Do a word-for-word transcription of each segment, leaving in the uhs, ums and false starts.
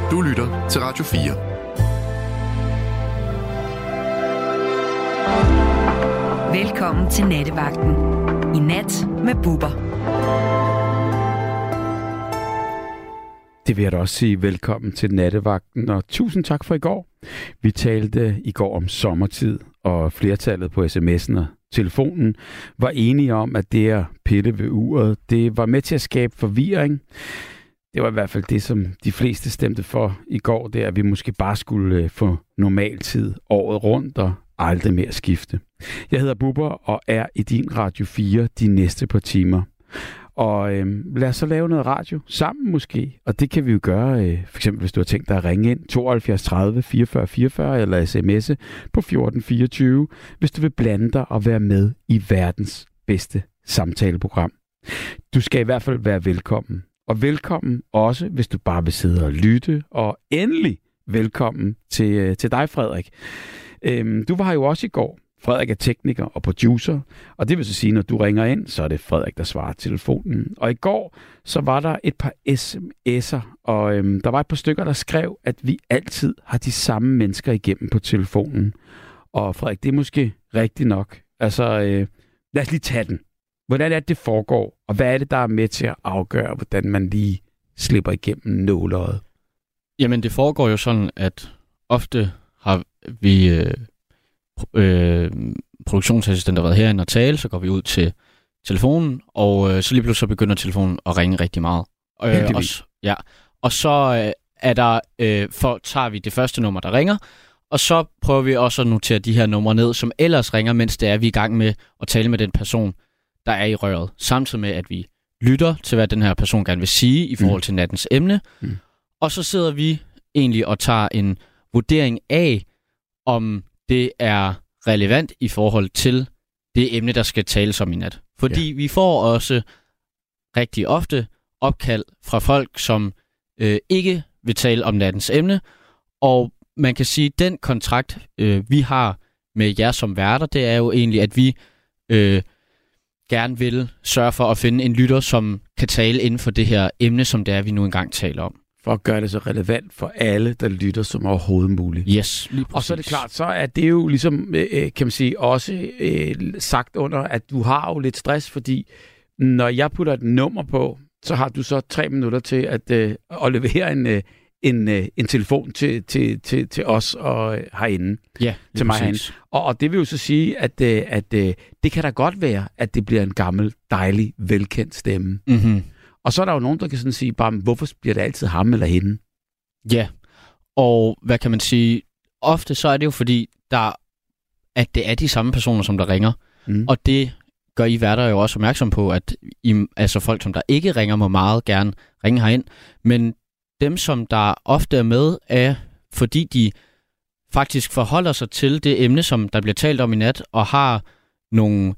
Du lytter til Radio fire. Velkommen til Nattevagten. I nat med Bubber. Det vil jeg da også sige velkommen til Nattevagten, og tusind tak for i går. Vi talte i går om sommertid, og flertallet på sms'en og telefonen var enige om, at det at pille ved uret, det var med til at skabe forvirring. Det var i hvert fald det, som de fleste stemte for i går, det er, at vi måske bare skulle få normal tid året rundt og aldrig mere skifte. Jeg hedder Bubber og er i din Radio fire de næste par timer. Og øh, lad os så lave noget radio sammen måske, og det kan vi jo gøre, øh, for eksempel hvis du har tænkt dig at ringe ind tooghalvfjerds tredive fireogfyrre fireogfyrre eller sms'e på fjorten fireogtyve, hvis du vil blande dig og være med i verdens bedste samtaleprogram. Du skal i hvert fald være velkommen. Og velkommen også, hvis du bare vil sidde og lytte. Og endelig velkommen til, til dig, Frederik. Øhm, du var her jo også i går. Frederik er tekniker og producer. Og det vil så sige, når du ringer ind, så er det Frederik, der svarer telefonen. Og i går, så var der et par sms'er. Og øhm, der var et par stykker, der skrev, at vi altid har de samme mennesker igennem på telefonen. Og Frederik, det er måske rigtigt nok. Altså, øh, lad os lige tage den. Hvordan er det, det foregår, og hvad er det, der er med til at afgøre, hvordan man lige slipper igennem nåleøjet? Jamen, det foregår jo sådan, at ofte har vi øh, øh, produktionsassistenter været herinde og tale, så går vi ud til telefonen, og øh, så lige pludselig så begynder telefonen at ringe rigtig meget. Øh, og, ja. og så øh, er der, øh, for, tager vi det første nummer, der ringer, og så prøver vi også at notere de her numre ned, som ellers ringer, mens det er, vi er i gang med at tale med den person, der er i røret. Samtidig med, at vi lytter til, hvad den her person gerne vil sige i forhold til nattens emne. Mm. Og så sidder vi egentlig og tager en vurdering af, om det er relevant i forhold til det emne, der skal tales om i nat. Fordi ja. vi får også rigtig ofte opkald fra folk, som øh, ikke vil tale om nattens emne. Og man kan sige, at den kontrakt, øh, vi har med jer som værter, det er jo egentlig, at vi øh, gerne vil sørge for at finde en lytter, som kan tale inden for det her emne, som det er, vi nu engang taler om. For at gøre det så relevant for alle, der lytter, som overhovedet muligt. Yes, lige præcis. Og så er det klart, så er det jo ligesom, øh, kan man sige, også øh, sagt under, at du har jo lidt stress, fordi når jeg putter et nummer på, så har du så tre minutter til at, øh, at levere en, øh, en, øh, en telefon til, til, til, til os og øh, herinde. Ja, til mig herinde. Og, og det vil jo så sige, at, øh, at øh, det kan da godt være, at det bliver en gammel, dejlig, velkendt stemme. Mm-hmm. Og så er der jo nogen, der kan sådan sige, bare, hvorfor bliver det altid ham eller hende? Ja, og hvad kan man sige? Ofte så er det jo fordi, der, at det er de samme personer, som der ringer. Mm. Og det gør I værter jo også opmærksom på, at I, altså folk, som der ikke ringer, må meget gerne ringe herind. Men dem, som der ofte er med, er fordi de faktisk forholder sig til det emne, som der bliver talt om i nat, og har nogle,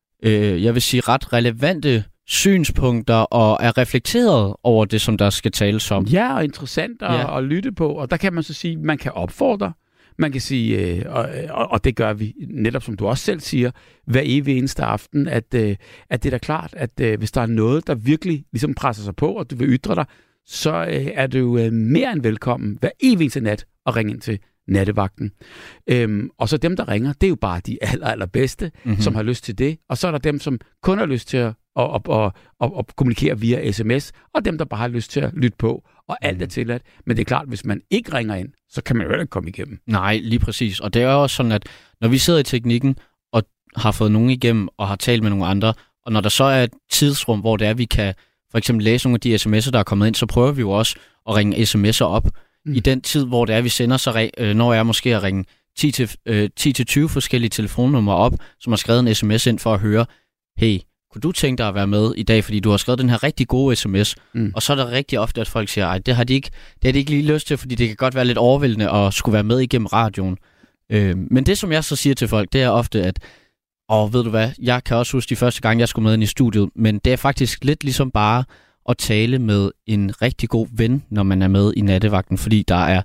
øh, jeg vil sige, ret relevante synspunkter og er reflekteret over det, som der skal tales om. Ja, og interessant at, ja. at lytte på. Og der kan man så sige, man kan opfordre, man kan sige, øh, og, og det gør vi netop, som du også selv siger, hver evig eneste aften, at, øh, at det er da klart, at øh, hvis der er noget, der virkelig ligesom presser sig på, og du vil ytre dig, så øh, er du øh, mere end velkommen hver evig eneste nat at ringe ind til Nattevagten. Øhm, og så dem, der ringer, det er jo bare de aller, allerbedste, mm-hmm. som har lyst til det. Og så er der dem, som kun har lyst til at, at, at, at, at, at kommunikere via sms, og dem, der bare har lyst til at lytte på, og alt mm-hmm. er tilladt. Men det er klart, hvis man ikke ringer ind, så kan man jo heller ikke komme igennem. Nej, lige præcis. Og det er også sådan, at når vi sidder i teknikken, og har fået nogen igennem, og har talt med nogle andre, og når der så er et tidsrum, hvor det er, vi kan for eksempel læse nogle af de sms'er, der er kommet ind, så prøver vi jo også at ringe sms'er op. Mm. I den tid, hvor det er, vi sender, så øh, når jeg måske at ringe ti til tyve forskellige telefonnumre op, som har skrevet en sms ind for at høre, hey, kunne du tænke dig at være med i dag, fordi du har skrevet den her rigtig gode sms, mm. og så er der rigtig ofte, at folk siger, ej, det har de ikke, det har de ikke lige lyst til, fordi det kan godt være lidt overvældende at skulle være med igennem radioen. Øh, men det, som jeg så siger til folk, det er ofte, at og ved du hvad, jeg kan også huske de første gang, jeg skulle med ind i studiet, men det er faktisk lidt ligesom bare at tale med en rigtig god ven, når man er med i nattevagten, fordi der er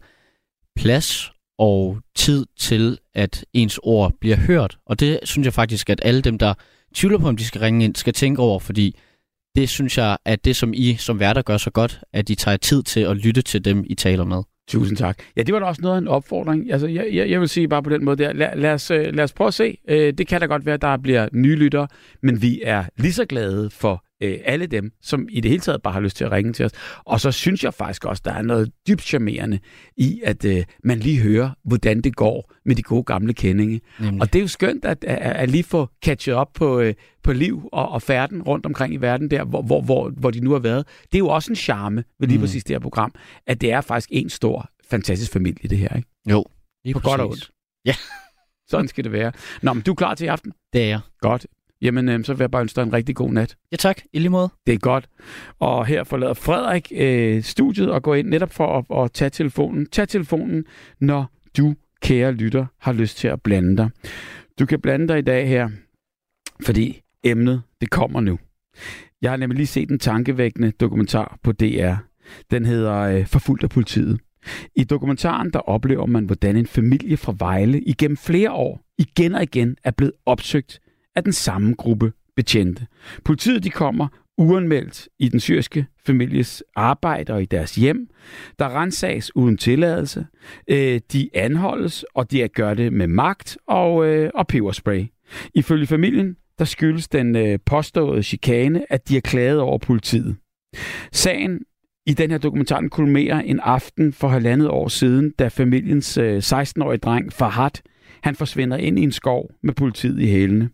plads og tid til, at ens ord bliver hørt. Og det synes jeg faktisk, at alle dem, der tvivler på, om de skal ringe ind, skal tænke over, fordi det synes jeg, at det, som I som værter gør så godt, at I tager tid til at lytte til dem, I taler med. Tusind tak. Ja, det var da også noget af en opfordring. Altså, jeg, jeg, jeg vil sige bare på den måde der, lad, lad, os, lad os prøve at se. Det kan da godt være, at der bliver nye lyttere, men vi er lige så glade for øh, alle dem, som i det hele taget bare har lyst til at ringe til os. Og så synes jeg faktisk også, der er noget dybt charmerende i, at øh, man lige hører, hvordan det går med de gode gamle kendinge. Nemlig. Og det er jo skønt at, at, at lige få catchet op på, øh, på liv og, og færden rundt omkring i verden der, hvor, hvor, hvor, hvor de nu har været. Det er jo også en charme ved lige mm. præcis det her program, at det er faktisk en stor, fantastisk familie, det her, ikke? Jo, lige på præcis. Godt og ondt. Ja. Sådan skal det være. Nå, men du er klar til i aften? Det er jeg. Godt. Jamen, øh, så vil jeg bare ønske dig en rigtig god nat. Ja tak, i lige måde. Det er godt. Og her forlader Frederik øh, studiet og går ind netop for at, at tage telefonen. Tag telefonen, når du, kære lytter, har lyst til at blande dig. Du kan blande dig i dag her, fordi emnet, det kommer nu. Jeg har nemlig lige set en tankevækkende dokumentar på D R. Den hedder øh, Forfulgt af politiet. I dokumentaren, der oplever man, hvordan en familie fra Vejle igennem flere år igen og igen er blevet opsøgt af den samme gruppe betjente. Politiet, de kommer uanmeldt i den syriske families arbejde og i deres hjem. Der ransages uden tilladelse. Øh, de anholdes, og de gør det med magt og, øh, og peberspray. Ifølge familien, der skyldes den øh, påståede chikane, at de har klaget over politiet. Sagen i den her dokumentar kulminerer en aften for halvandet år siden, da familiens øh, seksten-årige dreng Farhad, han forsvinder ind i en skov med politiet i hælene.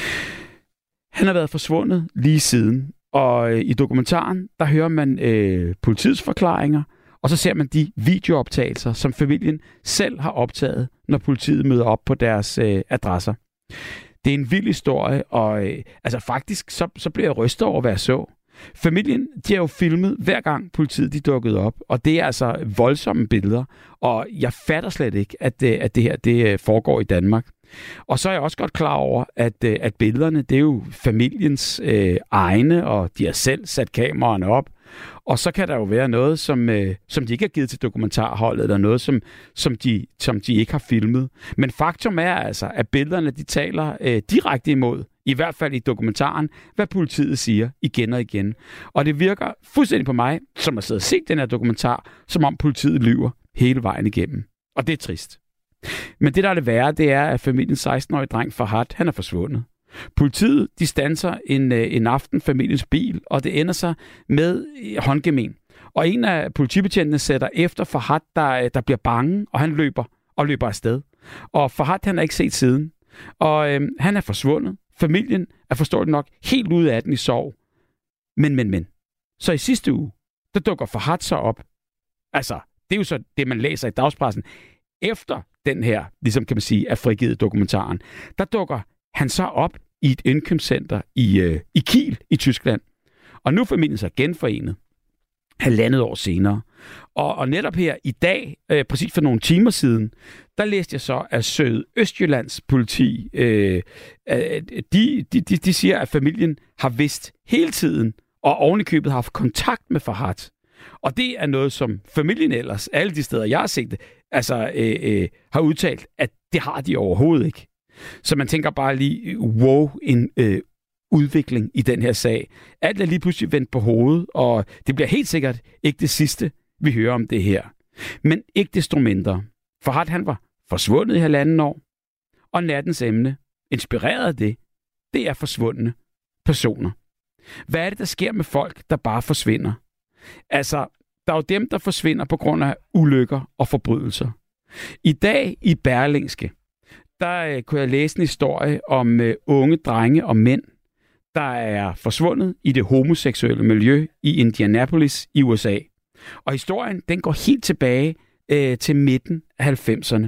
Han har været forsvundet lige siden, og øh, i dokumentaren, der hører man øh, politiets forklaringer, og så ser man de videooptagelser, som familien selv har optaget, når politiet møder op på deres øh, adresser. Det er en vild historie, og øh, altså faktisk, så, så bliver jeg rystet over, hvad jeg så. Familien, de har jo filmet hver gang politiet de dukkede op, og det er altså voldsomme billeder, og jeg fatter slet ikke, at, at det her det foregår i Danmark. Og så er jeg også godt klar over, at, at billederne, det er jo familiens øh, egne, og de har selv sat kameraerne op. Og så kan der jo være noget, som, øh, som de ikke har givet til dokumentarholdet, eller noget, som, som, de, som de ikke har filmet. Men faktum er altså, at billederne, de taler øh, direkte imod, i hvert fald i dokumentaren, hvad politiet siger igen og igen. Og det virker fuldstændig på mig, som har siddet og set den her dokumentar, som om politiet lyver hele vejen igennem. Og det er trist. Men det, der er det værre, det er, at familiens seksten-årige dreng Farhad, han er forsvundet. Politiet, de standser en, en aften familiens bil, og det ender sig med håndgemen. Og en af politibetjentene sætter efter Farhad, der, der bliver bange, og han løber og løber afsted. Og Farhad, han er ikke set siden. Og øhm, han er forsvundet. Familien er forståeligt nok helt ude af den i sorg. Men, men, men. Så i sidste uge, der dukker Farhad så op. Altså, det er jo så det, man læser i dagspressen. Efter den her, ligesom kan man sige, er frigivet dokumentaren, der dukker han så op i et indkøbscenter i, øh, i Kiel i Tyskland. Og nu er familien så genforenet halvandet år senere. Og, og netop her i dag, øh, præcis for nogle timer siden, der læste jeg så, at Syd Østjyllands politi, øh, øh, de, de, de, de siger, at familien har vidst hele tiden, og ovenikøbet har haft kontakt med Farhad. Og det er noget, som familien ellers, alle de steder, jeg har set det, altså øh, øh, har udtalt, at det har de overhovedet ikke. Så man tænker bare lige, wow, en øh, udvikling i den her sag. Alt er lige pludselig vendt på hovedet, og det bliver helt sikkert ikke det sidste, vi hører om det her. Men ikke desto mindre. Farhad, han var forsvundet i halvanden år, og nattens emne, inspireret af det, det er forsvundne personer. Hvad er det, der sker med folk, der bare forsvinder? Altså, der er jo dem, der forsvinder på grund af ulykker og forbrydelser. I dag i Berlingske, der øh, kunne jeg læse en historie om øh, unge drenge og mænd, der er forsvundet i det homoseksuelle miljø i Indianapolis i U S A. Og historien, den går helt tilbage øh, til midten af halvfemserne.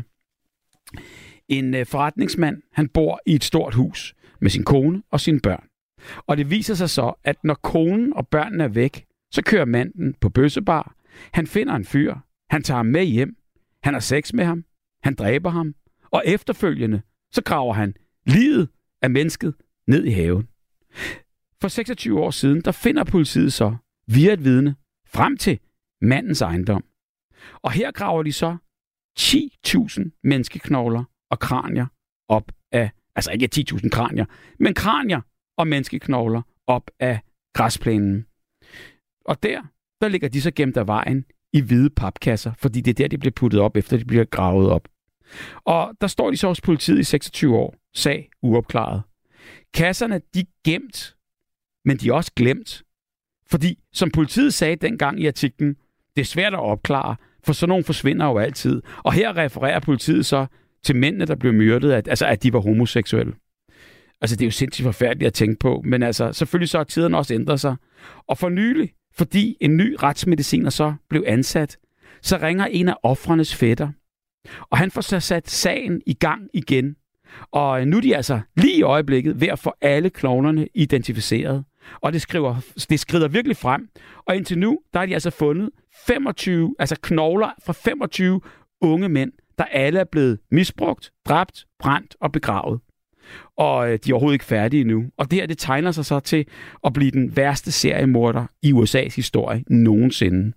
En øh, forretningsmand, han bor i et stort hus med sin kone og sine børn. Og det viser sig så, at når konen og børnene er væk, så kører manden på bøssebar. Han finder en fyr. Han tager ham med hjem. Han har sex med ham. Han dræber ham. Og efterfølgende, så graver han livet af mennesket ned i haven. For seksogtyve år siden, der finder politiet så via et vidne frem til mandens ejendom. Og her graver de så ti tusind menneskeknogler og kranier op af, altså ikke ti tusind kranier, men kranier og menneskeknogler op af græsplænen. Og der, der ligger de så gemt af vejen i hvide papkasser, fordi det er der, de bliver puttet op, efter de bliver gravet op. Og der står de så hos politiet i seksogtyve år. Sag uopklaret. Kasserne, de er gemt, men de er også glemt. Fordi, som politiet sagde dengang i artiklen, det er svært at opklare, for sådan nogen forsvinder jo altid. Og her refererer politiet så til mændene, der blev myrdet, at, altså at de var homoseksuelle. Altså det er jo sindssygt forfærdeligt at tænke på, men altså selvfølgelig så har tiden også ændret sig. Og for nylig, fordi en ny retsmediciner så blev ansat, så ringer en af ofrenes fætter. Og han får så sat sagen i gang igen. Og nu er de altså lige i øjeblikket ved at få alle klovnerne identificeret. Og det, skriver, det skrider virkelig frem. Og indtil nu, der har de altså fundet femogtyve, altså knogler fra femogtyve unge mænd, der alle er blevet misbrugt, dræbt, brændt og begravet. Og øh, de er overhovedet ikke færdige endnu. Og det her, det tegner sig så til at blive den værste seriemorder i U S A's historie nogensinde.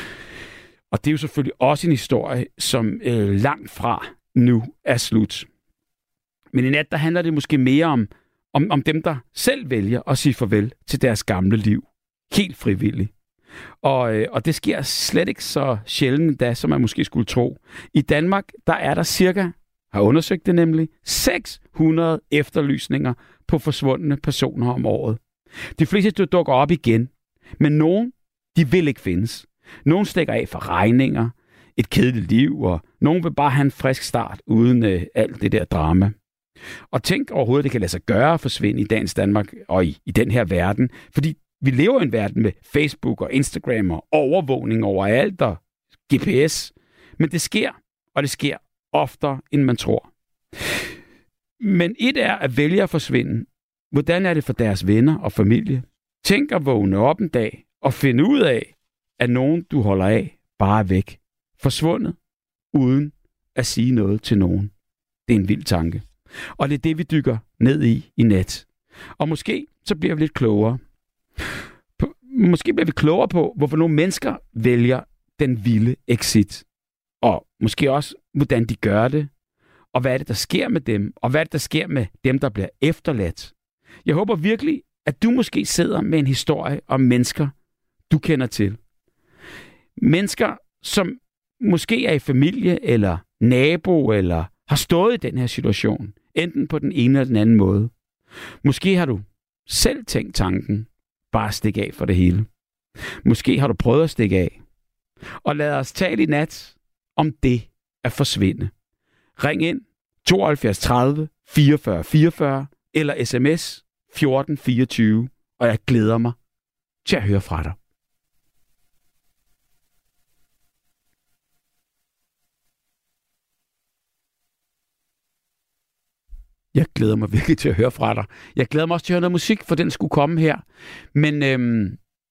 Og det er jo selvfølgelig også en historie, som øh, langt fra nu er slut. Men i nat, der handler det måske mere om, om, om dem, der selv vælger at sige farvel til deres gamle liv. Helt frivilligt. Og, øh, og det sker slet ikke så sjældent da, som man måske skulle tro. I Danmark, der er der cirka, har undersøgt det nemlig, seks hundrede efterlysninger på forsvundne personer om året. De fleste dukker op igen, men nogen, de vil ikke findes. Nogen stikker af for regninger, et kedeligt liv, og nogen vil bare have en frisk start uden øh, alt det der drama. Og tænk overhovedet, det kan lade sig gøre at forsvinde i dagens Danmark og i, i den her verden, fordi vi lever i en verden med Facebook og Instagram og overvågning overalt og G P S. Men det sker, og det sker oftere, end man tror. Men et er at vælge at forsvinde. Hvordan er det for deres venner og familie? Tænk at vågne op en dag og finde ud af, at nogen, du holder af, bare er væk. Forsvundet, uden at sige noget til nogen. Det er en vild tanke. Og det er det, vi dykker ned i i nat. Og måske så bliver vi lidt klogere. Måske bliver vi klogere på, hvorfor nogle mennesker vælger den vilde exit. Og måske også, hvordan de gør det. Og hvad er det, der sker med dem? Og hvad er det, der sker med dem, der bliver efterladt? Jeg håber virkelig, at du måske sidder med en historie om mennesker, du kender til. Mennesker, som måske er i familie eller nabo, eller har stået i den her situation. Enten på den ene eller den anden måde. Måske har du selv tænkt tanken, bare stikke af for det hele. Måske har du prøvet at stikke af. Og lad os tale i nat om det at forsvinde. Ring ind tooghalvfjerds tredive fireogfyrre fireogfyrre eller sms fjorten fireogtyve, og jeg glæder mig til at høre fra dig. Jeg glæder mig virkelig til at høre fra dig. Jeg glæder mig også til at høre noget musik, for den skulle komme her. Men øhm,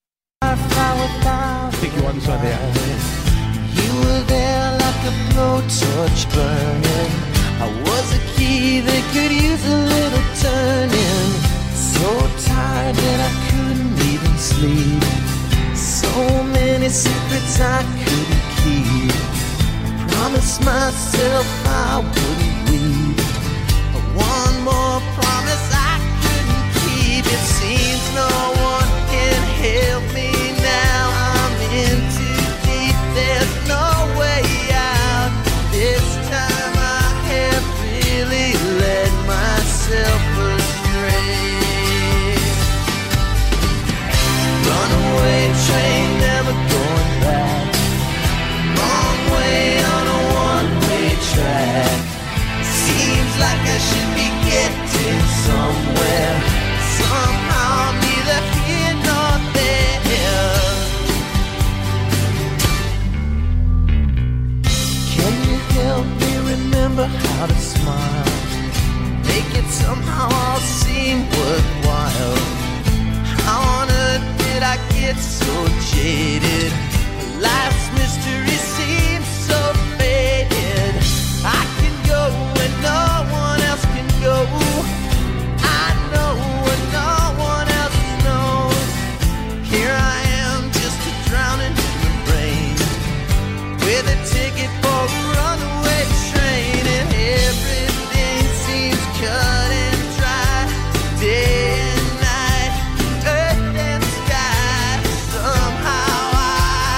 det gjorde den så der. You were there like a blowtorch burning. I was a key that could use a little turning. So tired that I couldn't even sleep. So many secrets I couldn't keep. Promised myself I wouldn't leave. One more promise I couldn't keep. It seems no one can help me now. I'm in too deep. There's no way out. This time I have really led myself astray. Runaway train, never going back. Wrong way on a one-way track. Seems like I should be getting somewhere. Somehow I'm neither here nor there. Can you help me remember how to smile? Make it somehow all seem worthwhile. How on earth did I get so jaded? Life's mystery seems so faded. I can go when no one else can go. I know when no one else knows. Here I am, just a drowning human brain, with a ticket for a runaway train, and everything seems cut and dry. Day and night, earth and sky. Somehow I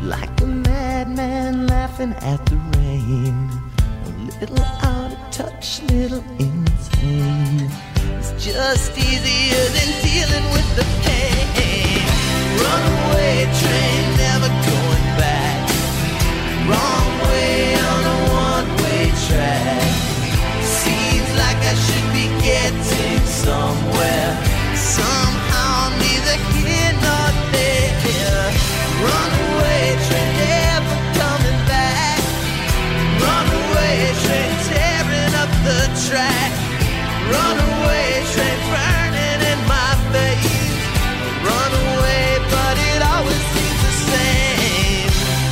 like a madman laughing at the rain. A little out of touch, little insane. It's just easier than dealing with the pain. Runaway train, never going back. Wrong way on a one-way track. Seems like I should be getting somewhere. Somehow I'm neither here nor there. Runaway train, never coming back. Runaway train, tearing up the track. Runaway train, burning in my face. Runaway, but it always seems the same.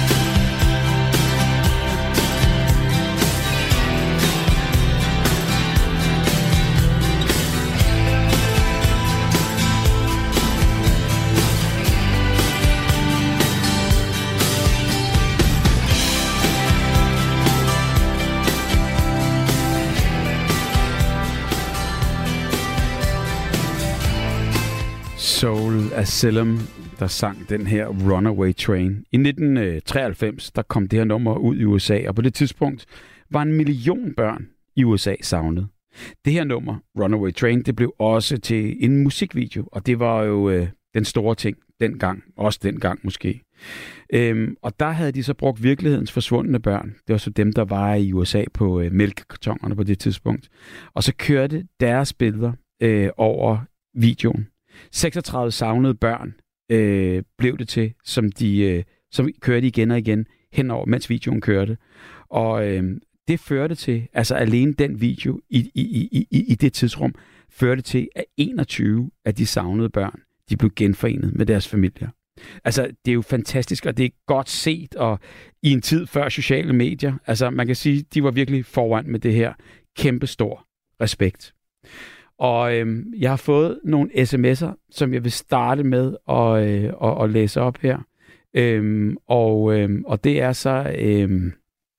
Soul Asylum, der sang den her Runaway Train. I nitten treoghalvfems, der kom det her nummer ud i U S A, og på det tidspunkt var en million børn i U S A savnet. Det her nummer, Runaway Train, det blev også til en musikvideo, og det var jo øh, den store ting dengang, også dengang måske. Øhm, og der havde de så brugt virkelighedens forsvundne børn. Det var så dem, der var i U S A på øh, mælkekartonerne på det tidspunkt. Og så kørte deres billeder øh, over videoen. seksogtredive savnede børn øh, blev det til, som de øh, som kørte igen og igen henover, mens videoen kørte. Og øh, det førte til, altså alene den video i, i, i, i, i det tidsrum, førte til, at enogtyve af de savnede børn, de blev genforenet med deres familier. Altså, det er jo fantastisk, og det er godt set, og i en tid før sociale medier, altså man kan sige, de var virkelig foran med det her kæmpestor respekt. Og øhm, jeg har fået nogle sms'er, som jeg vil starte med at, øh, at, at læse op her. Øhm, og, øhm, og det er så øhm,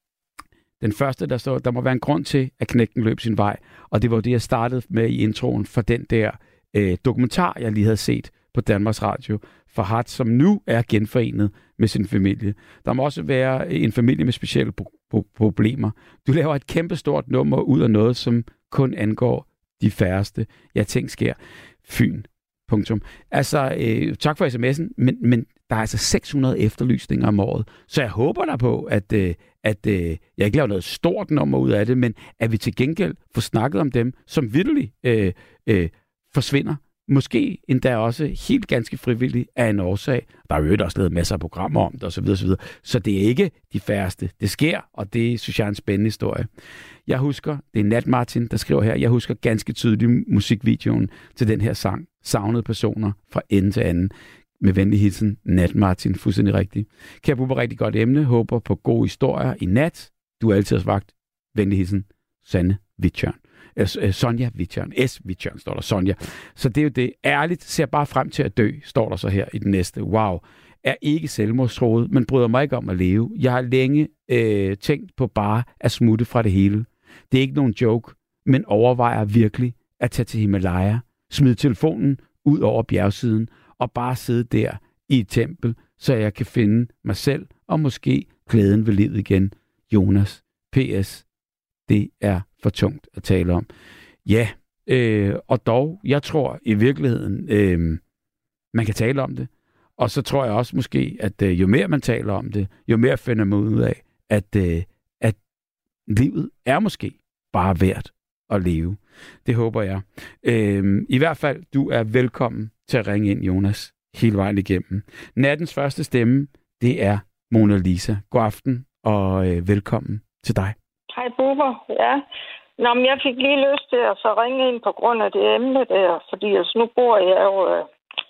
den første, der står, der må være en grund til, at knægten løb sin vej. Og det var det, jeg startede med i introen for den der øh, dokumentar, jeg lige havde set på Danmarks Radio. Farhat, som nu er genforenet med sin familie. Der må også være en familie med specielle pro- pro- problemer. Du laver et kæmpestort nummer ud af noget, som kun angår de færreste. Ja, ting sker. Fyn. Punktum. Altså, øh, tak for sms'en, men, men der er altså seks hundrede efterlysninger om året. Så jeg håber der på, at, øh, at øh, jeg ikke laver noget stort nummer ud af det, men at vi til gengæld får snakket om dem, som vitterligt øh, øh, forsvinder. Måske endda også helt ganske frivilligt af en årsag. Der er jo også lavet masser af programmer om det osv. osv. Så det er ikke de færreste. Det sker, og det synes jeg er en spændende historie. Jeg husker, det er Nat Martin, der skriver her, jeg husker ganske tydeligt musikvideoen til den her sang. Savnede personer fra ende til anden. Med venlig hilsen, Nat Martin. Fuldstændig rigtigt. Kære Bubber, rigtig godt emne. Håber på gode historier i nat. Du er altid vagt. Venlig hilsen, Sanne Wittjørn. Sonja Wittjørn. S. Wittjørn står der. Sonja. Så det er jo det. Ærligt ser bare frem til at dø, står der så her i den næste. Wow. Er ikke selvmordstroet, men bryder mig ikke om at leve. Jeg har længe øh, tænkt på bare at smutte fra det hele. Det er ikke nogen joke, men overvejer virkelig at tage til Himalaya, smide telefonen ud over bjergsiden og bare sidde der i et tempel, så jeg kan finde mig selv og måske glæden ved livet igen. Jonas. P S. Det er for tungt at tale om. Ja, øh, og dog, jeg tror i virkeligheden, øh, man kan tale om det. Og så tror jeg også måske, at øh, jo mere man taler om det, jo mere finder man ud af, at, øh, at livet er måske bare værd at leve. Det håber jeg. Øh, I hvert fald, du er velkommen til at ringe ind, Jonas, hele vejen igennem. Nattens første stemme, det er Mona Lisa. God aften, og øh, velkommen til dig. Hej, Bubber. Ja. Nå, men jeg fik lige lyst til at så ringe ind på grund af det emne der, fordi altså, nu bor jeg jo øh,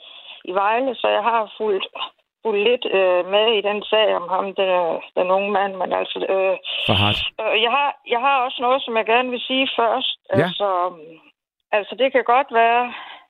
i Vejle, så jeg har fulgt, fulgt lidt øh, med i den sag om ham, den, den unge mand, men altså... Øh, øh, jeg, har, jeg har også noget, som jeg gerne vil sige først. Ja. Altså, altså, det kan godt være...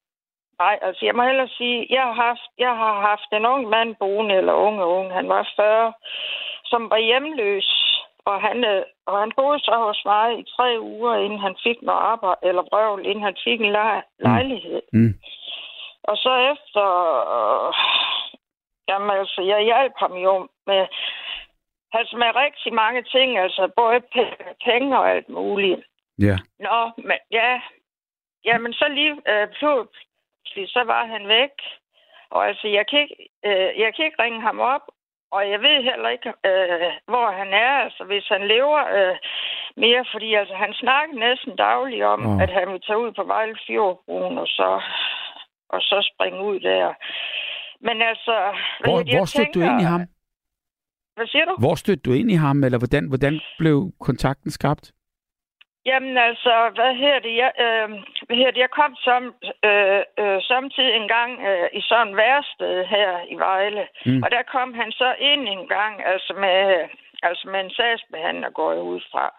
Nej, altså, jeg må hellere sige, jeg har haft, jeg har haft en ung mand boende, eller unge unge, han var fyrre, som var hjemløs. Og han, og han boede så hos mig i tre uger, inden han fik noget arbejde, eller brøvl, inden han fik en lej- lejlighed. Mm. Mm. Og så efter, øh, Jamen altså, jeg hjalp ham jo med, altså med rigtig mange ting, altså både penge og alt muligt. Ja. Nå, men ja, jamen så lige øh, pludselig, så var han væk. Og altså, jeg kan, ikke, øh, jeg kan ikke ringe ham op, og jeg ved heller ikke, øh, hvor han er, altså hvis han lever øh, mere, fordi altså han snakker næsten dagligt om, oh. at han vil tage ud på Vejle Fjordbroen, og så, og så springe ud der. Men altså... Hvor, jeg, hvor stødte tænker, du ind i ham? Hvad siger du? Hvor stødte du ind i ham, eller hvordan, hvordan blev kontakten skabt? Jamen altså, hvad her det? Jeg, øh, hvad her det? Jeg kom som, øh, øh, samtidig en gang øh, i sådan et værsted her i Vejle. Mm. Og der kom han så ind en gang, altså med, altså med en sagsbehandler, går jeg ud fra.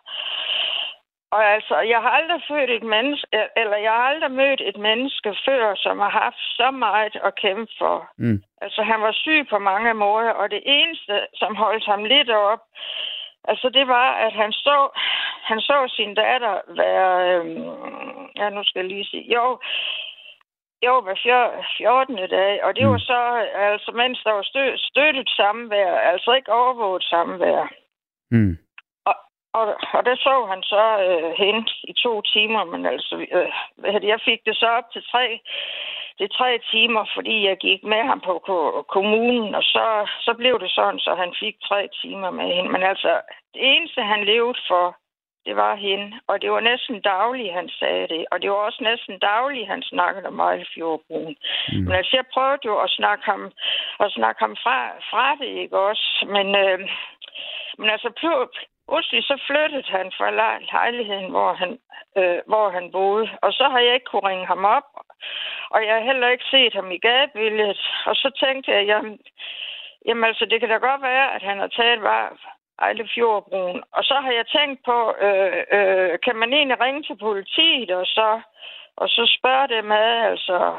Og altså, jeg har aldrig født et menneske, eller jeg har aldrig mødt et menneske før, som har haft så meget at kæmpe for. Mm. Altså, han var syg på mange måder, og det eneste, som holdt ham lidt op, altså, det var, at han så, han så sin datter være, øhm, ja, nu skal jeg lige sige, jo, jo, hver fjortende dag, og det mm. var så, altså, mens der var stø, støttet samvær, altså ikke overvåget samvær. Mm. Og, og, og der så han så øh, hen i to timer, men altså, øh, jeg fik det så op til tre, det tre timer, fordi jeg gik med ham på kommunen, og så, så blev det sådan, så han fik tre timer med hende. Men altså, det eneste, han levede for, det var hende. Og det var næsten dagligt, han sagde det. Og det var også næsten dagligt, han snakkede om Vejle Fjordbroen. Mm. Men altså, jeg prøvede jo at snakke ham, at snakke ham fra, fra det, ikke også? Men, øh, men altså, pludselig så flyttede han fra lejligheden, hvor han, øh, hvor han boede. Og så har jeg ikke kunne ringe ham op. Og jeg har heller ikke set ham i gadebilledet. Og så tænkte jeg, jamen, jamen altså, det kan da godt være, at han har taget Vejle Fjordbroen. Og så har jeg tænkt på, øh, øh, kan man egentlig ringe til politiet, og så, og så spørge dem af, altså,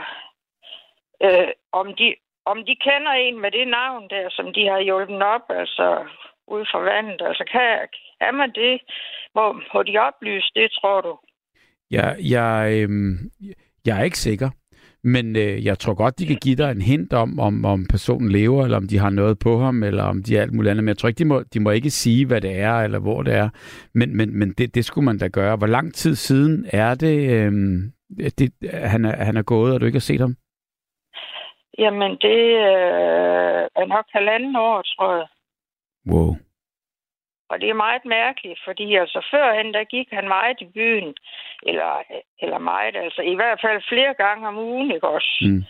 øh, om, de, om de kender en med det navn der, som de har hjulpet op, altså ude fra vandet. Altså, kan, kan man det? Må, må de oplyse det, tror du? Ja, jeg... Øh... Jeg er ikke sikker, men øh, jeg tror godt, de kan give dig en hint om, om, om personen lever, eller om de har noget på ham, eller om de er alt muligt andet. Men jeg tror ikke, de må, de må ikke sige, hvad det er, eller hvor det er. Men, men, men det, det skulle man da gøre. Hvor lang tid siden er det, øh, det han, er, han er gået, og du ikke har set ham? Jamen, det øh, er nok halvanden år, tror jeg. Wow. Og det er meget mærkeligt, fordi altså førhen, der gik han meget i byen, eller, eller meget, altså i hvert fald flere gange om ugen, ikke også? Mm.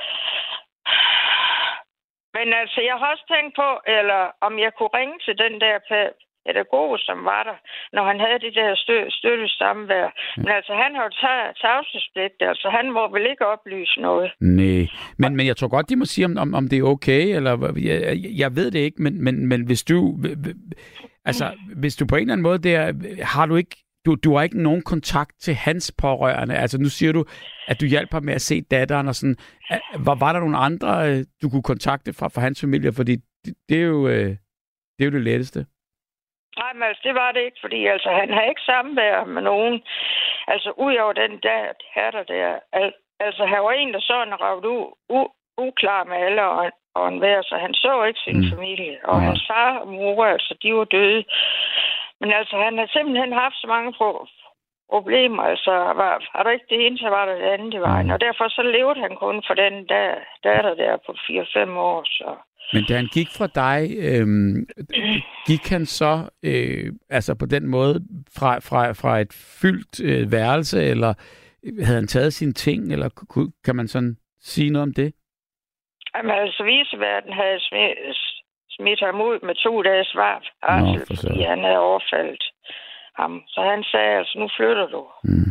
Men altså, jeg har også tænkt på, eller om jeg kunne ringe til den der pædagog, som var der, når han havde det der stø- støtte samvær. Mm. Men altså, han har jo taget tavshedspligt, altså han må vel ikke oplyse noget. Nej, men, men jeg tror godt, de må sige, om, om det er okay, eller jeg, jeg ved det ikke, men, men, men hvis du... Altså, hvis du på en eller anden måde der, har du ikke, du, du har ikke nogen kontakt til hans pårørende. Altså, nu siger du, at du hjalp ham med at se datteren og sådan. Var, var der nogle andre, du kunne kontakte fra, fra hans familie? Fordi det, det, er jo, det er jo det letteste. Nej, men altså, det var det ikke, fordi altså, han har ikke samvær med nogen. Altså, udover den der hatter der. Al, altså, han var en, der sådan ravet u, u, uklar med alle og og en vær, så han så ikke sin mm. familie. Og ja. Hans far og mor, altså, de var døde. Men altså, han har simpelthen haft så mange pro- problemer. Altså, var, var der ikke det ene, så var der det andet i vejen. Mm. Og derfor så levede han kun for den der datter der på fire fem år. Så. Men da han gik fra dig, øhm, gik han så øh, altså på den måde fra, fra, fra et fyldt øh, værelse, eller havde han taget sine ting, eller kan man sådan sige noget om det? Jamen, altså, viceverden havde smidt, smidt ham ud med to dages var, altså, fordi han havde overfaldt ham. Så han sagde, altså, nu flytter du. Mm.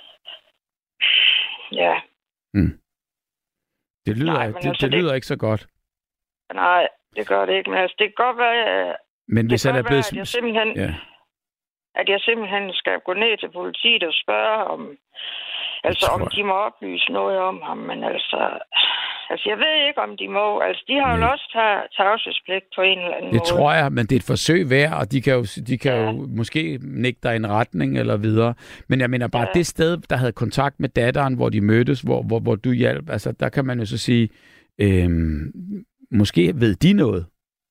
Ja. Mm. Det lyder, nej, det, altså, det lyder det, ikke så godt. Nej, det gør det ikke. Men altså, det kan godt være, men hvis det han er blevet... være, at jeg simpelthen... Ja. At jeg simpelthen skal gå ned til politiet og spørge om... Altså, om de må oplyse noget om ham, men altså... Altså, jeg ved ikke, om de må. Altså, de har jo også taget tavshedspligt på en eller anden det måde. Det tror jeg, men det er et forsøg værd, og de kan jo, de kan ja. jo måske nægte dig en retning eller videre. Men jeg mener bare, ja. det sted, der havde kontakt med datteren, hvor de mødtes, hvor, hvor, hvor du hjalp, altså, der kan man jo så sige, øhm, måske ved de noget.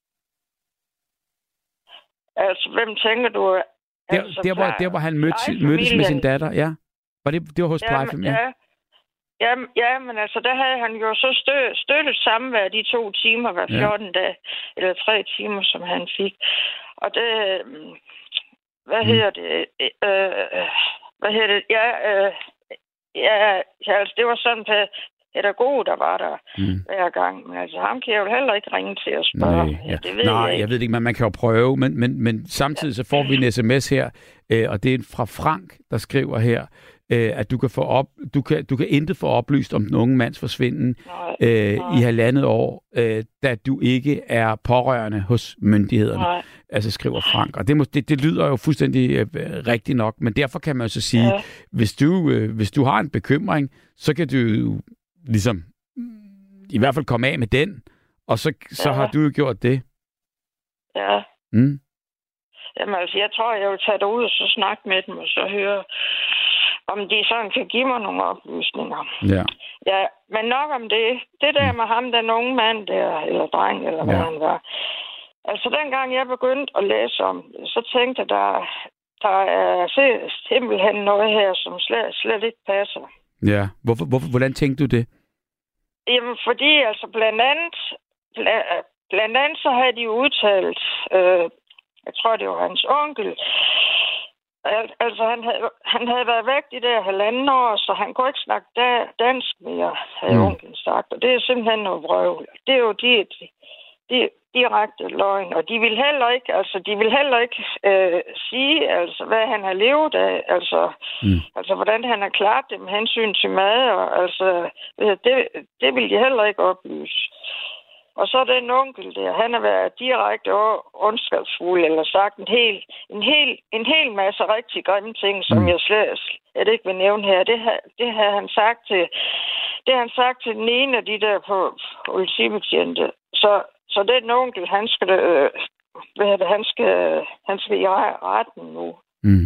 Altså, hvem tænker du? Altså, Der, der, hvor, der, hvor han mødte, mødtes med sin datter, ja. Var det, det var hos plejefamilien? Ja. Ja, ja, men altså, der havde han jo så stø, støttet samvær de to timer hver fjorten ja. dage, eller tre timer, som han fik. Og det, hvad mm. hedder det, øh, hvad hedder det, ja, øh, ja, altså, det var sådan en pædagog, der var der mm. hver gang. Men altså, ham kan jeg jo heller ikke ringe til at spørge. Nej, ja. det ved Nej jeg, jeg ved det ikke, men man kan jo prøve, men, men, men samtidig så får vi en sms her, øh, og det er fra Frank, der skriver her, at du kan få op, du kan, du kan intet få oplyst om den unge mands forsvinden nej, øh, nej. i halvandet år, øh, da du ikke er pårørende hos myndighederne. Nej. Altså skriver Frank. Og det, må, det, det lyder jo fuldstændig øh, rigtigt nok, men derfor kan man jo så sige, ja. hvis, du, øh, hvis du har en bekymring, så kan du jo ligesom i hvert fald komme af med den, og så, så ja. har du jo gjort det. Ja. Mm. Jamen altså, jeg tror, jeg vil tage det ud og så snakke med dem, og så høre, om de sådan kan give mig nogle oplysninger. Ja. Ja, men nok om det. Det der med ham, den unge mand der, eller dreng, eller hvad ja. han var. Altså, dengang jeg begyndte at læse om det, så tænkte jeg, der, der er simpelthen noget her, som slet, slet ikke passer. Ja, hvorfor, hvorfor, hvordan tænkte du det? Jamen, fordi altså blandt andet, blandt andet så havde de udtalt, øh, jeg tror, det var hans onkel. Al- altså, han havde, han havde været væk de der halvanden år, så han kunne ikke snakke da- dansk mere, havde mm. onklen sagt. Og det er simpelthen noget vrøvl. Det er jo de, de, de direkte løgn. Og de vil heller ikke, altså, de vil heller ikke øh, sige, altså, hvad han har levet af. Altså, mm. altså, hvordan han har klaret det med hensyn til mad. Og, altså, det, det vil de heller ikke oplyse. Og så er den onkel der, han har været direkte ondskabsfuld, eller sagt en hel, en hel, en hel masse rigtig grimme ting, som mm. jeg slet, slet ikke vil nævne her. Det har, det har han sagt til, det har han sagt til den ene af de der på politibetjente. Så, så den onkel, han skal, øh, hvad det, han skal, han skal i retten nu. Mm.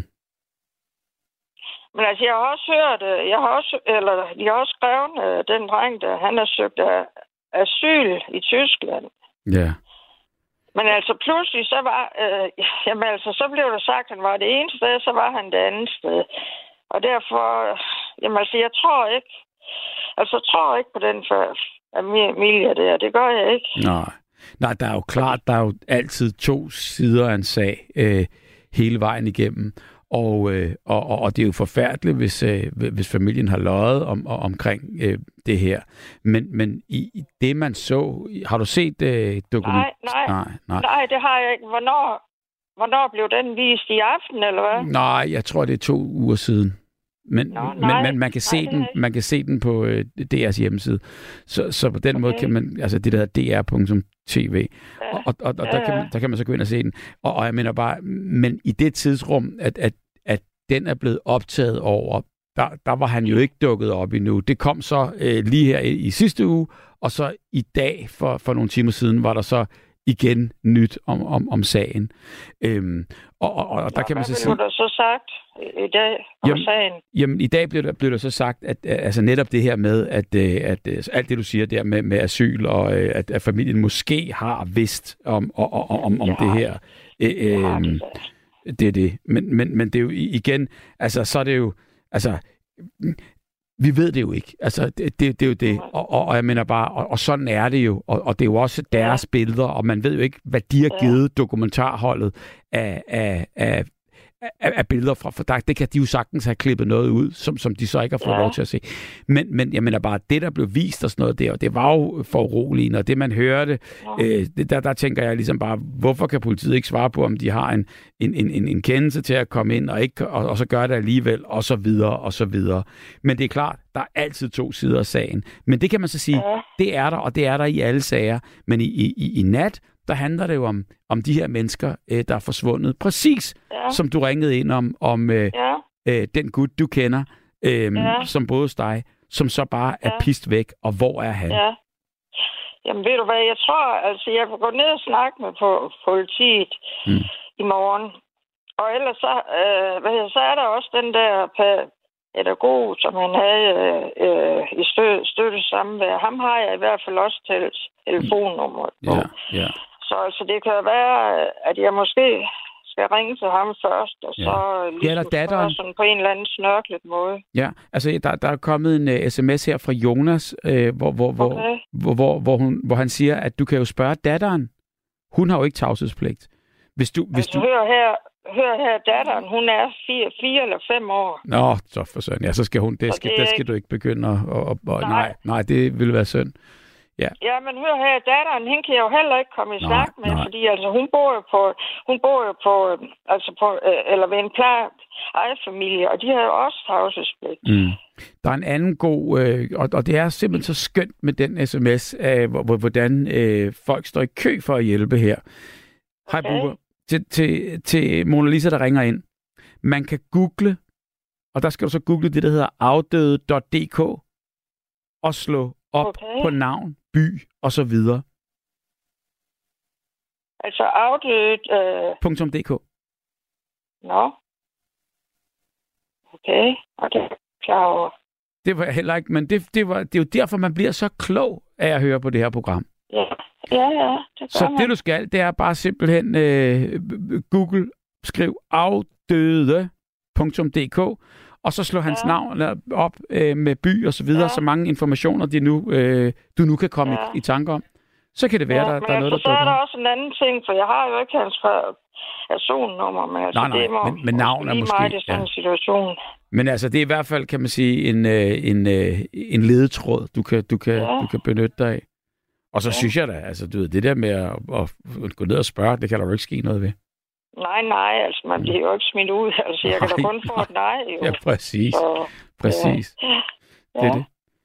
Men altså, jeg har også hørt, jeg har også, eller de har også skrevet, den dreng der, han har søgt af asyl i Tyskland. Ja. Yeah. Men altså pludselig så var, øh, jamen altså så blev der sagt, at han var det ene sted, så var han det andet sted. Og derfor, jamen altså jeg tror ikke, altså jeg tror ikke på den familie der, det gør jeg ikke. Nej, Nej der er jo klart, der er jo altid to sider af en sag øh, hele vejen igennem. Og, øh, og, og det er jo forfærdeligt, hvis, øh, hvis familien har løjet om, og, omkring øh, det her. Men, men i, i det, man så... Har du set øh, dokument? Nej, nej, nej, nej. Nej, det har jeg ikke. Hvornår, hvornår blev den vist i aften, eller hvad? Nej, jeg tror, det er to uger siden. Men, Nå, men, men man, kan se nej, den, man kan se den på øh, D R's hjemmeside. Så, så på den okay. måde kan man... Altså det der hedder d r punktum t v. Ja. Og, og, og ja, der, kan man, der kan man så gå ind og se den. Og, og jeg mener bare... Men i det tidsrum, at, at, at den er blevet optaget over... Der, der var han jo ikke dukket op endnu. Det kom så øh, lige her i, i sidste uge, og så i dag, for, for nogle timer siden, var der så igen nyt om, om, om sagen. Øhm, og, og, og der Nå, kan man så sige... Hvad blev der så sagt i dag om jamen, sagen? Jamen, i dag blev der, blev der så sagt, at altså netop det her med, at, at, at alt det, du siger der med, med asyl, og at, at familien måske har vidst om, om, om, om ja, det her. Øh, øh, det, det er det. Men, men, men det er jo igen, altså så er det jo, altså... Vi ved det jo ikke. Altså, det, det, det er jo det. Og, og, og jeg mener bare, og, og sådan er det jo. Og, og det er jo også deres ja. billeder, og man ved jo ikke, hvad de har givet ja. dokumentarholdet af, af, af, af, af billeder fra. For der, det kan de jo sagtens have klippet noget ud, som, som de så ikke har fået ja. lov til at se. Men, men jeg mener bare, det der blev vist og sådan noget der, og det var jo for uroligende, og det man hørte, ja. øh, det, der, der tænker jeg ligesom bare, hvorfor kan politiet ikke svare på, om de har en, en, en, en kendelse til at komme ind, og, ikke, og, og så gøre det alligevel, og så videre, og så videre. Men det er klart, der er altid to sider af sagen. Men det kan man så sige, ja. det er der, og det er der i alle sager. Men i, i, i nat, der handler det jo om, om de her mennesker, øh, der er forsvundet. Præcis ja. som du ringede ind om, om øh, ja. øh, den gut, du kender, øh, ja. som boede hos dig, som så bare er ja. pist væk. Og hvor er han? Ja. Jamen ved du hvad, jeg tror, altså jeg vil gå ned og snakke med på politiet mm. i morgen. Og ellers så, øh, hvad hedder, så er der også den der pædagog, som han havde øh, i stø, støtte samvær. Ham har jeg i hvert fald også til telefonnummer. Ja, ja. Så altså, det kan være, at jeg måske skal ringe til ham først, og ja. så ja, eller datteren. sådan på en eller anden snørklet måde. Ja, altså der, der er kommet en uh, sms her fra Jonas, øh, hvor, hvor, hvor, okay. hvor, hvor, hvor, hun, hvor han siger, at du kan jo spørge datteren. Hun har jo ikke tavshedspligt. Hvis du, hvis altså, du... hør her, hør her, datteren, hun er fire, fire eller fem år. Nå, så for søn. Ja, så skal hun, det skal, det, det skal ikke... du ikke begynde at... Og, og, og, nej. nej, nej, det vil være synd. Ja. ja, men hør her, datteren, hende kan jeg jo heller ikke komme i nej, snak med, nej. fordi altså, hun bor jo på, hun bor jo på, altså på, eller ved en plejefamilie, og de har jo også tavshedspligt. Mm. Der er en anden god, øh, og, og det er simpelthen så skønt med den sms, øh, hvordan øh, folk står i kø for at hjælpe her. Hej, okay. Bubber. Til, til, til Mona Lisa, der ringer ind. Man kan google, og der skal du så google det, der hedder afdøde punktum d k, og slå op okay. på navn, by og så videre. Altså afdøde... Øh... .dk. Nå. Okay, og det er klar over. Det var jeg heller ikke, men det, det, var, det er jo derfor, man bliver så klog af at høre på det her program. Ja, ja, ja. Det så man. det, du skal, det er bare simpelthen øh, Google, skriv afdøde punktum d k, og så slå hans ja. navn op øh, med by og så videre, ja. så mange informationer, de nu, øh, du nu kan komme ja. i, i tanke om. Så kan det være, ja, der, der er noget, der så er der også en anden ting, for jeg har jo ikke hans personnummer, men altså, nej, nej, det må men, men navn er måske... meget i sådan en ja. situation. Men altså, det er i hvert fald, kan man sige, en, en, en ledetråd, du kan, du kan, ja. du kan benytte dig af. Og så ja. synes jeg da, altså, du ved, det der med at, at gå ned og spørge, det kan der jo ikke ske noget ved. Nej, nej, altså, man bliver jo ikke smidt ud. Altså, jeg nej, kan da kun få et nej, jo. Ja, præcis. Så, præcis. Ja. Ja. Det er det.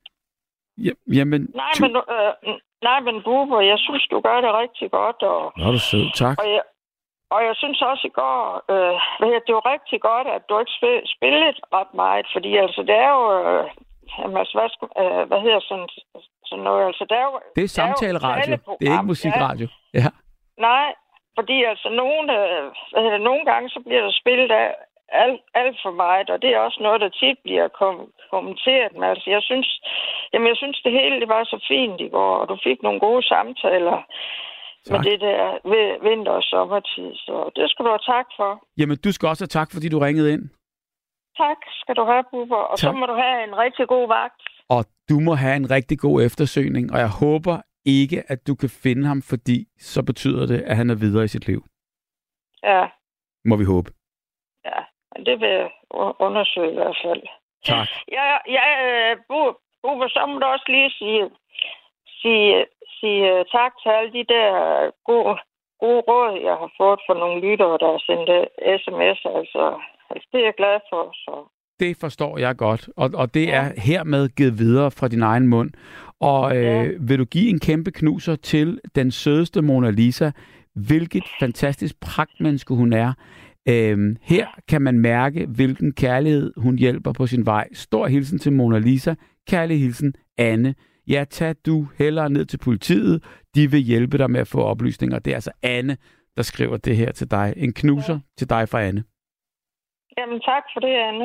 Ja, jamen, nej, tu- men, øh, nej, men Bubber, jeg synes, du gør det rigtig godt. Og, nå, du er sød. Tak. Og jeg, og jeg synes også i går, øh, det var rigtig godt, at du ikke spil, spillede ret meget, fordi altså, det er jo... Øh, jamen, altså, hvad, øh, hvad hedder sådan, sådan noget? Altså, det er jo... Det er samtaleradio. Det er ikke musikradio. Ja. ja. Nej, fordi altså, nogle, øh, nogle gange, så bliver der spillet af alt, alt for meget, og det er også noget, der tit bliver kom- kommenteret. Men altså, jeg synes, jamen, jeg synes, det hele det var så fint i går, og du fik nogle gode samtaler tak. med det der vinter- og sommertid, så det skal du have tak for. Jamen, du skal også have tak, fordi du ringede ind. Tak skal du have, Bubber, og tak. Så må du have en rigtig god vagt. Og du må have en rigtig god eftersøgning, og jeg håber ikke, at du kan finde ham, fordi så betyder det, at han er videre i sit liv. Ja. Må vi håbe. Ja, men det vil jeg undersøge i hvert fald. Tak. Ja, ja, Bubber, så må du også lige sige, sige, sige tak til alle de der gode, gode råd, jeg har fået fra nogle lyttere, der har sendt sms'er, altså... Altså, det er jeg glad for. Så. Det forstår jeg godt, og, og det ja. er hermed givet videre fra din egen mund. Og øh, ja. vil du give en kæmpe knuser til den sødeste Mona Lisa, hvilket fantastisk pragtmenneske hun er. Øhm, her kan man mærke, hvilken kærlighed hun hjælper på sin vej. Stor hilsen til Mona Lisa. Kærlig hilsen, Anne. Ja, tag du hellere ned til politiet. De vil hjælpe dig med at få oplysninger. Det er altså Anne, der skriver det her til dig. En knuser ja. til dig fra Anne. Jamen, tak for det, Anne.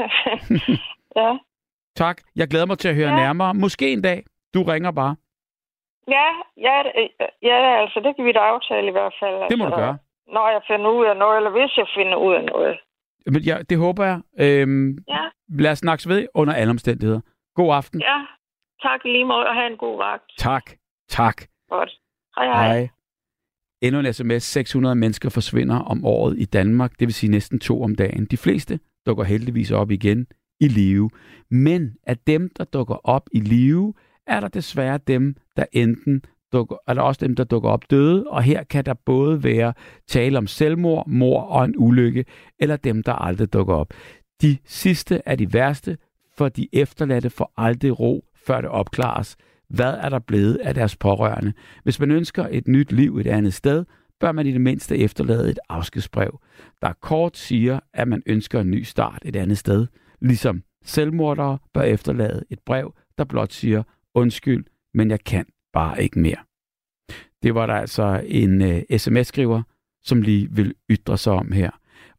ja. Tak. Jeg glæder mig til at høre ja. nærmere. Måske en dag. Du ringer bare. Ja, ja, ja, altså, det kan vi da aftale i hvert fald. Altså, det må du gøre. Når jeg finder ud af noget, eller hvis jeg finder ud af noget. Men ja, det håber jeg. Øhm, ja. Lad os snakkes ved under alle omstændigheder. God aften. Ja, tak lige måde, og have en god vagt. Tak. Tak. Godt. Hej, hej. Hej. Endnu en sms. seks hundrede mennesker forsvinder om året i Danmark. Det vil sige næsten to om dagen. De fleste dukker heldigvis op igen i live. Men af dem, der dukker op i live, er der desværre dem, der enten dukker, er der også dem, der dukker op døde. Og her kan der både være tale om selvmord, mord og en ulykke, eller dem, der aldrig dukker op. De sidste er de værste, for de efterladte får aldrig ro, før det opklares. Hvad er der blevet af deres pårørende? Hvis man ønsker et nyt liv et andet sted, bør man i det mindste efterlade et afskedsbrev, der kort siger, at man ønsker en ny start et andet sted. Ligesom selvmordere bør efterlade et brev, der blot siger, undskyld, men jeg kan bare ikke mere. Det var der altså en uh, sms-skriver, som lige vil ytre sig om her.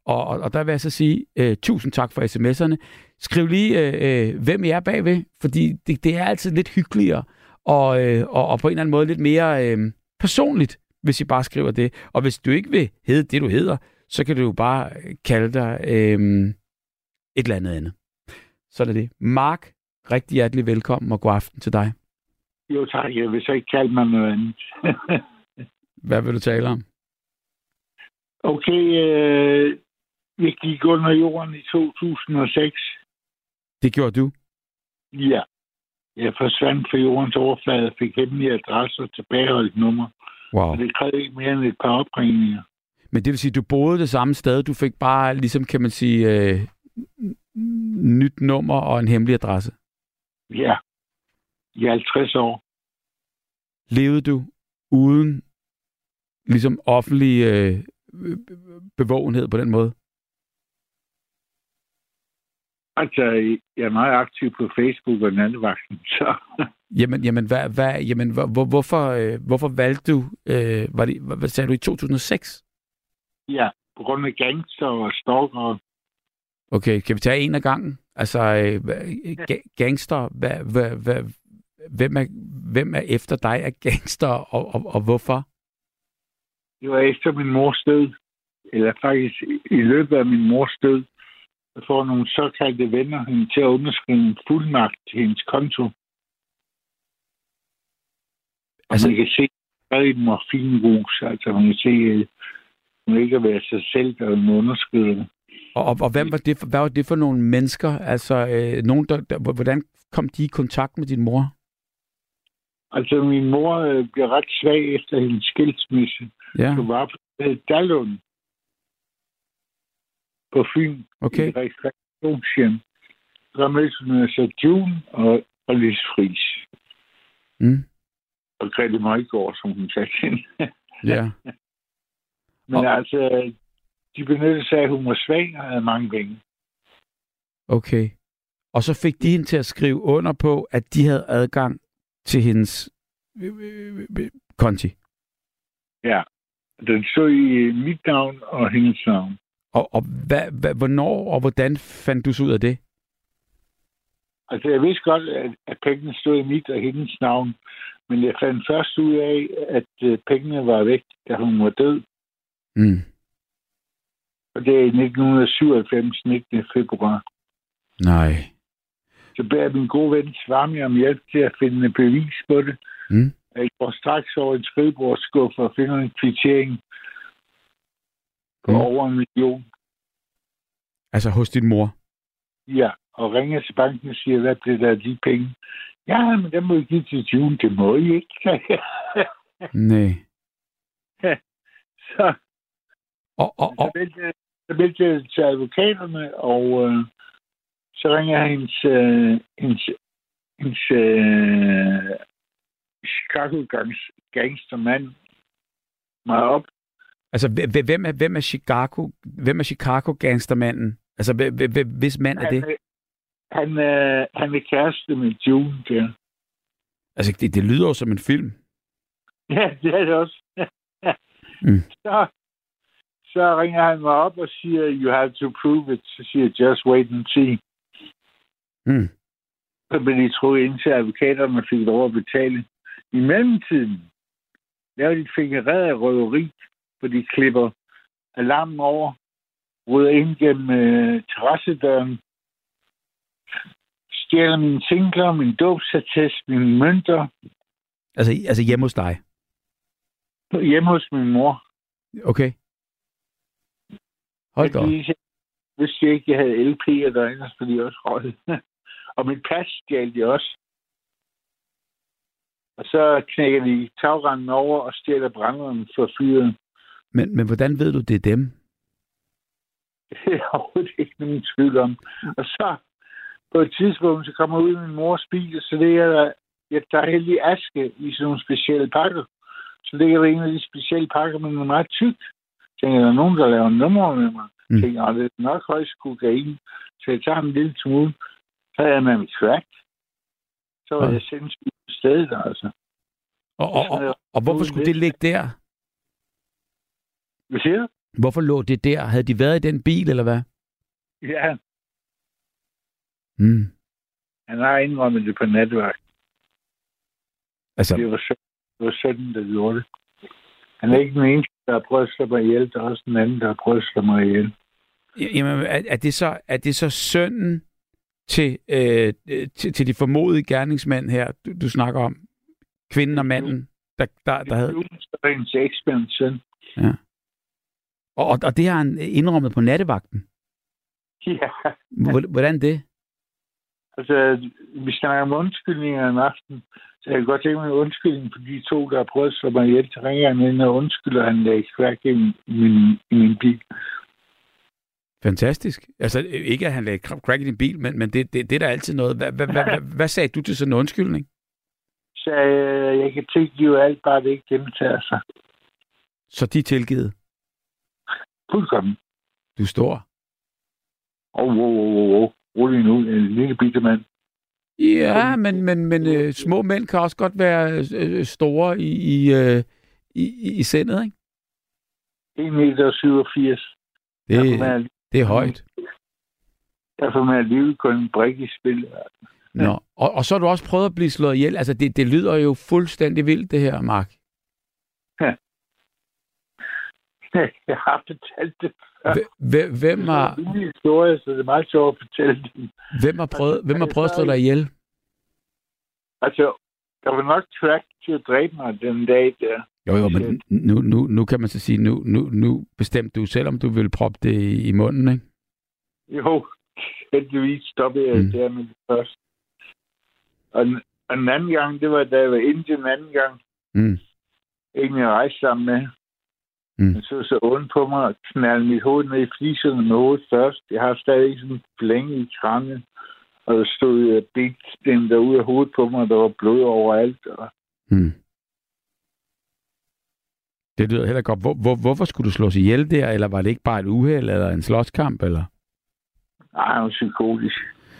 Og, og, og der vil jeg så sige øh, tusind tak for sms'erne. Skriv lige, øh, øh, hvem I er bagved, fordi det, det er altid lidt hyggeligere, og, øh, og, og på en eller anden måde lidt mere øh, personligt, hvis I bare skriver det. Og hvis du ikke vil hedde det, du hedder, så kan du jo bare kalde dig øh, et eller andet andet. Sådan er det. Mark, rigtig hjertelig velkommen, og god aften til dig. Jo tak, jeg vil så ikke kalde mig noget andet. Hvad vil du tale om? Okay, øh, jeg gik under jorden i to tusind og seks. Det gjorde du? Ja. Jeg forsvandt fra jordens overflade og fik hemmelige adresser og tilbageholdt nummer. Wow. Og det krævede ikke mere end et par opringninger. Men det vil sige, at du boede det samme sted. Du fik bare, ligesom kan man sige, øh, nyt nummer og en hemmelig adresse. Ja. I halvtreds år. Levede du uden ligesom offentlig øh, bevågenhed på den måde? Altså, jeg er meget aktiv på Facebook og nattevagten, så... Jamen, jamen, hvad, hvad, jamen hvor, hvorfor, øh, hvorfor valgte du, øh, var det, hvad, hvad sagde du, i to tusind og seks? Ja, på grund af gangster og stalker. Okay, kan vi tage en af gangen? Altså, øh, ga- gangster, hvad, hvad, hvad, hvem, er, hvem er efter dig af gangster, og, og, og hvorfor? Det var efter min mors død, eller faktisk i løbet af min mors død, jeg får nogle såkaldte venner hende til at underskrive en fuldmagt til hendes konto. Altså, man kan se, at det er morfinrus. Altså, man kan se, at hun ikke har været sig selv, der hun underskriver det. Og, og, og hvad, var det for, hvad var det for nogle mennesker? Altså, øh, nogen, der, der, hvordan kom de i kontakt med din mor? Altså, min mor øh, blev ret svag efter hendes skilsmisse. Ja. Hun var på øh, Dalund på Fyn. Okay. I rekreationshjem. Der mødte hun altså June og, og Lis Friis. Mm. Og Grete Møjgaard, som hun sagde hende. Ja. Men og... altså, de benyttede sig af, at hun var svag og havde mange penge. Okay. Og så fik de hende til at skrive under på, at de havde adgang til hendes konti. Ja. Den stod i mit navn og hendes navn. Og, og hvad, hvad, hvornår og hvordan fandt du så ud af det? Altså, jeg vidste godt, at, at pengene stod i mit og hendes navn. Men jeg fandt først ud af, at uh, pengene var væk, da hun var død. Mm. Og det er i nitten syvoghalvfems, nittende februar. Nej. Så beder jeg min gode ven Svami om hjælp til at finde bevis på det. Mm. Jeg går straks over en skrivebordsskuffe og finder en kvittering på mm. over en million. Altså hos din mor? Ja, og ringer til banken og siger, hvad bliver der af de penge? Ja, men der må I give til June. Det må I ikke. Nej. Så, og, og, og. så meldte jeg til advokaterne, og øh, så ringer hendes, øh, hendes, hendes øh, Chicago-gangstermand mig op. Altså, hvem er, hvem er Chicago? Hvem er Chicago-gangstermanden? Altså, hvis mand er det? Han, øh, han er kæreste med June, der. Altså, det, det lyder jo som en film. Ja, det er det også. mm. Så, så ringer han mig op og siger, you have to prove it. Så siger jeg, just wait and see. Mm. Så blev de troet ind til advokaterne fik lov at betale. I mellemtiden laver de et fingereret af røveri, hvor de klipper alarmen over, rydder ind gennem øh, terrassedøren, stjæler mine singler, min dåbsattest, mine mønter. Altså, altså hjemme hos dig? Hjemme hos min mor. Okay. Hold da. Jeg vidste ikke, jeg havde L P'er derinde, så de også røget. Og mit pas stjal de også. Og så knækker de tagranden over og stjæler brænderen for fyret. Men, men hvordan ved du, det er dem? Det er overhovedet ikke nogen tvivl om. Og så på et tidspunkt, så kommer jeg ud i min mors bil, og så ligger der, jeg tager heldig aske i sådan nogle specielle pakker. Så ligger der en af de specielle pakker, men den er meget tyk. Så tænker jeg, der er nogen, der laver nummer med mig. Mm. Jeg tænker, det er nok højst kokain. Så jeg tager en lille smule. Så havde jeg med mit crack. Så var ja. jeg sindssygt på stedet, altså. Og, og, og, og, og hvorfor skulle det ligge der? Hvad siger du? Hvorfor lå det der? Havde de været i den bil, eller hvad? Ja, Mm. han har indrømmet det på nattevagt. Altså, Det var, sø- det var sådan, der gjorde det. Han er ikke den eneste, der har prøvet at slå mig ihjel. Der er også den anden, der har prøvet at slå mig ihjel. jamen, er, er, det så, er det så sønnen til, øh, til, til de formodede gerningsmænd her, du, du snakker om? Kvinden og manden, der, der, der havde... Det er hendes eksmænds søn. Ja. Og, og, og det har han indrømmet på nattevagten. Ja, Hvor- Hvordan det? altså, vi snakker om undskyldninger en aften. Så jeg kan godt tænke mig en undskyldning for de to, der har prøvet at slå mig ihjel. Så ringer han ind og undskylder, han lagde crack i min, i min, i min bil. Fantastisk. Altså, ikke at han lagde crack i din bil, men, men det, det, det er da altid noget. Hvad, hvad, hvad, hvad, hvad sagde du til sådan en undskyldning? Så øh, jeg kan tilgive alt, bare det ikke gentager sig. Så de er tilgivet. Fuldkommen. Du er stor. Åh, oh, wow, wow, wow, wow. Rolig nu, en lille bitte mand. Ja, men, men, men øh, små mænd kan også godt være øh, store i, i, øh, i, i sindet, ikke? en meter syvogfirs. Det, Derfor er, det er højt. derfor er livet kun en brik i spil. Nå. Og, og så har du også prøvet at blive slået ihjel. Altså, det, det lyder jo fuldstændig vildt, det her, Mark. Jeg har fortalt det. Hvem, hvem, har, Det er en historie, så det er meget sjovt at fortælle det. hvem, har prøvet, hvem har prøvet at slå dig ihjel? Altså, der var nok track til at dræbe mig den dag der. Jo, jo, men nu, nu, nu kan man så sige, nu, nu, nu bestemte du selv, om du vil proppe det i, i munden, ikke? Jo, heldigvis stoppede jeg mm. der med det første. Og, den- og den anden gang, det var da jeg var inde til den anden gang. Mm. En jeg rejste sammen med. Mm. Han så så ondt på mig og knaldede mit hoved ned i fliserne med hovedet først. Jeg har stadig sådan en flænge i krangen. Og der stod uh, bensten derude af hovedet på mig, og der var blod overalt. Og... Mm. Det lyder heller godt. Hvor, hvor, hvorfor skulle du slås ihjel der, eller var det ikke bare et uheld, eller en slåskamp, eller? Nej, han var psykotisk.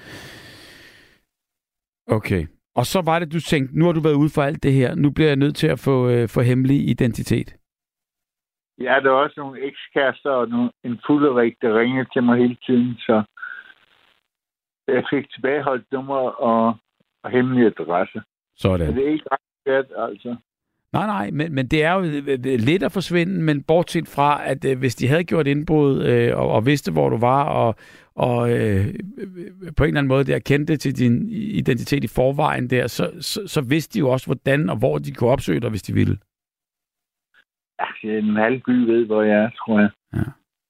Okay. Og så var det, du tænkte, nu har du været ude for alt det her, nu bliver jeg nødt til at få, øh, få hemmelig identitet. Ja, der var også nogle ekskærester og nogle, en fulderik, der ringede til mig hele tiden, så jeg fik tilbageholdt nummer og, og hemmelig adresse. Sådan. Men det er ikke ret svært, altså. Nej, nej, men, men det er jo øh, øh, lidt at forsvinde, men bortset fra, at øh, hvis de havde gjort indbrud øh, og, og vidste, hvor du var, og, og øh, øh, på en eller anden måde der kendte til din identitet i forvejen der, så, så, så vidste de jo også, hvordan og hvor de kunne opsøge dig, hvis de ville. Ja, en halv by ved, hvor jeg er, tror jeg. Ja.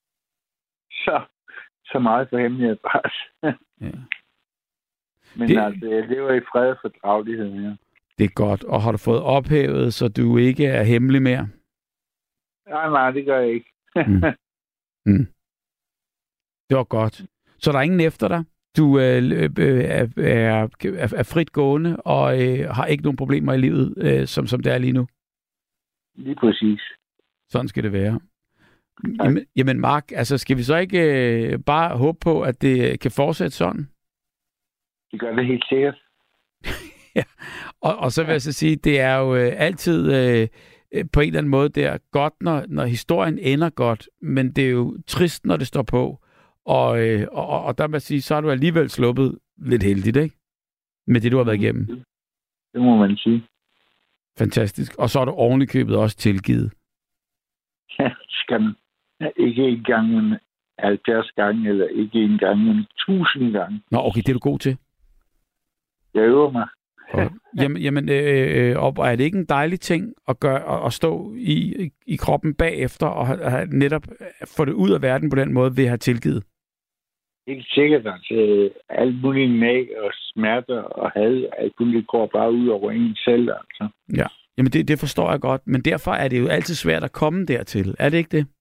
Så, så meget for hemmelig adresse. Ja. Men Det- det... altså, jeg lever i fred og fordragelighed her. Det er godt. Og har du fået ophævet, så du ikke er hemmelig mere? Nej, nej, det gør jeg ikke. Mm. Mm. Det var godt. Så der er ingen efter dig? Du øh, øh, er, er, er frit gående og øh, har ikke nogen problemer i livet, øh, som, som det er lige nu? Lige præcis. Sådan skal det være. Jamen, jamen Mark, altså skal vi så ikke øh, bare håbe på, at det kan fortsætte sådan? Det gør det helt sikkert. Ja. Og, og så vil jeg så sige, det er jo øh, altid øh, øh, på en eller anden måde der godt, når, når historien ender godt, men det er jo trist, når det står på. Og, øh, og, og der vil jeg sige, så har du alligevel sluppet lidt heldigt, ikke? Med det, du har været igennem. Det må man sige. Fantastisk. Og så har du ovenikøbet også tilgivet. Ja, skal man. Ikke en gang, men halvfjerds gange, eller ikke en gang, men tusind gange. Nå, okay, det er du god til. Jeg øver mig. Og, jamen, jamen øh, øh, og er det ikke en dejlig ting at gøre at, at stå i, i kroppen bagefter og have, have netop få det ud af verden på den måde ved at have tilgivet? Helt sikkert, altså. Alt muligt nag og smerter og had, alt muligt går bare ud over en selv, altså. Ja, jamen det, det forstår jeg godt, men derfor er det jo altid svært at komme dertil. Er det ikke det?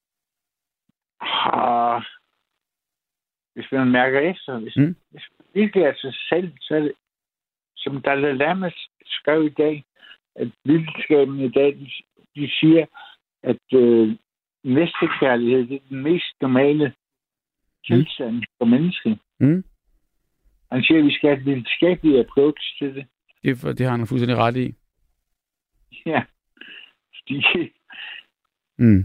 Ah, hvis man mærker efter, hvis, Mm. hvis man virkelig er sig selv, så er det, som Dalai Lama skrev i dag, at videnskaben i dag, de, de siger, at øh, næstekærlighed, det er den mest normale tilstand mm. for mennesket. Mm. Han siger, at vi skal have et videnskabeligt approach til det. Det, for, det har han fuldstændig ret i. Ja, fordi Mm. så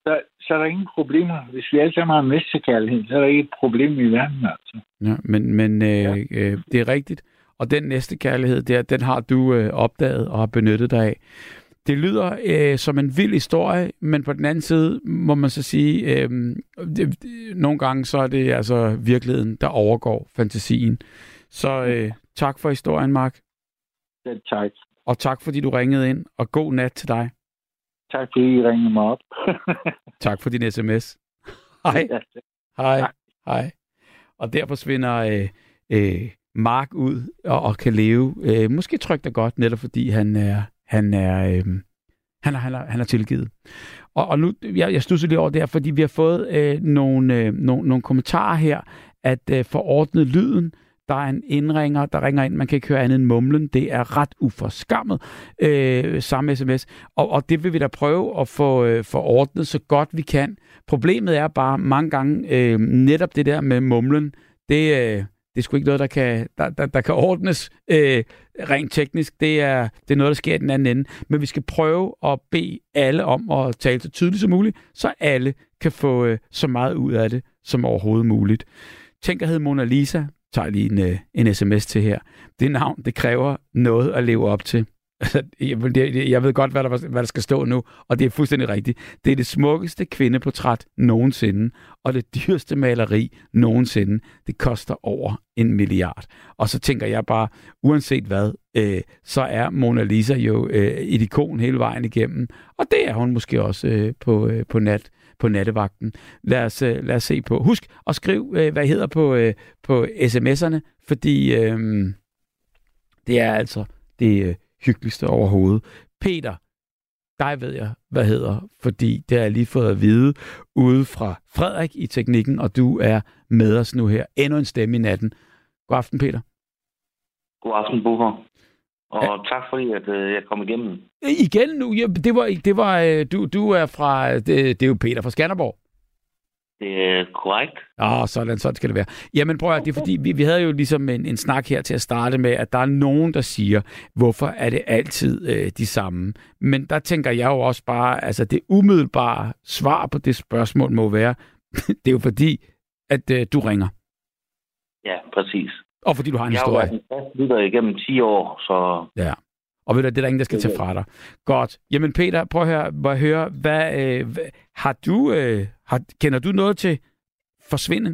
så, så er der ingen problemer. Hvis vi alle sammen har næstekærlighed, så er der ikke et problem i verden, altså. Ja, men men øh, Ja. øh, det er rigtigt. Og den næste kærlighed der, den har du øh, opdaget og har benyttet dig af. Det lyder øh, som en vild historie, men på den anden side må man så sige, øh, det, det, nogle gange så er det altså virkeligheden, der overgår fantasien. Så øh, tak for historien, Mark. Ja, tak. Og tak fordi du ringede ind, og god nat til dig. Tak fordi I ringede mig op. Tak for din sms. Hej. Ja. Hej. Hej. Og der forsvinder øh, øh, Mark ud og, og kan leve øh, måske trygt og godt, netop fordi han er han er øh, han er, han er, han er tilgivet. Og, og nu jeg, jeg studser lige over der, fordi vi har fået øh, nogle, øh, nogle nogle kommentarer her, at øh, forordnet lyden. Der er en indringer, der ringer ind. Man kan ikke høre andet end mumlen. Det er ret uforskammet. Øh, samme sms. Og, og det vil vi da prøve at få øh, forordnet så godt vi kan. Problemet er bare mange gange øh, netop det der med mumlen. Det, øh, det er sgu ikke noget, der kan, der, der, der kan ordnes øh, rent teknisk. Det er, det er noget, der sker i den anden ende. Men vi skal prøve at bede alle om at tale så tydeligt som muligt, så alle kan få øh, så meget ud af det som overhovedet muligt. Tænk at hedde Mona Lisa. Tager lige en, en sms til her. Det navn, det kræver noget at leve op til. Jeg ved godt, hvad der, hvad der skal stå nu, og det er fuldstændig rigtigt. Det er det smukkeste kvindeportræt nogensinde, og det dyreste maleri nogensinde. Det koster over en milliard. Og så tænker jeg bare, uanset hvad, øh, så er Mona Lisa jo øh, et ikon hele vejen igennem, og det er hun måske også øh, på, øh, på nat. på nattevagten. Lad os, uh, lad os se på. Husk at skrive, uh, hvad I hedder på, uh, på sms'erne, fordi uh, det er altså det uh, hyggeligste overhovedet. Peter, dig ved jeg, hvad hedder, fordi det har jeg lige fået at vide ude fra Frederik i teknikken, og du er med os nu her. Endnu en stemme i natten. God aften, Peter. God aften, Buffer. Og ja. Tak fordi, at øh, jeg kom igennem. Igen nu? Ja, det var, det var øh, du, du er fra, det, det er jo Peter fra Skanderborg. Det er korrekt. Åh, sådan, sådan skal det være. Jamen prøv at, det er fordi, vi, vi havde jo ligesom en, en snak her til at starte med, at der er nogen, der siger, hvorfor er det altid øh, de samme? Men der tænker jeg jo også bare, altså det umiddelbare svar på det spørgsmål må være, det er jo fordi, at øh, du ringer. Ja, præcis. Og fordi du har en jeg historie. Jeg har været lytter igennem ti år, så... Ja. Og ved du, det er der ingen, der skal tage fra dig. Godt. Jamen Peter, prøv at høre, må jeg høre hvad, øh, hvad, har du, øh, har, kender du noget til forsvinden?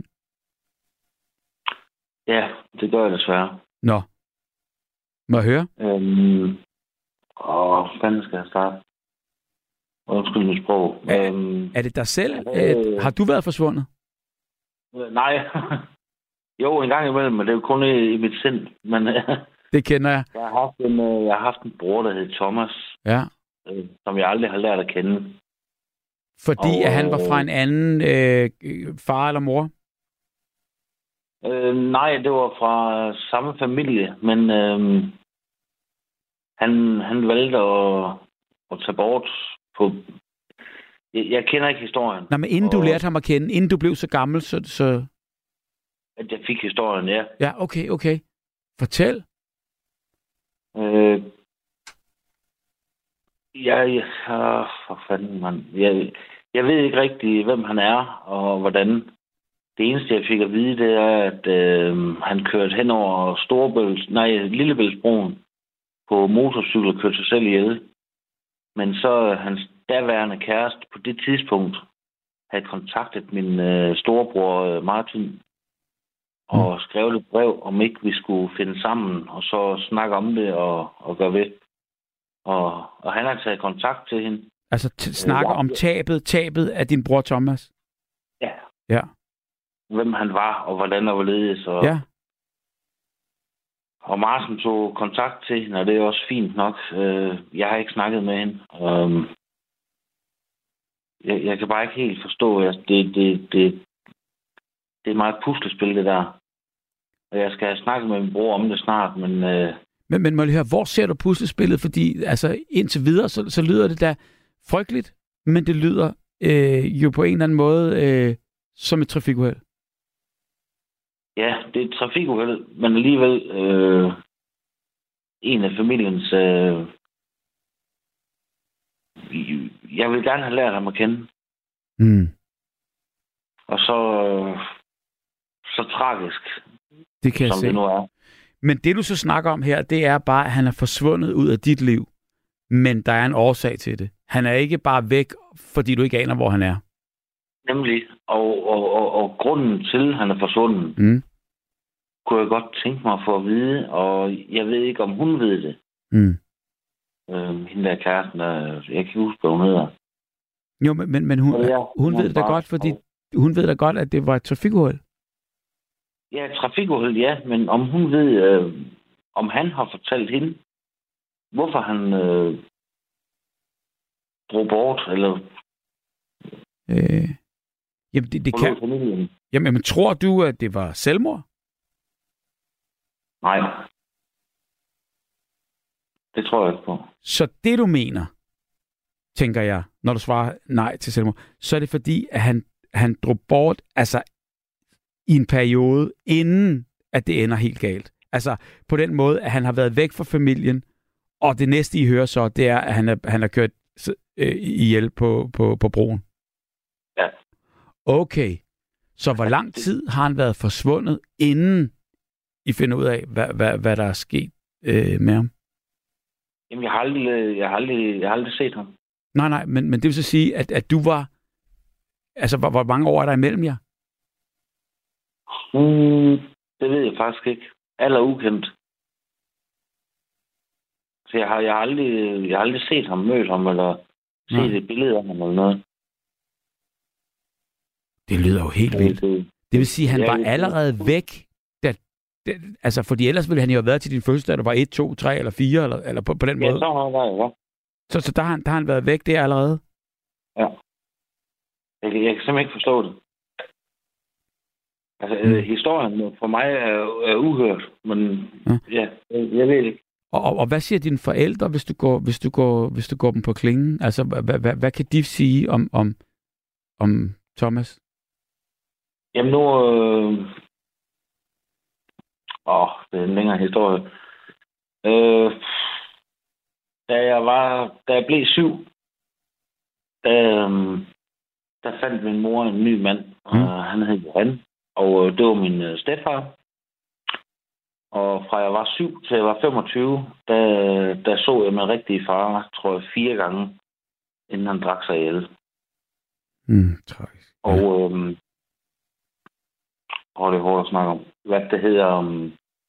Ja, det gør jeg desværre. Nå. Må jeg høre? Øhm, åh, hvordan skal jeg starte? Undskyld mit sprog. Er, øhm, er det dig selv? øh, Øh, har du været forsvundet? øh, nej. Jo, en gang imellem, men det er jo kun i, i mit sind. Men Det kender jeg. jeg har haft en, øh, jeg har haft en bror, der hed Thomas, Ja. øh, som jeg aldrig har lært at kende. Fordi Og, at han var fra øh, en anden øh, far eller mor? Øh, nej, det var fra samme familie, men øh, han, han valgte at, at tage bort på... Jeg, jeg kender ikke historien. Nej, men inden du og, lærte ham at kende, inden du blev så gammel, så... så... At jeg fik historien, ja. Ja, okay, okay. Fortæl. Øh, jeg, jeg, øh, for fanden, man. Jeg, jeg ved ikke rigtig, hvem han er, og hvordan. Det eneste, jeg fik at vide, det er, at øh, han kørte hen over Storebælt, nej, Lillebæltsbroen på motorcykel og kørte sig selv ihjel. Men så hans daværende kæreste på det tidspunkt havde kontaktet min øh, storebror øh, Martin og mm. skrevet et brev, om ikke vi skulle finde sammen, og så snakke om det og, og gøre ved. Og, og han har taget kontakt til hende. Altså t- snakke om tabet, tabet af din bror Thomas? Ja. Ja. Hvem han var, og hvordan og hvorledes. Og, ja. og Martin tog kontakt til hende, og det er også fint nok. Jeg har ikke snakket med hende. Jeg, jeg kan bare ikke helt forstå, at det, det, det, det er meget et puslespil, det der. Og jeg skal have snakket med min bror om det snart, men... Øh... Men, men må jeg høre, hvor ser du puslespillet? Fordi altså, indtil videre, så, så lyder det da frygteligt, men det lyder øh, jo på en eller anden måde øh, som et trafikuheld. Ja, det er et trafikuheld, men alligevel øh, en af familiens... Øh, jeg vil gerne have lært ham at kende. Mm. Og så, så tragisk, Det kan jeg som se. det nu er. Men det, du så snakker om her, det er bare, at han er forsvundet ud af dit liv. Men der er en årsag til det. Han er ikke bare væk, fordi du ikke aner, hvor han er. Nemlig. Og, og, og, og grunden til, at han er forsvundet, Mm. kunne jeg godt tænke mig at få at vide. Og jeg ved ikke, om hun ved det. Mm. Øh, hende der kæresten, der, jeg kan ikke huske, hvad hun hedder. Jo, men, men, men hun, Og ja, hun hun ved da var- godt, fordi hun ved da godt, at det var et trafikuheld. Ja, trafikuheld, ja. Men om hun ved, øh, om han har fortalt hende, hvorfor han øh, drog bort, eller Øh, jamen, det, det forlod kan... familien. Jamen, men tror du, at det var selvmord? Nej. Det tror jeg ikke på. Så det, du mener, tænker jeg, når du svarer nej til selvmord, så er det fordi, at han, han drog bort, altså i en periode, inden at det ender helt galt. Altså på den måde, at han har været væk fra familien, og det næste, I hører så, det er, at han, er, han har kørt øh, ihjel på, på, på broen. Ja. Okay. Så hvor lang tid har han været forsvundet, inden I finder ud af, hvad, hvad, hvad der er sket øh, med ham? Jamen, jeg har aldrig, jeg har aldrig, jeg har aldrig set ham. Nej, nej, men, men det vil så sige, at, at du var... Altså, hvor, hvor mange år er der imellem jer? Mm, det ved jeg faktisk ikke. Aller ukendt. Så jeg har, jeg har, aldrig, jeg har aldrig set ham, mødt ham, eller set Nej. et billede af ham, eller noget. Det lyder jo helt vildt. Det, Det vil sige, at han Ja, var det- allerede væk. Da, da, altså, fordi ellers ville han jo have været til din fødselsdag, der var et, to, tre eller fire, eller, eller på, på den ja, måde. så har jeg ja. Så, så der, har han, der har han været væk der allerede? Ja. Jeg, kan- jeg kan simpelthen ikke forstå det. Altså, Mm. mm. historien for mig er, er uhørt, men Ja. ja, jeg, jeg ved ikke. Og, og, og hvad siger dine forældre, hvis du går, hvis du går, hvis du går dem på klingen? Altså, hvad, hvad, hvad kan de sige om, om, om Thomas? Jamen nu... Øh... Åh, det er en længere historie. Øh... Da jeg var... Da jeg blev syv, der, øh... der fandt min mor en ny mand. Mm. Mm. Han hed Johan, og øh, det var min øh, stedfar. Og fra jeg var syv til jeg var femogtyve, der, der så jeg min rigtige far, tror jeg, fire gange, inden han drak sig ihjel. Mm, tragisk. Og, øhm, og det er hårdt at snakke om. Hvad det hedder... Um,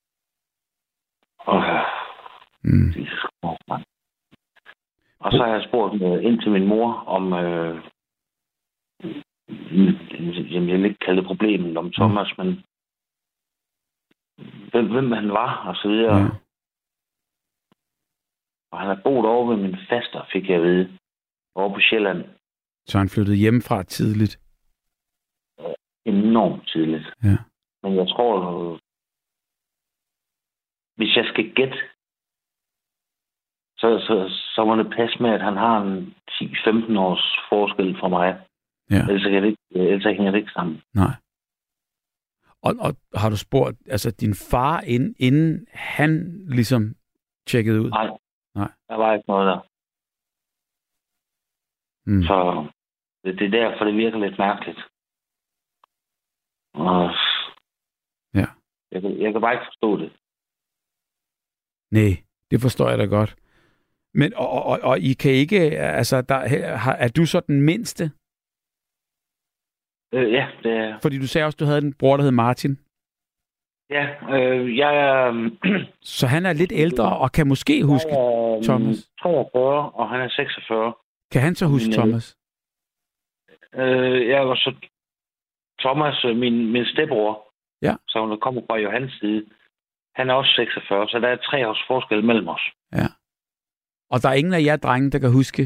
øh, Mm. Jesus, man. Og så har jeg spurgt øh, ind til min mor om... Øh, jamen, jeg vil ikke kalde det problemet om Thomas, mm. men... Hvem, hvem han var, og så videre. Ja. Og han har boet over ved min faster, fik jeg at vide. Over på Sjælland. Så han flyttede hjemmefra tidligt. Enormt tidligt. Ja. Men jeg tror, øh, hvis jeg skal gætte, så, så, så må det passe med, at han har en ti til femten års forskel fra mig. Ja. Ellers, kan det ikke, ellers hænger det ikke sammen. Nej. Og, og har du spurgt, altså din far, inden, inden han ligesom tjekkede ud? Nej. Nej. Der var ikke noget der. Mm. Så det, det er derfor, det virker lidt mærkeligt. Og Ja. jeg, kan- jeg kan bare ikke forstå det. Nej, det forstår jeg da godt. Men, og, og, og I kan ikke, altså, der, har, er du så den mindste? Øh, ja, det er... Fordi du sagde også, du havde en bror, der hed Martin. Ja, øh, jeg er... Så han er lidt ældre og kan måske huske jeg er, Thomas. treogfyrre, og han er seksogfyrre. Kan han så huske Min, øh, Thomas? Øh, jeg var så Thomas, øh, min, min stedbror, Ja. som der kommer fra Johans side. Han er også seksogfyrre, så der er tre års forskel mellem os. Ja. Og der er ingen af jer drenge, der kan huske?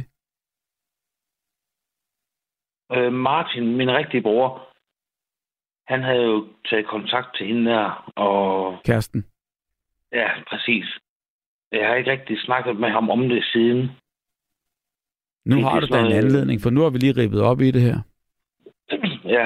Øh, Martin, min rigtige bror, han havde jo taget kontakt til hende der, og Kæresten? ja, præcis. Jeg har ikke rigtig snakket med ham om det siden. Nu Det er har du da en sådan noget- anledning, for nu har vi lige rippet op i det her. Ja.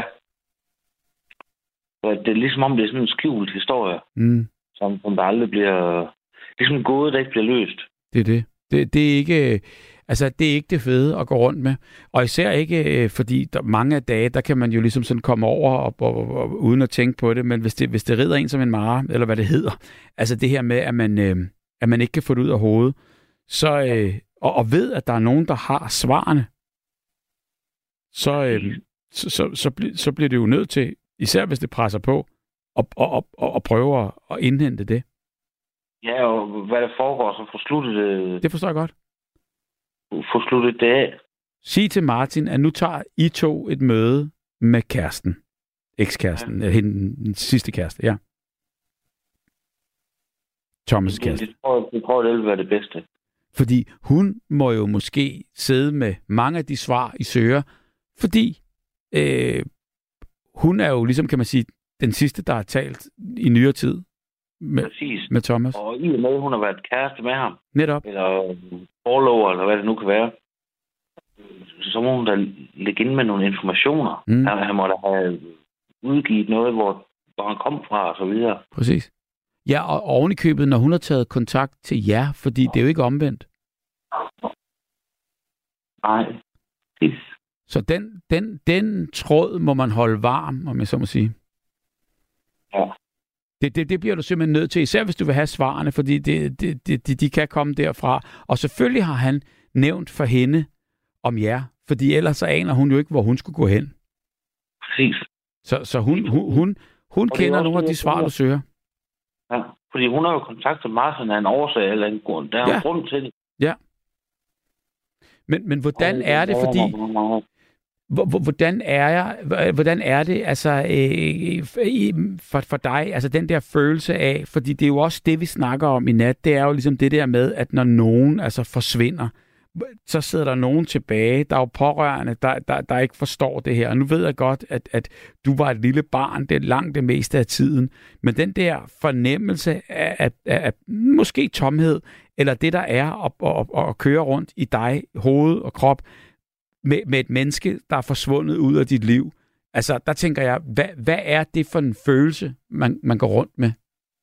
Så det er ligesom om, det er sådan en skjult historie, Mm, som, som der aldrig bliver... Ligesom en gåde, der ikke bliver løst. det er det. det. Det er ikke... Altså, det er ikke det fede at gå rundt med. Og især ikke, øh, fordi der, mange af dage, der kan man jo ligesom sådan komme over og, og, og, og, uden at tænke på det, men hvis det, hvis det rider en som en mare, eller hvad det hedder, altså det her med, at man, øh, at man ikke kan få det ud af hovedet, så, øh, og, og ved, at der er nogen, der har svarene, så, øh, så, så, så, bl- så bliver det jo nødt til, især hvis det presser på, at, og, og, og, og prøve at, at indhente det. Ja, og hvad der foregår, så få sluttet det. Det forstår jeg godt. Få sluttet det af. Sig til Martin, at nu tager I to et møde med kæresten. Ekskæresten. Ja. Hende, den sidste kæreste, ja. Thomas' kæreste. Det tror, jeg tror, det vil være det bedste. Fordi hun må jo måske sidde med mange af de svar, I søger, fordi øh, hun er jo ligesom, kan man sige, den sidste, der har talt i nyere tid med, med Thomas. Og i og med, hun har været kæreste med ham. Netop. Eller forlover, eller hvad det nu kan være. Så må hun da lægge ind med nogle informationer. Mm. Han, han må da have udgivet noget, hvor, hvor han kom fra, og så videre. Præcis. Ja, og oven i købet, når hun har taget kontakt til jer, fordi det er jo ikke omvendt. Nej. Så den, den, den tråd må man holde varm, om jeg så må sige. Ja. Det, det, det bliver du simpelthen nødt til, især hvis du vil have svarene, fordi det, det, det, de, de kan komme derfra. Og selvfølgelig har han nævnt for hende om jer, fordi ellers så aner hun jo ikke, hvor hun skulle gå hen. Præcis. Så, så hun, hun, hun, hun kender nogle af de svar, du søger. Ja, fordi hun har jo kontaktet Martin af en årsag eller en grund. Der er ja. en grund til det. Ja. Men, men hvordan er det, fordi... Hvordan er jeg, hvordan er det altså øh, for, for dig, altså den der følelse af, fordi det er jo også det, vi snakker om i nat, det er jo ligesom det der med, at når nogen altså forsvinder, så sidder der nogen tilbage, der er jo pårørende, der, der, der ikke forstår det her. Og nu ved jeg godt, at, at du var et lille barn, det er langt det meste af tiden, men den der fornemmelse af, af, af, af måske tomhed, eller det der er at, at, at køre rundt i dig, hoved og krop, Med, med et menneske, der er forsvundet ud af dit liv. Altså, der tænker jeg, hvad, hvad er det for en følelse, man, man går rundt med?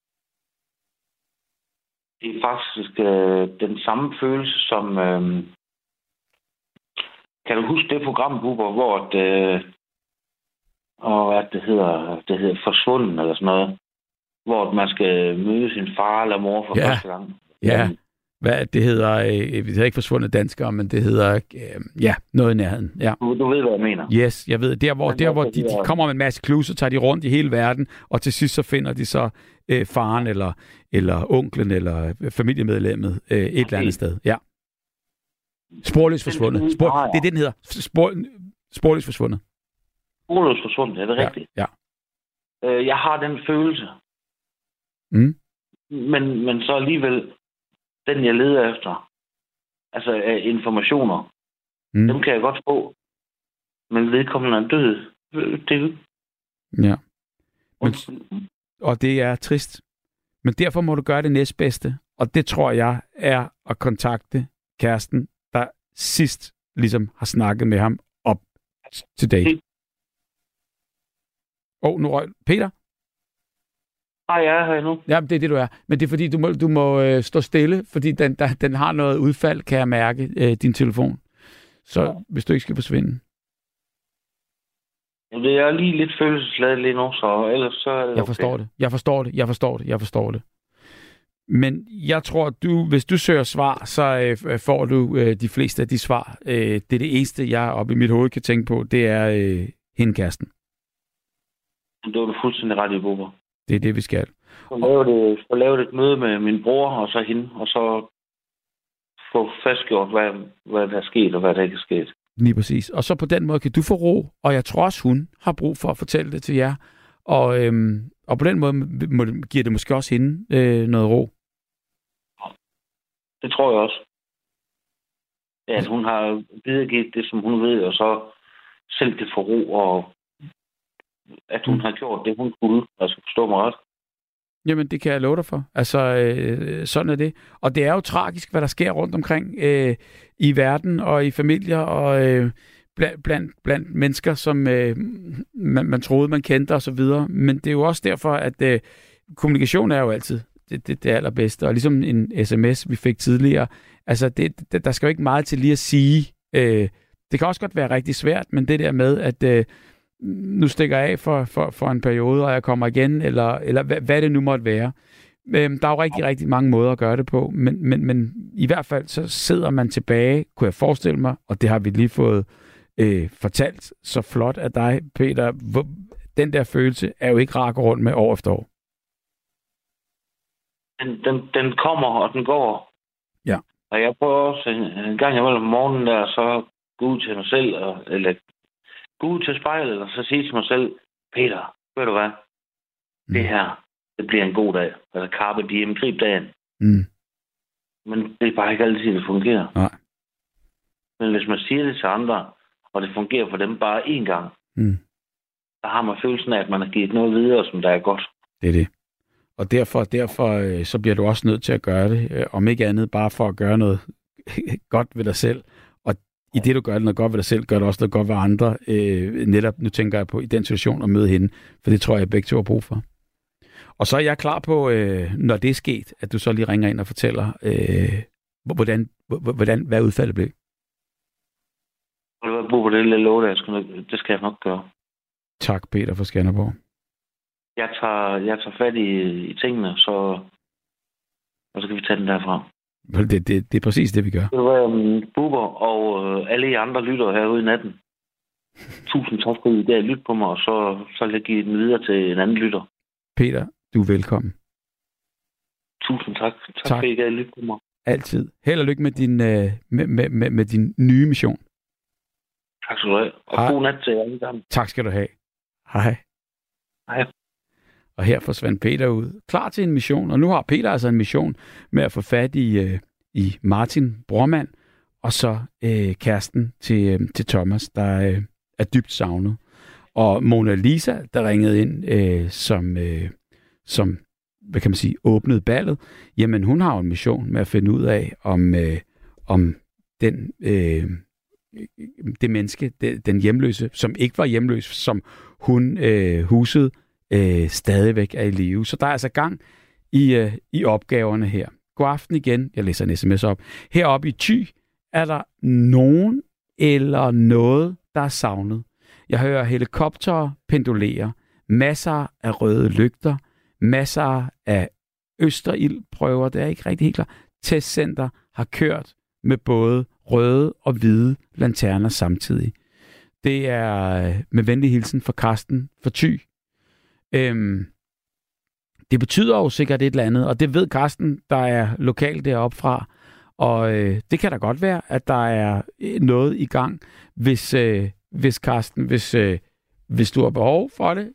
Det er faktisk øh, den samme følelse, som... Øh, kan du huske det program, Bubber, hvor det, øh, og hvad det hedder, det hedder Forsvunden eller sådan noget, hvor man skal møde sin far eller mor for ja. første gang? Ja, hvad det hedder, øh, det er ikke forsvundet danskere, men det hedder, øh, ja, noget i nærheden. Ja. Du, du ved, hvad jeg mener. Yes, jeg ved. Der, hvor, der, hvor de, de kommer med en masse clues, så tager de rundt i hele verden, og til sidst så finder de så øh, faren, eller, eller onklen, eller familiemedlemmet øh, et okay. eller andet sted. Ja. Sporløst forsvundet. Spor, det er det, den hedder. Spor, sporløst forsvundet. Sporløst forsvundet, er det ja. rigtigt? Ja. Øh, jeg har den følelse. Mm. Men, men så alligevel, den jeg leder efter, altså af informationer, mm. dem kan jeg godt få, men vedkommende er død. Det... Ja. Men, og det er trist. Men derfor må du gøre det næstbedste, og det tror jeg er at kontakte kæresten, der sidst ligesom har snakket med ham op til date. Åh, oh, nu røg Peter? Nej, jeg er her nu. Ja, det er det, du er. Men det er fordi, du må, du må øh, stå stille, fordi den, der, den har noget udfald, kan jeg mærke, øh, din telefon. Så ja. Hvis du ikke skal forsvinde. Det er lige lidt følelsesladet lige nu, så ellers så er det Jeg forstår okay. det. Jeg forstår det. Jeg forstår det. Jeg forstår det. Men jeg tror, du, hvis du søger svar, så øh, får du øh, de fleste af de svar. Øh, det er det eneste, jeg oppe i mit hoved kan tænke på, det er øh, hende kæresten. Det var du fuldstændig ret i, Bubber. Det er det, vi skal. Så lave, det, så lave et møde med min bror og så hende, og så få fastgjort, hvad, hvad der er sket og hvad der ikke er sket. Lige præcis. Og så på den måde kan du få ro, og jeg tror også, hun har brug for at fortælle det til jer. Og, øhm, og på den måde må, giver det måske også hende øh, noget ro. Det tror jeg også. Ja, at hun har videregivet det, som hun ved, og så selv det for ro, og at hun mm. har gjort det, hun kunne. Altså, forstå mig ret. Jamen, det kan jeg love dig for. Altså, øh, sådan er det. Og det er jo tragisk, hvad der sker rundt omkring øh, i verden og i familier og øh, blandt, blandt, blandt mennesker, som øh, man, man troede, man kendte osv. Men det er jo også derfor, at øh, kommunikation er jo altid det, det, det allerbedste. Og ligesom en sms, vi fik tidligere, altså det, det, der skal jo ikke meget til lige at sige. Øh, det kan også godt være rigtig svært, men det der med, at øh, nu stikker jeg af for, for, for en periode, og jeg kommer igen, eller, eller hvad, hvad det nu måtte være. Øh, der er jo rigtig, rigtig mange måder at gøre det på, men, men, men i hvert fald så sidder man tilbage, kunne jeg forestille mig, og det har vi lige fået øh, fortalt så flot af dig, Peter. Hvor, den der følelse er jo ikke rar at gå rundt med år efter år. Den, den, den kommer, og den går. Ja. Og jeg prøver også en, en gang imellem om morgenen der, så gå ud til mig selv, og, eller gå ud til spejlet, og så sige til mig selv, Peter, ved du hvad? Mm. Det her, det bliver en god dag. Eller carpe diem, grib dagen. Mm. Men det er bare ikke altid, det fungerer. Nej. Men hvis man siger det til andre, og det fungerer for dem bare én gang, mm. så har man følelsen af, at man har givet noget videre, som der er godt. Det er det. Og derfor, derfor øh, så bliver du også nødt til at gøre det, øh, om ikke andet bare for at gøre noget godt ved dig selv. Og i det, du gør noget godt ved dig selv, gør du også noget godt ved andre. Øh, netop, nu tænker jeg på i den situation at møde hende, for det tror jeg, begge to har brug for. Og så er jeg klar på, øh, når det er sket, at du så lige ringer ind og fortæller, øh, hvordan, hvordan, hvad udfaldet blev. Og du har brug for det lille låg, det skal jeg nok gøre. Tak, Peter fra Skanderborg. Jeg tager, jeg tager fat i, i tingene, så, og så kan vi tage den derfra. Det, det, det er præcis det, vi gør. Det var um, Bubber og øh, alle I andre lytter herude i natten. Tusind tak, fordi I der lytte på mig, og så, så vil jeg give den videre til en anden lytter. Peter, du er velkommen. Tusind tak. Tak, tak. fordi I der lytte på mig. Altid. Held og lykke med din, øh, med, med, med, med din nye mission. Tak skal du have. Og Hej. God nat til jer alle sammen. Tak skal du have. Hej. Hej. Og her forsvandt Peter ud. Klar til en mission. Og nu har Peter altså en mission med at få fat i, øh, i Martin Brormand, og så øh, kæresten til, øh, til Thomas, der øh, er dybt savnet. Og Mona Lisa, der ringede ind øh, som, øh, som, hvad kan man sige, åbnede ballet, jamen hun har jo en mission med at finde ud af, om, øh, om den, øh, det menneske, det, den hjemløse, som ikke var hjemløs, som hun øh, husede, øh, stadigvæk er i live. Så der er altså gang i, øh, i opgaverne her. God aften igen. Jeg læser en sms op. Heroppe i Thy er der nogen eller noget, der er savnet. Jeg hører helikoptere pendulere, masser af røde lygter, masser af østerildprøver, det er ikke rigtig helt klart. Testcenter har kørt med både røde og hvide lanterner samtidig. Det er med venlig hilsen fra Karsten fra Thy. Øhm, det betyder jo sikkert et eller andet, og det ved Karsten, der er lokalt deroppe fra. Og øh, det kan da godt være, at der er noget i gang, hvis, øh, hvis Karsten, hvis, øh, hvis du har behov for det.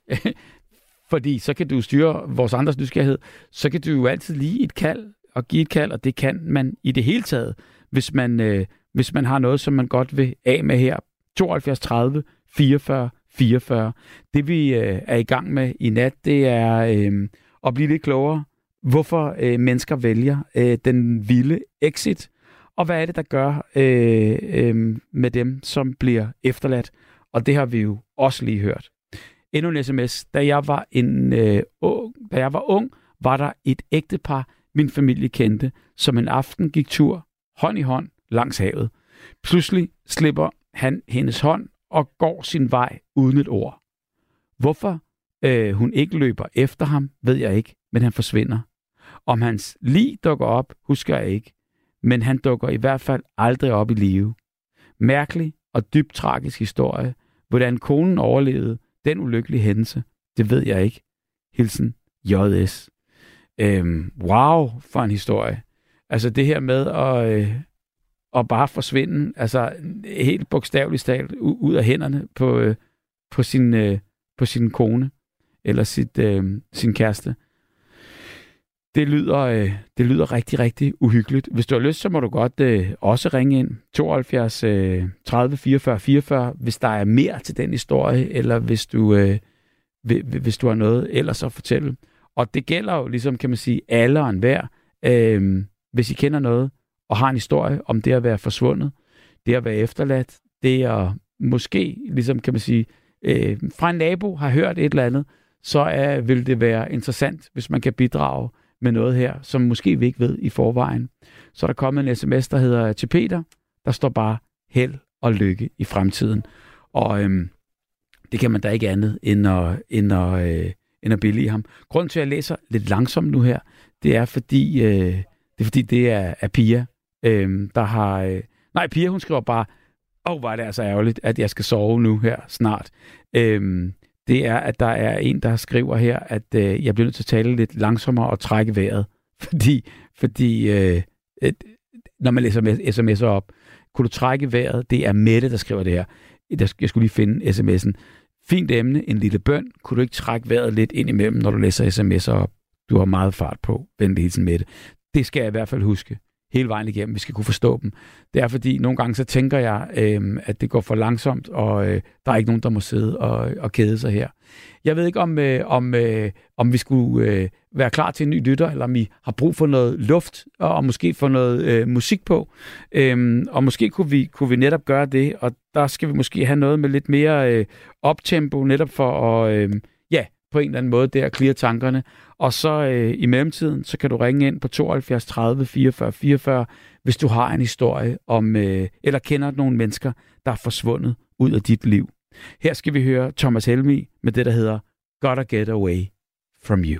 Fordi så kan du styre vores andres nysgerrighed. Så kan du jo altid lige et kald og give et kald, og det kan man i det hele taget, hvis man, øh, hvis man har noget, som man godt vil af med her. tooghalvfjerds tredive fireogfyrre fireogfyrre. Det vi øh, er i gang med i nat, det er øh, at blive lidt klogere, hvorfor øh, mennesker vælger øh, den vilde exit, og hvad er det, der gør øh, øh, med dem, som bliver efterladt. Og det har vi jo også lige hørt. Endnu en sms. Da jeg var, en, øh, ung, da jeg var ung, var der et ægtepar, min familie kendte, som en aften gik tur hånd i hånd langs havet. Pludselig slipper han hendes hånd og går sin vej uden et ord. Hvorfor øh, hun ikke løber efter ham, ved jeg ikke, men han forsvinder. Om hans lig dukker op, husker jeg ikke, men han dukker i hvert fald aldrig op i live. Mærkelig og dybt tragisk historie. Hvordan konen overlevede den ulykkelige hændelse, det ved jeg ikke. Hilsen J S. Øhm, wow, for en historie. Altså det her med at, øh, at bare forsvinde, altså helt bogstaveligt talt ud af hænderne på, øh, på, sin, øh, på sin kone eller sit, øh, sin kæreste. Det lyder, øh, det lyder rigtig, rigtig uhyggeligt. Hvis du har lyst, så må du godt øh, også ringe ind. tooghalvfjerds tredive fireogfyrre fireogfyrre, hvis der er mere til den historie, eller hvis du, øh, hvis du har noget ellers at fortælle. Og det gælder jo ligesom, kan man sige, alle og enhver. Øh, hvis I kender noget, og har en historie om det at være forsvundet, det at være efterladt, det at måske, ligesom kan man sige, øh, fra en nabo har hørt et eller andet, så er, vil det være interessant, hvis man kan bidrage med noget her, som måske vi ikke ved i forvejen. Så er der kommet en sms, der hedder til Peter. Der står bare held og lykke i fremtiden. Og øhm, det kan man da ikke andet end at, end at, øh, end at billige ham. Grunden til, at jeg læser lidt langsomt nu her, det er fordi, øh, det, er, fordi det er, er Pia, øh, der har... Øh, nej, Pia, hun skriver bare, åh, oh, hvor er det altså ærgerligt, at jeg skal sove nu her snart. Øh, det er, at der er en, der skriver her, at øh, jeg bliver nødt til at tale lidt langsommere og trække vejret. Fordi, fordi øh, øh, når man læser sms'er op, kunne du trække vejret? Det er Mette, der skriver det her. Jeg skulle lige finde sms'en. Fint emne, en lille bøn. Kunne du ikke trække vejret lidt ind imellem, når du læser sms'er op? Du har meget fart på. Venlig hilsen, Mette. Det skal jeg i hvert fald huske hele vejen igennem. Vi skal kunne forstå dem. Det er fordi, nogle gange så tænker jeg, øh, at det går for langsomt, og øh, der er ikke nogen, der må sidde og, og kede sig her. Jeg ved ikke, om, øh, om, øh, om vi skulle øh, være klar til en ny lytter, eller om I har brug for noget luft, og, og måske få noget øh, musik på. Øhm, og måske kunne vi, kunne vi netop gøre det, og der skal vi måske have noget med lidt mere øh, optempo, netop for at, øh, ja, på en eller anden måde der clear tankerne. Og så øh, i mellemtiden, så kan du ringe ind på tooghalvfjerds tredive fireogfyrre fireogfyrre, hvis du har en historie om, øh, eller kender nogle mennesker, der er forsvundet ud af dit liv. Her skal vi høre Thomas Helmig med det, der hedder Gotta Get Away From You.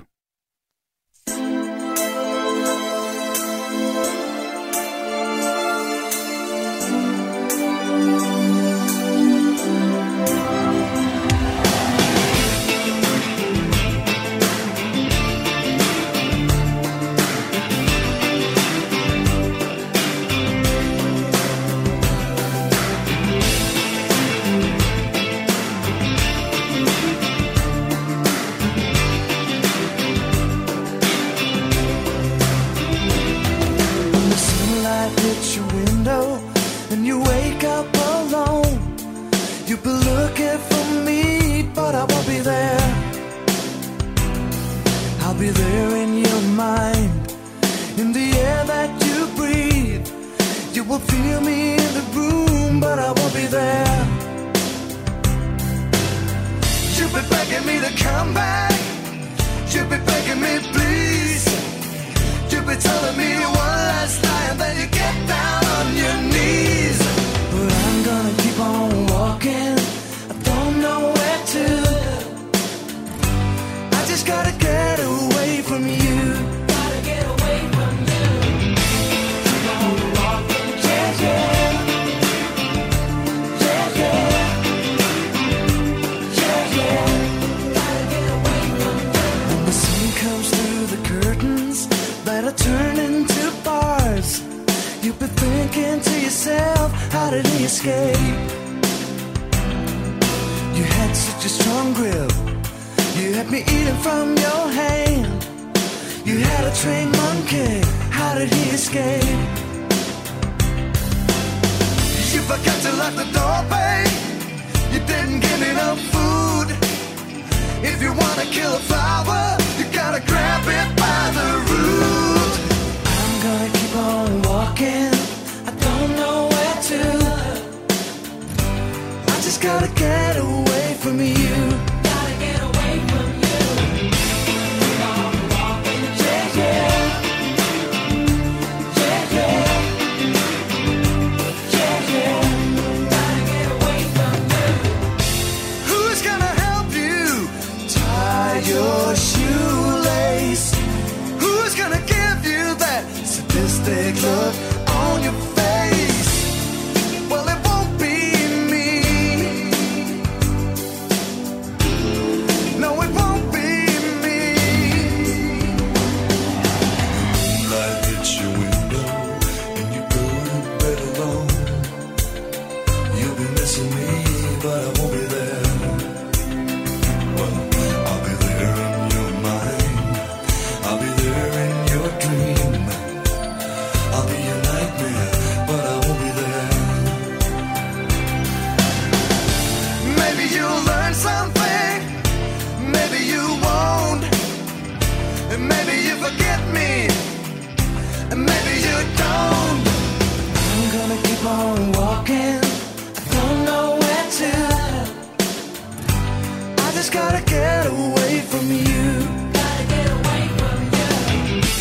Just gotta get away from you. Gotta get away from you.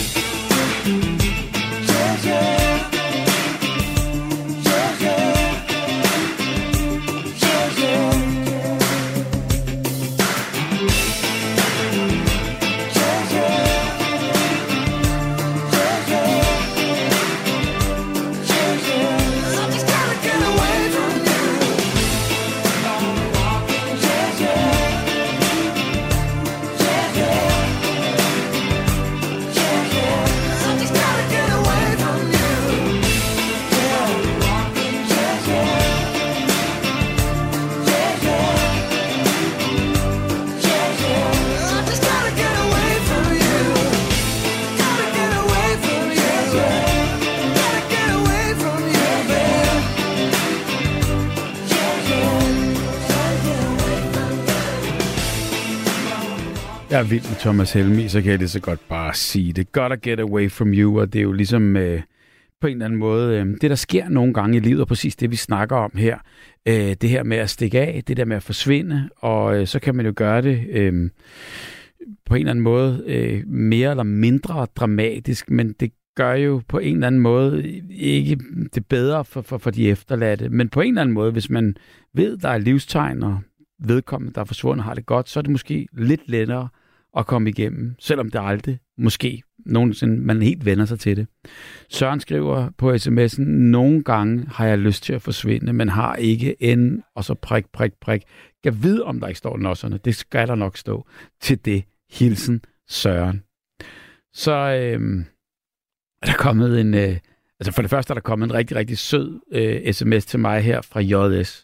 Jeg er vild med Thomas Helmig, så kan jeg lige så godt bare sige det. Gotta get away from you, og det er jo ligesom øh, på en eller anden måde, øh, det der sker nogle gange i livet, og præcis det vi snakker om her, øh, det her med at stikke af, det der med at forsvinde, og øh, så kan man jo gøre det øh, på en eller anden måde øh, mere eller mindre dramatisk, men det gør jo på en eller anden måde ikke det bedre for, for, for de efterladte, men på en eller anden måde, hvis man ved, der er livstegn, og vedkommende, der er forsvundet, har det godt, så er det måske lidt lettere at komme igennem, selvom det aldrig, måske, nogensinde, man helt vender sig til det. Søren skriver på sms'en, nogle gange har jeg lyst til at forsvinde, men har ikke en, og så prik, prik, prik. Jeg ved, om der ikke står nosserne. Det skal der nok stå. Til det, hilsen Søren. Så øh, er der kommet en, øh, altså for det første er der kommet en rigtig, rigtig sød øh, sms til mig her fra J S,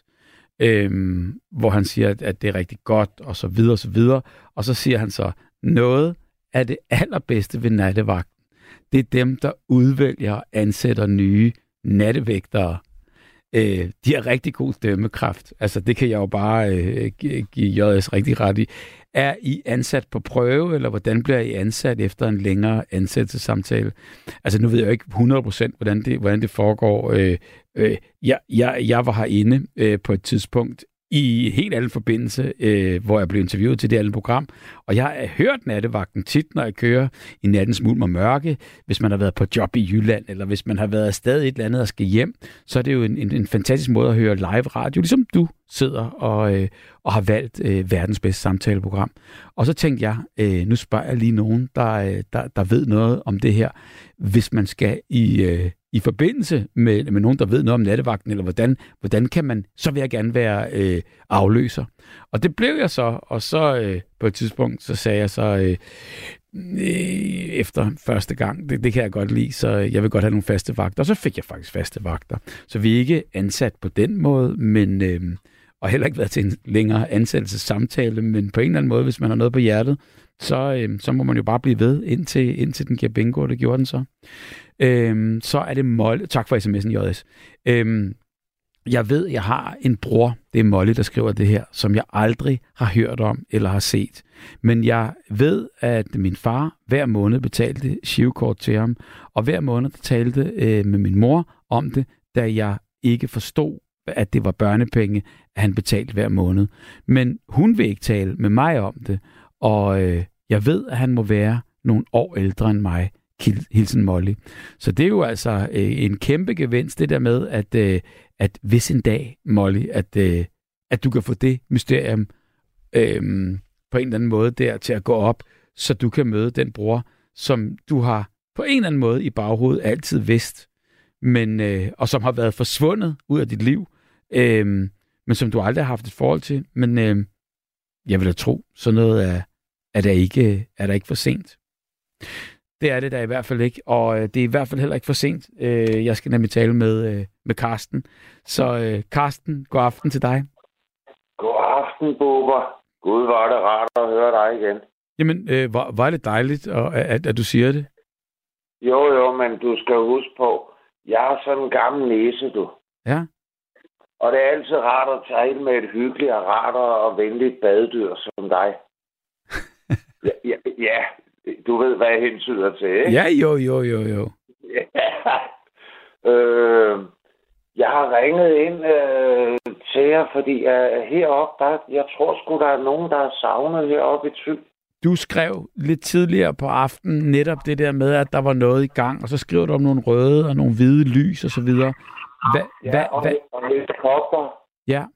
Øhm, hvor han siger, at, at det er rigtig godt, og så videre, og så videre. Og så siger han så, noget af det allerbedste ved nattevagten, det er dem, der udvælger og ansætter nye nattevægtere. Øh, de har rigtig god dømmekraft. Altså, det kan jeg jo bare øh, give J S rigtig ret i. Er I ansat på prøve, eller hvordan bliver I ansat efter en længere ansættelsessamtale? Altså, nu ved jeg jo ikke hundrede procent, hvordan det, hvordan det foregår. Øh, øh, jeg, jeg, jeg var herinde øh, på et tidspunkt i helt anden forbindelse, øh, hvor jeg blev interviewet til det andet program, og jeg har hørt nattevagten tit, når jeg kører i nattens mulm og mørke, hvis man har været på job i Jylland, eller hvis man har været afsted et eller andet og skal hjem, så er det jo en, en, en fantastisk måde at høre live radio, ligesom du sidder og, øh, og har valgt øh, verdens bedste samtaleprogram. Og så tænkte jeg, øh, nu spørger jeg lige nogen, der, der, der ved noget om det her, hvis man skal i... Øh, i forbindelse med, med nogen, der ved noget om nattevagten, eller hvordan, hvordan kan man, så vil jeg gerne være øh, afløser. Og det blev jeg så, og så øh, på et tidspunkt, så sagde jeg så, øh, øh, efter første gang, det, det kan jeg godt lide, så jeg vil godt have nogle faste vagter. Og så fik jeg faktisk faste vagter. Så vi er ikke ansat på den måde, men, øh, og heller ikke været til en længere ansættelsessamtale, men på en eller anden måde, hvis man har noget på hjertet, så, øh, så må man jo bare blive ved, indtil, indtil den giver bingo, og det gjorde den så. Øhm, så er det Molly. Tak for sms'en, J S. Øhm, jeg ved, jeg har en bror, det er Molly, der skriver det her, som jeg aldrig har hørt om eller har set. Men jeg ved, at min far hver måned betalte girokort til ham, og hver måned talte øh, med min mor om det, da jeg ikke forstod, at det var børnepenge, at han betalte hver måned. Men hun vil ikke tale med mig om det, og øh, jeg ved, at han må være nogle år ældre end mig. Hilsen Molly. Så det er jo altså øh, en kæmpe gevinst, det der med, at, øh, at hvis en dag, Molly, at, øh, at du kan få det mysterium øh, på en eller anden måde der til at gå op, så du kan møde den bror, som du har på en eller anden måde i baghovedet altid vidst, men, øh, og som har været forsvundet ud af dit liv, øh, men som du aldrig har haft et forhold til. Men øh, jeg vil da tro, sådan noget er, er, der ikke, er der ikke for sent. Det er det da i hvert fald ikke, og øh, det er i hvert fald heller ikke for sent. Øh, jeg skal nemlig tale med, øh, med Karsten. Så øh, Karsten, god aften til dig. God aften, Bubber. Gud, var det rart at høre dig igen. Jamen, øh, hvor, hvor er det dejligt, og, at, at du siger det. Jo, jo, men du skal huske på, jeg har sådan en gammel næse, du. Ja. Og det er altid rart at tale med et hyggeligt og rart og venligt badedyr som dig. ja, ja, ja. Du ved, hvad jeg hensyder til, ikke? Ja, jo, jo, jo, jo. Ja. øh, jeg har ringet ind øh, til jer, fordi jeg heroppe, der, jeg tror sgu, der er nogen, der er savnet heroppe i Thy. Du skrev lidt tidligere på aftenen netop det der med, at der var noget i gang, og så skrev du om nogle røde og nogle hvide lys og så videre. Hva, ja, hva, og, hva? og helikopter. Ja.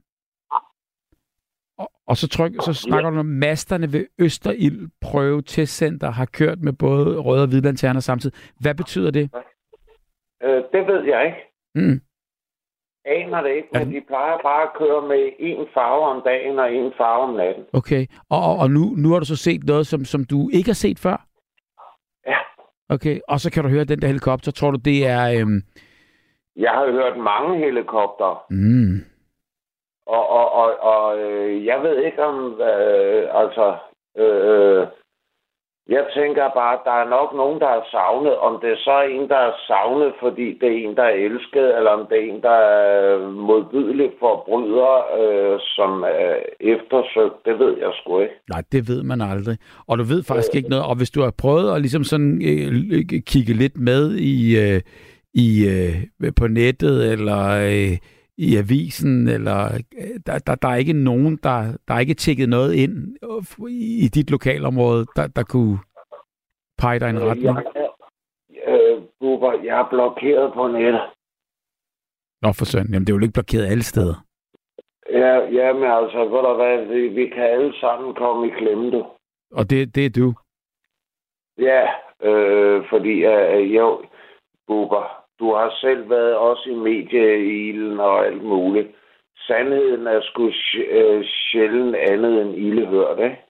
Og, og så, tryk, så snakker du om, masterne ved Østerild Prøve Testcenter har kørt med både røde og hvide lanterner samtidig. Hvad betyder det? Øh, det ved jeg ikke. Mm. Aner det ikke, men de plejer bare at køre med en farve om dagen og en farve om natten. Okay, og, og, og nu, nu har du så set noget, som, som du ikke har set før? Ja. Okay, og så kan du høre den der helikopter. Tror du, det er... Øhm... Jeg har hørt mange helikopter. Mm. Og, og, og, og øh, jeg ved ikke om... Øh, altså... Øh, Jeg tænker bare, at der er nok nogen, der er savnet. Om det så er en, der er savnet, fordi det er en, der er elsket, eller om det er en, der er modbydeligt forbryder, øh, som er eftersøgt, det ved jeg sgu ikke. Nej, det ved man aldrig. Og du ved faktisk øh, ikke noget. Og hvis du har prøvet at ligesom sådan øh, kigge lidt med i, øh, i øh, på nettet, eller øh, i avisen, eller øh, der, der, der er ikke nogen, der, der er ikke tjekket noget ind i dit lokalområde, der, der kunne pege dig en retning. Øh, Bubber, jeg er blokeret på nettet. Nå for søren, jamen det er jo ikke blokeret alle steder. Ja, ja, men altså, ved du hvad, vi, vi kan alle sammen komme i klemme, du. Og det, det er du? Ja, øh, fordi øh, jo, Bubber, du har selv været også i medieilen og alt muligt. Sandheden er sgu øh, sjældent andet end ildehørt, ikke?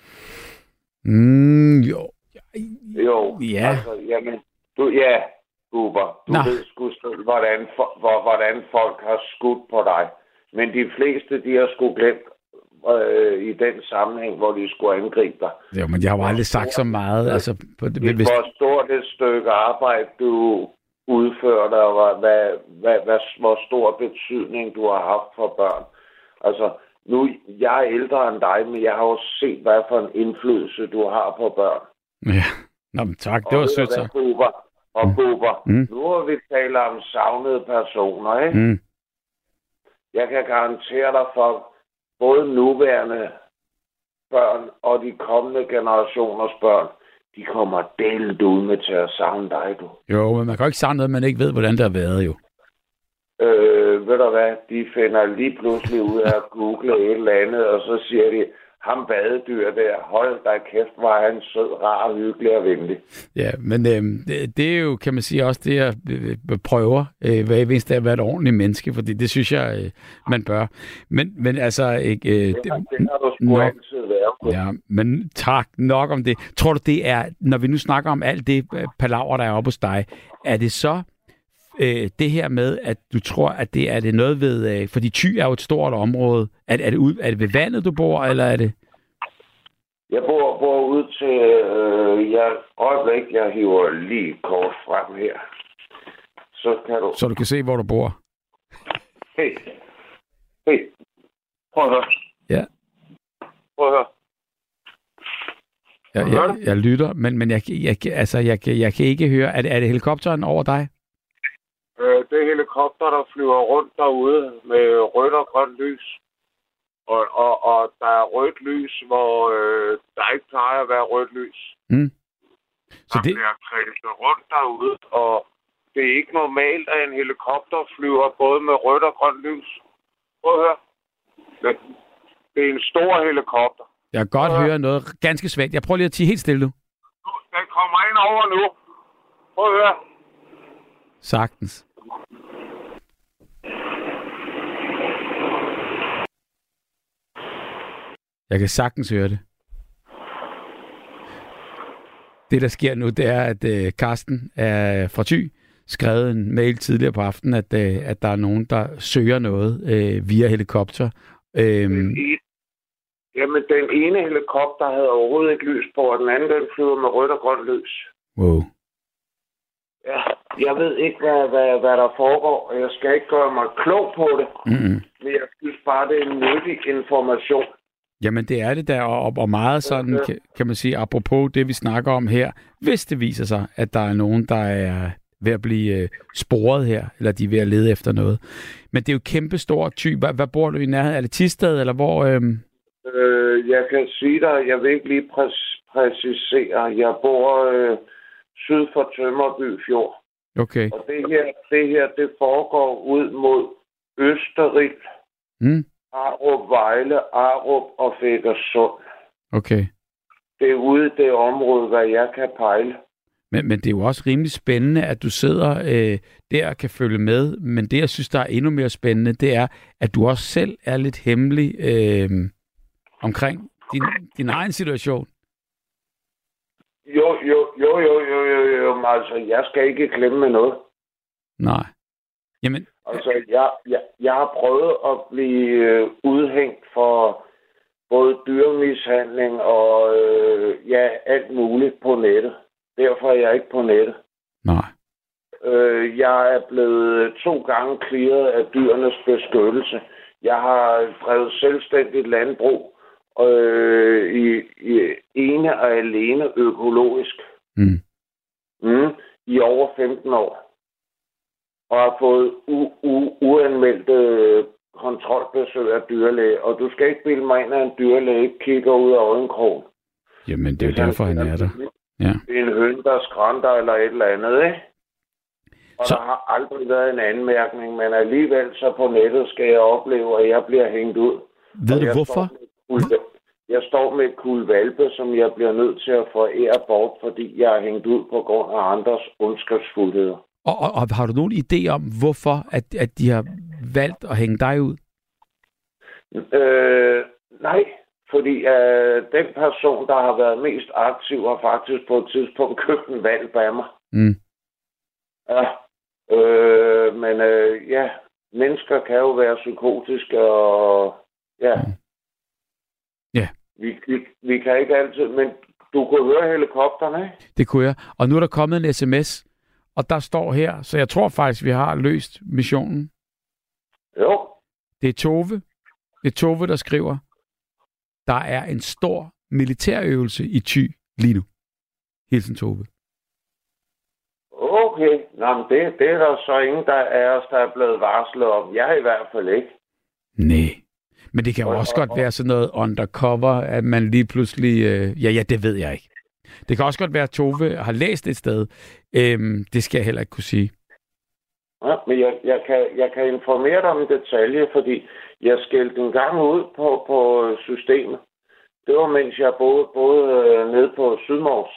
Mm, jo. Jo, ja. Altså, jamen, du, ja, Bubber, du Nå. ved sgu selv, hvordan, for, hvordan folk har skudt på dig. Men de fleste, de har sgu glemt øh, i den sammenhæng, hvor de skulle angribe dig. Jo, men jeg har jo aldrig sagt så meget. Altså, på det, hvis... Hvor stort et stykke arbejde, du udfører dig, og hvad, hvad, hvad, hvor stor betydning du har haft for børn. Altså, nu, jeg er ældre end dig, men jeg har jo set, hvad for en indflydelse du har på børn. Ja, Nå, men tak. Det var sødt så. Og mm. Bubber, mm. nu har vi talt om savnede personer, ikke? Mm. Jeg kan garantere dig for, både nuværende børn og de kommende generationers børn, de kommer delt ud med til at savne dig, du. Jo, men man kan jo ikke savne noget, man ikke ved, hvordan det har været, jo. Øh, ved du hvad? De finder lige pludselig ud af at google et eller andet, og så siger de, ham badedyr der, hold da kæft, var han sød, rar, hyggelig og venlig. Ja, men øh, det, det er jo, kan man sige, også det, jeg øh, prøver, øh, hvad jeg vidste, at være et ordentligt menneske, fordi det synes jeg, øh, man bør. Men, men altså, ikke... Øh, det, har, det har du sgu nok, altid været. Ja, men tak nok om det. Tror du, det er, når vi nu snakker om alt det palaver, der er oppe hos dig, er det så øh, det her med, at du tror, at det er det noget ved... Øh, fordi Thy er jo et stort område. Er, er, det ud, er det ved vandet, du bor, eller er det... Jeg bor, bor ud til... Øh, jeg øjeblik, jeg hiver lige kort frem her. Så kan du... Så du kan se, hvor du bor? Hey. Hey. Prøv at høre. Ja. Prøv at høre. Jeg, jeg, jeg lytter, men, men jeg, jeg, altså, jeg, jeg kan ikke høre... Er det, er det helikopteren over dig? Øh, det er helikopter, der flyver rundt derude med rødt og grønt lys. Og, og, og der er rødt lys, hvor øh, der ikke plejer at være rødt lys. Mm. Så der det... bliver kredset rundt derude, og det er ikke normalt, at en helikopter flyver både med rødt og grønt lys. Prøv at høre. Det, det er en stor helikopter. Jeg kan godt høre noget ganske svagt. Jeg prøver lige at tige helt stille nu. Den kommer ind over nu. Prøv at høre. Sagtens. Jeg kan sagtens høre det. Det, der sker nu, det er, at øh, Karsten er fra Thy skrevet en mail tidligere på aftenen, at, øh, at der er nogen, der søger noget øh, via helikopter. Øhm... Jamen, den ene helikopter havde overhovedet ikke lys på, og den anden, den flyver med rødt og grønt lys. Wow. Ja, jeg ved ikke, hvad, hvad, hvad der foregår, og jeg skal ikke gøre mig klog på det. Mm-hmm. Men jeg synes bare, det er en nyttig information. Jamen, det er det der, og, og meget sådan, okay. kan, kan man sige, apropos det, vi snakker om her, hvis det viser sig, at der er nogen, der er ved at blive øh, sporet her, eller de er ved at lede efter noget. Men det er jo kæmpestort Thy. Hvad, hvad bor du i nærheden? Er det Thisted, eller hvor... Øh... Øh, jeg kan sige dig, jeg vil ikke lige præ- præcisere. Jeg bor øh, syd for Tømmerby Fjord. Okay. Og det her, det her, det foregår ud mod Østerild. Mm. Arup, Vejle, Arup og Fækkersund. Okay. Det er ude i det område, hvad jeg kan pejle. Men, men det er jo også rimelig spændende, at du sidder øh, der og kan følge med. Men det, jeg synes, der er endnu mere spændende, det er, at du også selv er lidt hemmelig øh, omkring din, din egen situation. Jo, jo, jo, jo, jo, jo, jo. Altså, jeg skal ikke klemme med noget. Nej. Jamen... Altså, jeg, jeg, jeg har prøvet at blive øh, udhængt for både dyremishandling og øh, ja, alt muligt på nettet. Derfor er jeg ikke på nettet. Nej. Øh, jeg er blevet to gange clearet af dyrenes beskyttelse. Jeg har drevet selvstændigt landbrug øh, i, i ene og alene økologisk Mm. mm, i over femten år. Og har fået u- u- uanmeldte kontrolbesøg af dyrlæge. Og du skal ikke bilde mig ind, at en dyrlæge ikke kigger ud af øjenkrogen. Jamen, det er jo derfor, han er der. Ja. Det er en høn, der skrænter eller et eller andet, ikke? Og Så... der har aldrig været en anmærkning, men alligevel så på nettet skal jeg opleve, at jeg bliver hængt ud. Ved du hvorfor? Står jeg står med et kul valpe, som jeg bliver nødt til at forære bort, fordi jeg er hængt ud på grund af andres ondskabsfuldheder. Og, og, og har du nogen idé om, hvorfor at, at de har valgt at hænge dig ud? Øh, nej, fordi øh, den person, der har været mest aktiv, har faktisk på et tidspunkt købt en valp af mig. Mm. Ja, øh, men øh, ja, mennesker kan jo være psykotiske, og ja, Mm. Ja. vi, vi, vi kan ikke altid, men du kunne høre helikopterne, ikke? Det kunne jeg. Og nu er der kommet en sms, og der står her, så jeg tror faktisk, vi har løst missionen. Jo. Det er Tove. Det er Tove, der skriver, der er en stor militærøvelse i Thy lige nu. Hilsen Tove. Okay, nå, men det, det er der så ingen der er os, der er blevet varslet om. Jeg er i hvert fald ikke. Nej. Men det kan jo Og- også og- godt være sådan noget undercover, at man lige pludselig... Øh, ja, ja, det ved jeg ikke. Det kan også godt være, at Tove har læst et sted. Øhm, det skal jeg heller ikke kunne sige. Ja, men jeg, jeg, kan, jeg kan informere dig om detaljer, fordi jeg skældte en gang ud på, på systemet. Det var, mens jeg boede, boede øh, nede på Sydmors.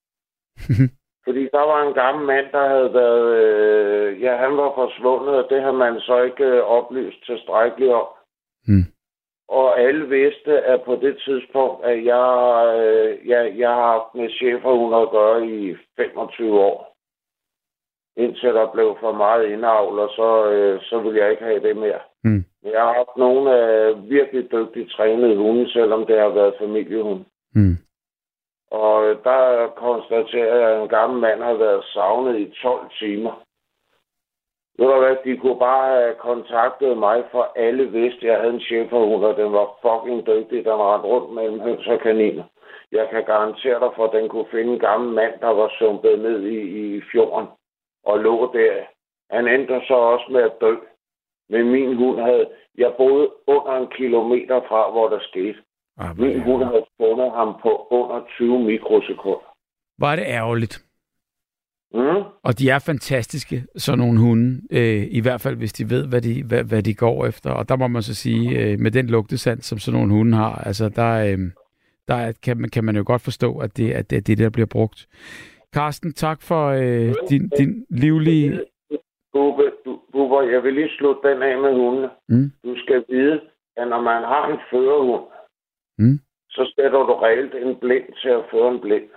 Fordi der var en gammel mand, der havde været... Øh, ja, han var forsvundet, og det har man så ikke øh, oplyst tilstrækkeligt om. Hmm. Og alle vidste, at på det tidspunkt, at jeg, øh, jeg, jeg har haft med schæferhunde at gøre i femogtyve år. Indtil der blev for meget indavl, og så, øh, så ville jeg ikke have det mere. Hmm. Men jeg har haft nogle af virkelig dygtigt trænede hunde, selvom det har været familiehunde. Hmm. Og der konstaterer jeg, at en gammel mand har været savnet i tolv timer. Ved du hvad, de kunne bare have kontaktet mig, for alle vidste, at jeg havde en schæferhund, og den var fucking dygtig. Den rendte rundt mellem høns og kaniner. Jeg kan garantere dig for, at den kunne finde en gammel mand, der var sumpet ned i, i fjorden og lå der. Han endte så også med at dø. Men min hund havde... Jeg boede under en kilometer fra, hvor der skete. Ah, Min hund havde fundet ham på under tyve mikrosekunder. Hvor er det ærgerligt. Mm? Og de er fantastiske, sådan nogle hunde. Øh, I hvert fald, hvis de ved, hvad de, hvad, hvad de går efter. Og der må man så sige, øh, med den lugtesand, som sådan nogle hunde har, altså der, øh, der kan, man, kan man jo godt forstå, at det, at det er det, der bliver brugt. Carsten, tak for øh, din, din livlige... Bubber, du, Bubber, jeg vil lige slutte den af med hundene. Mm. Du skal vide, at når man har en førerhund, Mm. så sætter du reelt en blind til at føre en blind.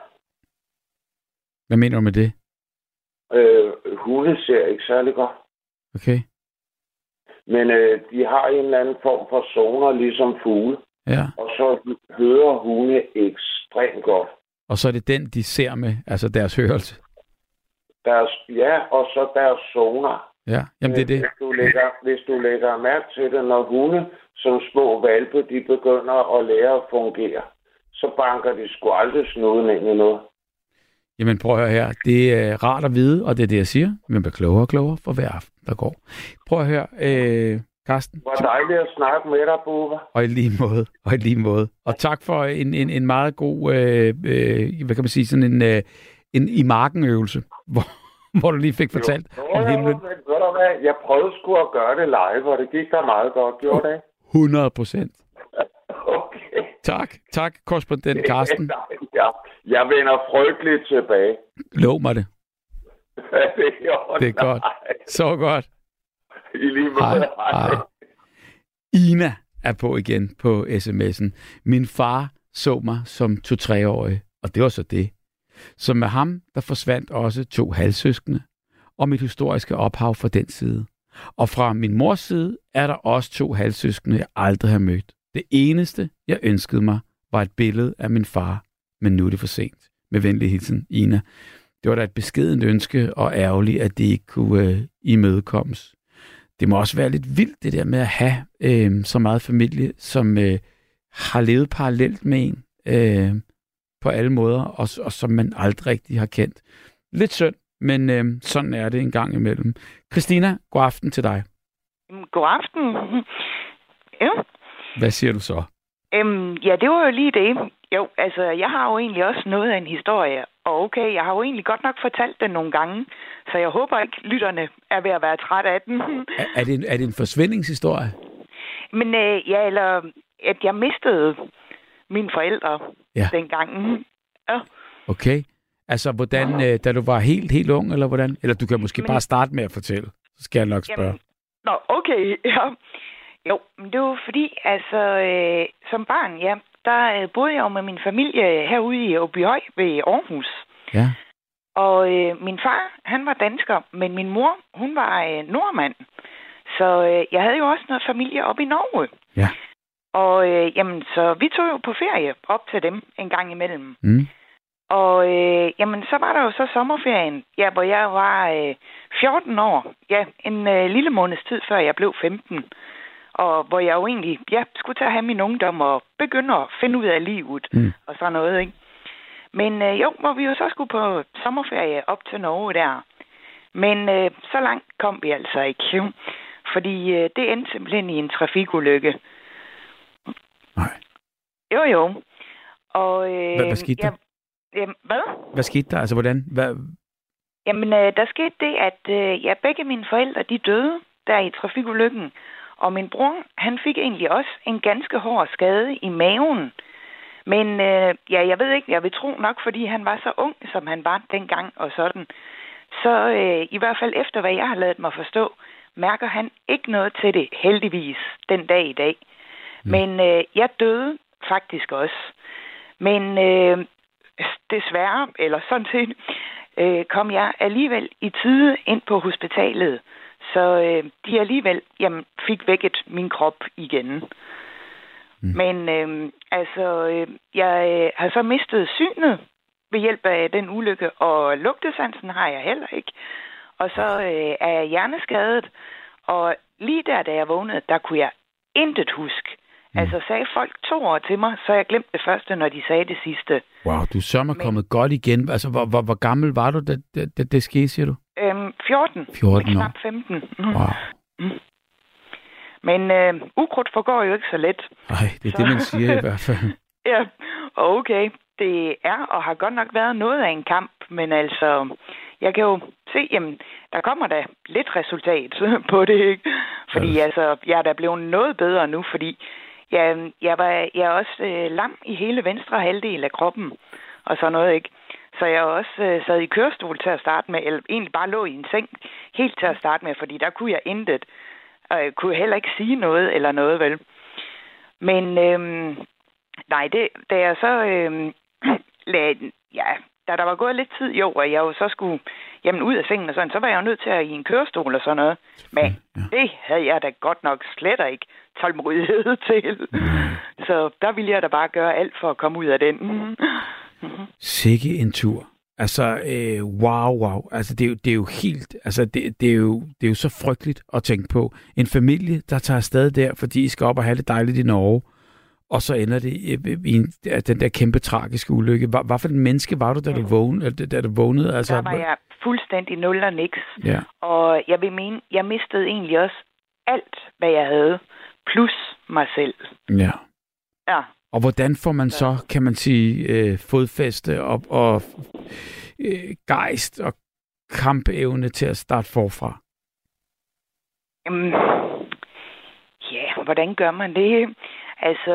Hvad mener du med det? Øh, hunde ser ikke særlig godt. Okay. Men øh, de har en eller anden form for zoner, ligesom fugle. Ja. Og så hører hunde ekstremt godt. Og så er det den, de ser med, altså deres hørelse. Deres, ja, og så deres zoner. Ja, jamen det er det. Hvis du lægger, hvis du lægger mærke til det, når hunde som små valpe, de begynder at lære at fungere, så banker de sgu aldrig snuden ind i noget. Jamen prøv at høre her. Det er rart at vide, og det er det, jeg siger. Man bliver klogere og klogere for hver aften, der går. Prøv at høre, øh, Carsten. Hvor dejligt at snakke med dig, Bubber. Og i lige måde. Og i lige måde. Og tak for en, en, en meget god, øh, øh, hvad kan man sige, sådan en, øh, en i marken-øvelse, hvor, hvor du lige fik fortalt jo, om himlen. Men, ved du hvad? Jeg prøvede sgu at gøre det live, og det gik da meget godt, gjorde det? hundrede procent. Okay. Tak. Tak, korrespondent Carsten. Ja, jeg vender frygteligt tilbage. Lov mig det. det, jo, Det er godt. Så godt. I lige måde. Hej. Hej. Ina er på igen på sms'en. Min far så mig som to-treårig, og det var så det. Så med ham, der forsvandt også to halvsøskende, og mit historiske ophav fra den side. Og fra min mors side er der også to halvsøskende, jeg aldrig har mødt. Det eneste, jeg ønskede mig, var et billede af min far, men nu er det for sent. Med venlig hilsen, Ina. Det var da et beskedent ønske, og ærgerligt, at det ikke kunne øh, imødekommes. Det må også være lidt vildt, det der med at have øh, så meget familie, som øh, har levet parallelt med en øh, på alle måder, og, og som man aldrig rigtig har kendt. Lidt synd, men øh, sådan er det en gang imellem. Christina, god aften til dig. God aften. Ja. Hvad siger du så? Øhm, ja, det var jo lige det. Jo, altså, jeg har jo egentlig også noget af en historie, og okay, jeg har jo egentlig godt nok fortalt den nogle gange, så jeg håber ikke, lytterne er ved at være træt af den. Er, er, det, en, er det en forsvindingshistorie? Men øh, ja, eller at jeg mistede mine forældre ja. dengang. Ja. Okay. Altså, hvordan, øh, da du var helt, helt ung, eller hvordan? Eller du kan måske Men... bare starte med at fortælle, så skal jeg nok spørge. Jamen, nå, okay, ja. Jo, men det var fordi, altså, øh, som barn, ja, der øh, boede jeg jo med min familie herude i Åbyhøj ved Aarhus. Ja. Og øh, min far, han var dansker, men min mor, hun var øh, nordmand. Så øh, jeg havde jo også noget familie oppe i Norge. Ja. Og øh, jamen, så vi tog jo på ferie op til dem en gang imellem. Mm. Og øh, jamen, så var der jo så sommerferien, ja, hvor jeg var øh, fjorten år. Ja, en øh, lille måneds tid før jeg blev femten. Og hvor jeg jo egentlig, ja, skulle til at have min ungdom og begynde at finde ud af livet mm. og sådan noget, ikke? Men øh, jo, hvor vi jo så skulle på sommerferie op til Norge der. Men øh, så langt kom vi altså ikke. Fordi øh, det endte simpelthen i en trafikulykke. Nej. Jo, jo. Og, øh, hvad, hvad skete der? Ja, øh, hvad? Hvad skete der? Altså, hvordan? Hvad? Jamen, øh, der skete det, at øh, ja, begge mine forældre, de døde der i trafikulykken. Og min bror, han fik egentlig også en ganske hård skade i maven. Men øh, ja, jeg ved ikke, jeg vil tro nok, fordi han var så ung, som han var dengang og sådan. Så øh, i hvert fald efter, hvad jeg har ladet mig forstå, mærker han ikke noget til det, heldigvis, den dag i dag. Mm. Men øh, jeg døde faktisk også. Men øh, desværre, eller sådan set, øh, kom jeg alligevel i tide ind på hospitalet. Så øh, de alligevel jamen, fik vækket min krop igen. Mm. Men øh, altså, øh, jeg øh, har så mistet synet ved hjælp af den ulykke, og lugtesansen har jeg heller ikke. Og så øh, er jeg hjerneskadet, og lige der, da jeg vågnede, der kunne jeg intet huske. Mm. Altså sagde folk to år til mig, så jeg glemte det første, når de sagde det sidste. Wow, du er så Men... kommet godt igen. Altså, hvor, hvor, hvor gammel var du, da det, det, det skete, siger du? Øhm, fjorten. fjorten år. Knap femten. Mm. Wow. Mm. Men øh, ukrudt forgår jo ikke så let. Nej, det er så... det, man siger i hvert fald. Ja, okay. Det er og har godt nok været noget af en kamp, men altså, jeg kan jo se, jamen, der kommer da lidt resultat på det, ikke? Fordi ja. altså, jeg er da blevet noget bedre nu, fordi jeg, jeg, var, jeg er også øh, lam i hele venstre halvdel af kroppen, og sådan noget, ikke? Så jeg også øh, sad i kørestol til at starte med, eller egentlig bare lå i en seng helt til at starte med, fordi der kunne jeg intet, og jeg kunne heller ikke sige noget eller noget, vel? Men øh, nej, det, da jeg så øh, lagde, ja, da der var gået lidt tid, jo, og jeg jo så skulle jamen, ud af sengen og sådan, så var jeg jo nødt til at i en kørestol og sådan noget. Men ja. det havde jeg da godt nok slet ikke tålmodighed til. Mm. Så der ville jeg da bare gøre alt for at komme ud af den. Mm-hmm. Sikke en tur. Altså, øh, wow, wow. Altså, det er jo, det er jo helt... Altså, det, det, er jo, det er jo så frygteligt at tænke på. En familie, der tager afsted der, fordi I skal op og have det dejligt i Norge, og så ender det i, i en, den der kæmpe tragiske ulykke. Hvad, hvad for en menneske var du, da du vågnede? Da du vågnede? Altså, der var jeg fuldstændig nul og niks. Ja. Og jeg vil mene, jeg mistede egentlig også alt, hvad jeg havde, plus mig selv. Ja. Ja. Og hvordan får man så, kan man sige, øh, fodfæste og, og øh, gejst og kampevne til at starte forfra? Jamen, ja, hvordan gør man det? Altså,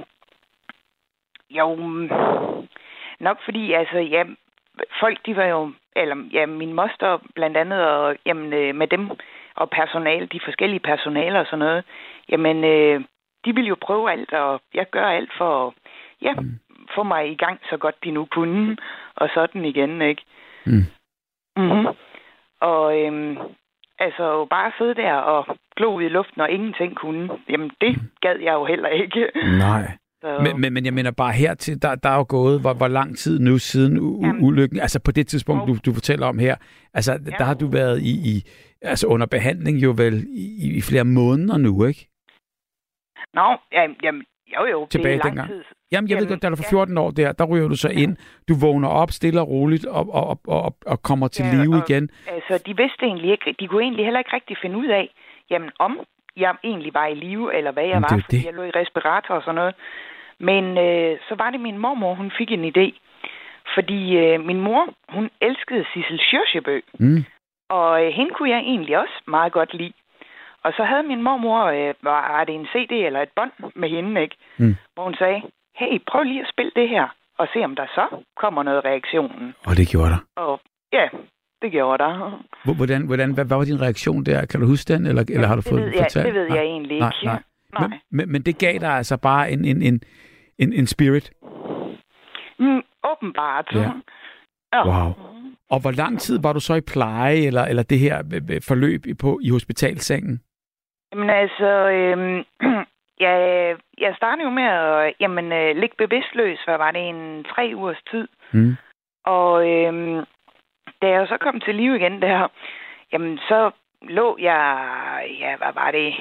jo, nok fordi, altså, ja, folk, de var jo, eller ja, min moster blandt andet, og jamen, med dem og personale, de forskellige personaler og sådan noget, jamen, øh, de ville jo prøve alt, og jeg gør alt for at ja, mm. få mig i gang så godt de nu kunne, og sådan igen, ikke? Mm. Mm-hmm. Og øhm, altså bare sidde der og glo ud i luften og ingenting kunne, jamen det gad jeg jo heller ikke. Nej. Så... Men, men, men jeg mener bare hertil, der, der er jo gået, hvor, hvor lang tid nu siden u- Jamen, ulykken, altså på det tidspunkt, du, du fortæller om her, altså ja. Der har du været i, i altså under behandling jo vel i, i flere måneder nu, ikke? Nå, jamen, jamen jo jo, tilbage det er dengang. lang tid. Jamen, jeg jamen, ved godt, da du for fjorten ja. år der, der ryger du så ind, du vågner op stille og roligt og, og, og, og, og kommer til ja, live og, igen. Altså, de vidste egentlig ikke, de kunne egentlig heller ikke rigtig finde ud af, jamen, om jeg egentlig var i live, eller hvad jeg jamen, var, fordi det. jeg lå i respirator og sådan noget. Men øh, så var det min mormor, hun fik en idé. Fordi øh, min mor, hun elskede Sissel Kyrkjebø. Mm. Og øh, hende kunne jeg egentlig også meget godt lide. Og så havde min mormor, øh, var det en C D eller et bånd med hende, ikke? Mm. Hvor hun sagde, hey, prøv lige at spille det her, og se om der så kommer noget reaktionen. Og det gjorde der? Og ja, det gjorde der. Hvordan, hvordan, hvad, hvad var din reaktion der? Kan du huske den, eller, ja, eller har du fået ved fortalt? Jeg, det ved jeg nej, egentlig ikke. Nej, nej. nej. Men, men, men det gav dig altså bare en, en, en, en, en spirit? Mm, åbenbart. Ja. Ja. Wow. Og hvor lang tid var du så i pleje, eller, eller det her forløb på, i hospitalsengen? Jamen altså, øhm, jeg, jeg startede jo med at jamen, øh, ligge bevidstløs, for var det en tre ugers tid. Mm. Og øhm, da jeg så kom til live igen der, jamen så lå jeg, ja, hvad var det,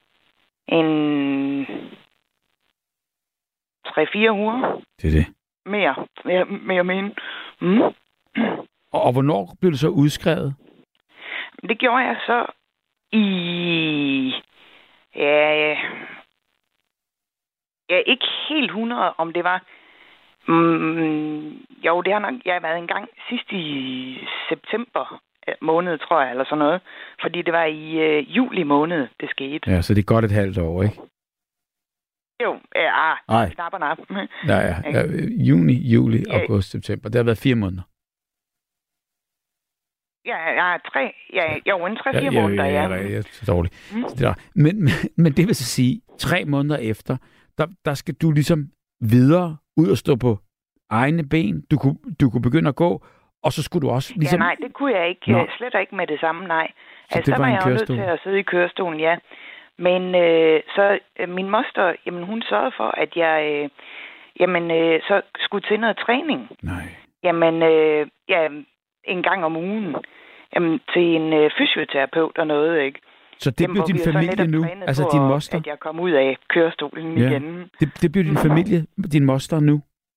en tre-fire uger. Det er det. Mere, mere, mere men. Mm. Og, og hvornår blev du så udskrevet? Det gjorde jeg så i... Ja, ja, ikke helt hundrede, om det var... Mm, jo, det har nok jeg har været en gang sidst i september måned, tror jeg, eller sådan noget. Fordi det var i øh, juli måned, det skete. Ja, så det er godt et halvt år, ikke? Jo, ja, ah, knap og nap. Ja, ja, ja. Juni, juli, august, september. Det har været fire måneder. Ja, ja, tre, ja, jo, en tre-fire ja, ja, måneder, ja. Ja, ja, ja, det er dårligt. Mm. Det der. Men, men, men det vil så sige, tre måneder efter, der, der skal du ligesom videre ud og stå på egne ben. Du kunne, du kunne begynde at gå, og så skulle du også ligesom... Ja, nej, det kunne jeg ikke. Nå. Slet ikke med det samme, nej. Så altså, det var, var en jeg kørestol? nødt til at sidde i kørestolen, ja. Men øh, så øh, min moster, jamen hun sørgede for, at jeg øh, jamen, øh, så skulle til noget træning. Nej. Jamen, øh, ja, en gang om ugen. Jamen, til en øh, fysioterapeut og noget, ikke? Så det jamen, blev din familie nu? Altså din moster? At jeg kom ud af kørestolen ja. igen. Det, det blev din familie, din moster nu?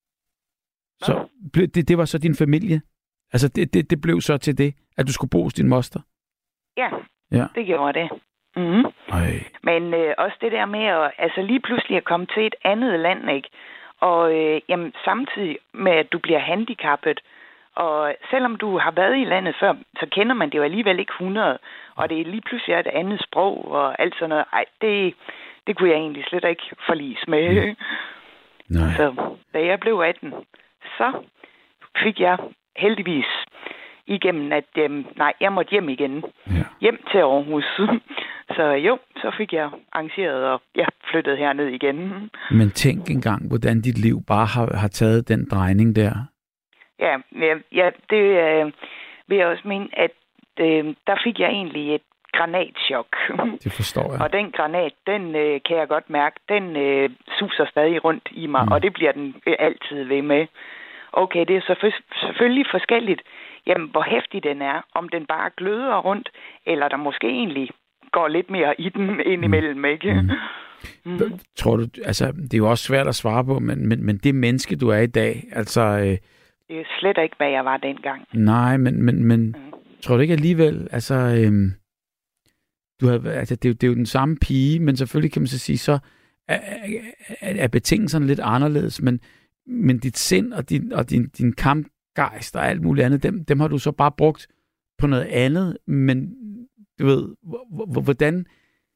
Så det, det var så din familie? Altså det, det, det blev så til det, at du skulle bo hos din moster? Ja, ja. det gjorde det. Mm-hmm. Men øh, også det der med at altså lige pludselig at komme til et andet land, ikke? Og øh, jamen, samtidig med, at du bliver handicappet, og selvom du har været i landet før, så kender man det jo alligevel ikke hundrede, og det er lige pludselig et andet sprog og alt sådan noget. Ej, det, det kunne jeg egentlig slet ikke forlise med. Nej. Så da jeg blev atten, så fik jeg heldigvis igennem, at øhm, nej, jeg måtte hjem igen. Ja. Hjem til Aarhus. Så jo, så fik jeg arrangeret og ja, flyttet herned igen. Men tænk engang, hvordan dit liv bare har, har taget den drejning der. Ja, ja, ja det øh, vil jeg også mene, at øh, der fik jeg egentlig et granatchok. Det forstår jeg. Og den granat, den øh, kan jeg godt mærke, den øh, suser stadig rundt i mig, mm. og det bliver den øh, altid ved med. Okay, det er så selvfølgelig forskelligt, jamen, hvor hæftig den er. Om den bare gløder rundt, eller der måske egentlig går lidt mere i den indimellem, ikke? Mm. Mm. Tror du, altså, det er jo også svært at svare på, men, men, men det menneske, du er i dag, altså... Øh, det er slet ikke, hvad jeg var dengang. Nej, men, men, men mm. tror du ikke alligevel, altså... Øh, du har, altså det, er jo, det er jo den samme pige, men selvfølgelig kan man så sige, så er, er, er betingelserne lidt anderledes, men, men dit sind og din, og din, din kampgejst og alt muligt andet, dem, dem har du så bare brugt på noget andet, men du ved, hvordan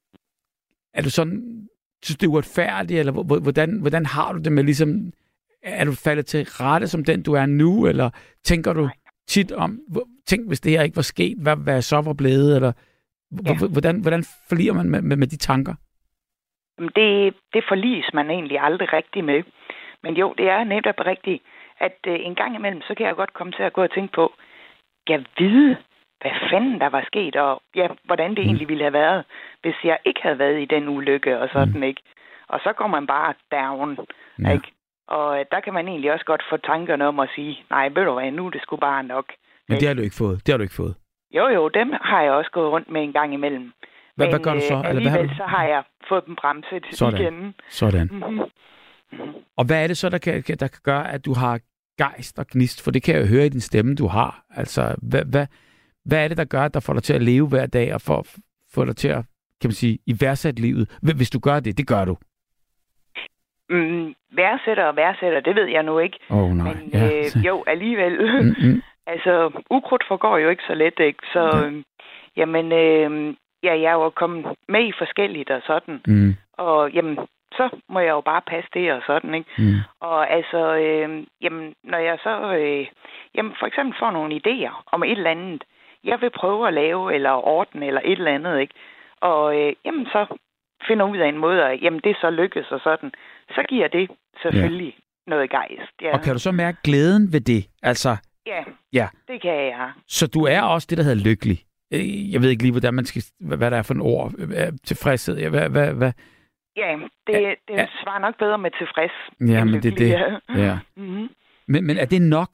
er du sådan, synes du, det er uretfærdigt, eller hvordan, hvordan har du det med ligesom, er du faldet til rette som den, du er nu, eller tænker du tit om, tænk, hvis det her ikke var sket, hvad, hvad jeg så var blevet, eller ja. hvordan, hvordan forliger man med, med, med de tanker? Det, det forliges man egentlig aldrig rigtig med. Men jo, det er netop rigtigt, at øh, en gang imellem, så kan jeg godt komme til at gå og tænke på, jeg vide, hvad fanden der var sket, og ja, hvordan det mm. egentlig ville have været, hvis jeg ikke havde været i den ulykke, og sådan, mm. ikke? Og så går man bare down. Ja. Ikke? Og der kan man egentlig også godt få tankerne om at sige, nej, ved du hvad, nu er det sgu bare nok. Men det har du ikke fået. Det har du ikke fået. Jo, jo, dem har jeg også gået rundt med en gang imellem. Hvad, Men hvad gør du så? Øh, Eller hvad har du? så har jeg fået dem bremset Sådan. igen. Sådan. Mm-hmm. Mm-hmm. Og hvad er det så, der kan, der kan gøre, at du har gejst og gnist? For det kan jeg jo høre i din stemme, du har. Altså, hvad, hvad, hvad er det, der gør, at der får dig til at leve hver dag, og får, får dig til at, kan man sige, iværksætte livet? Hvis du gør det, det gør du. Mm, værdsætter og værdsætter, det ved jeg nu ikke. Åh oh, nej. Men Ja. øh, jo, alligevel. Mm-hmm. Altså, ukrudt forgår jo ikke så let, ikke? Så, Ja. øh, jamen, øh, ja, jeg er jo kommet med i forskelligt og sådan. Mm. Og, jamen, så må jeg jo bare passe det og sådan, ikke? Mm. Og altså, øh, jamen, når jeg så, øh, jamen, for eksempel får nogle idéer om et eller andet, jeg vil prøve at lave, eller ordne, eller et eller andet, ikke? Og, øh, jamen, så finder ud af en måde, at, jamen, det så lykkes og sådan. Så giver det selvfølgelig ja. noget gejst. Ja. Og kan du så mærke glæden ved det? Altså, Ja, ja. det kan jeg. Så du er også det, der hedder lykkelig. Øh, Jeg ved ikke lige, hvordan man skal, hvad der er for en ord. Øh, Tilfredshed. Ja, Hvad, hvad, hvad? Ja, det, Ja, det ja. svarer nok bedre med tilfreds. Ja, end men det er lykkelig, det. Ja. Mm-hmm. Men, men er det nok?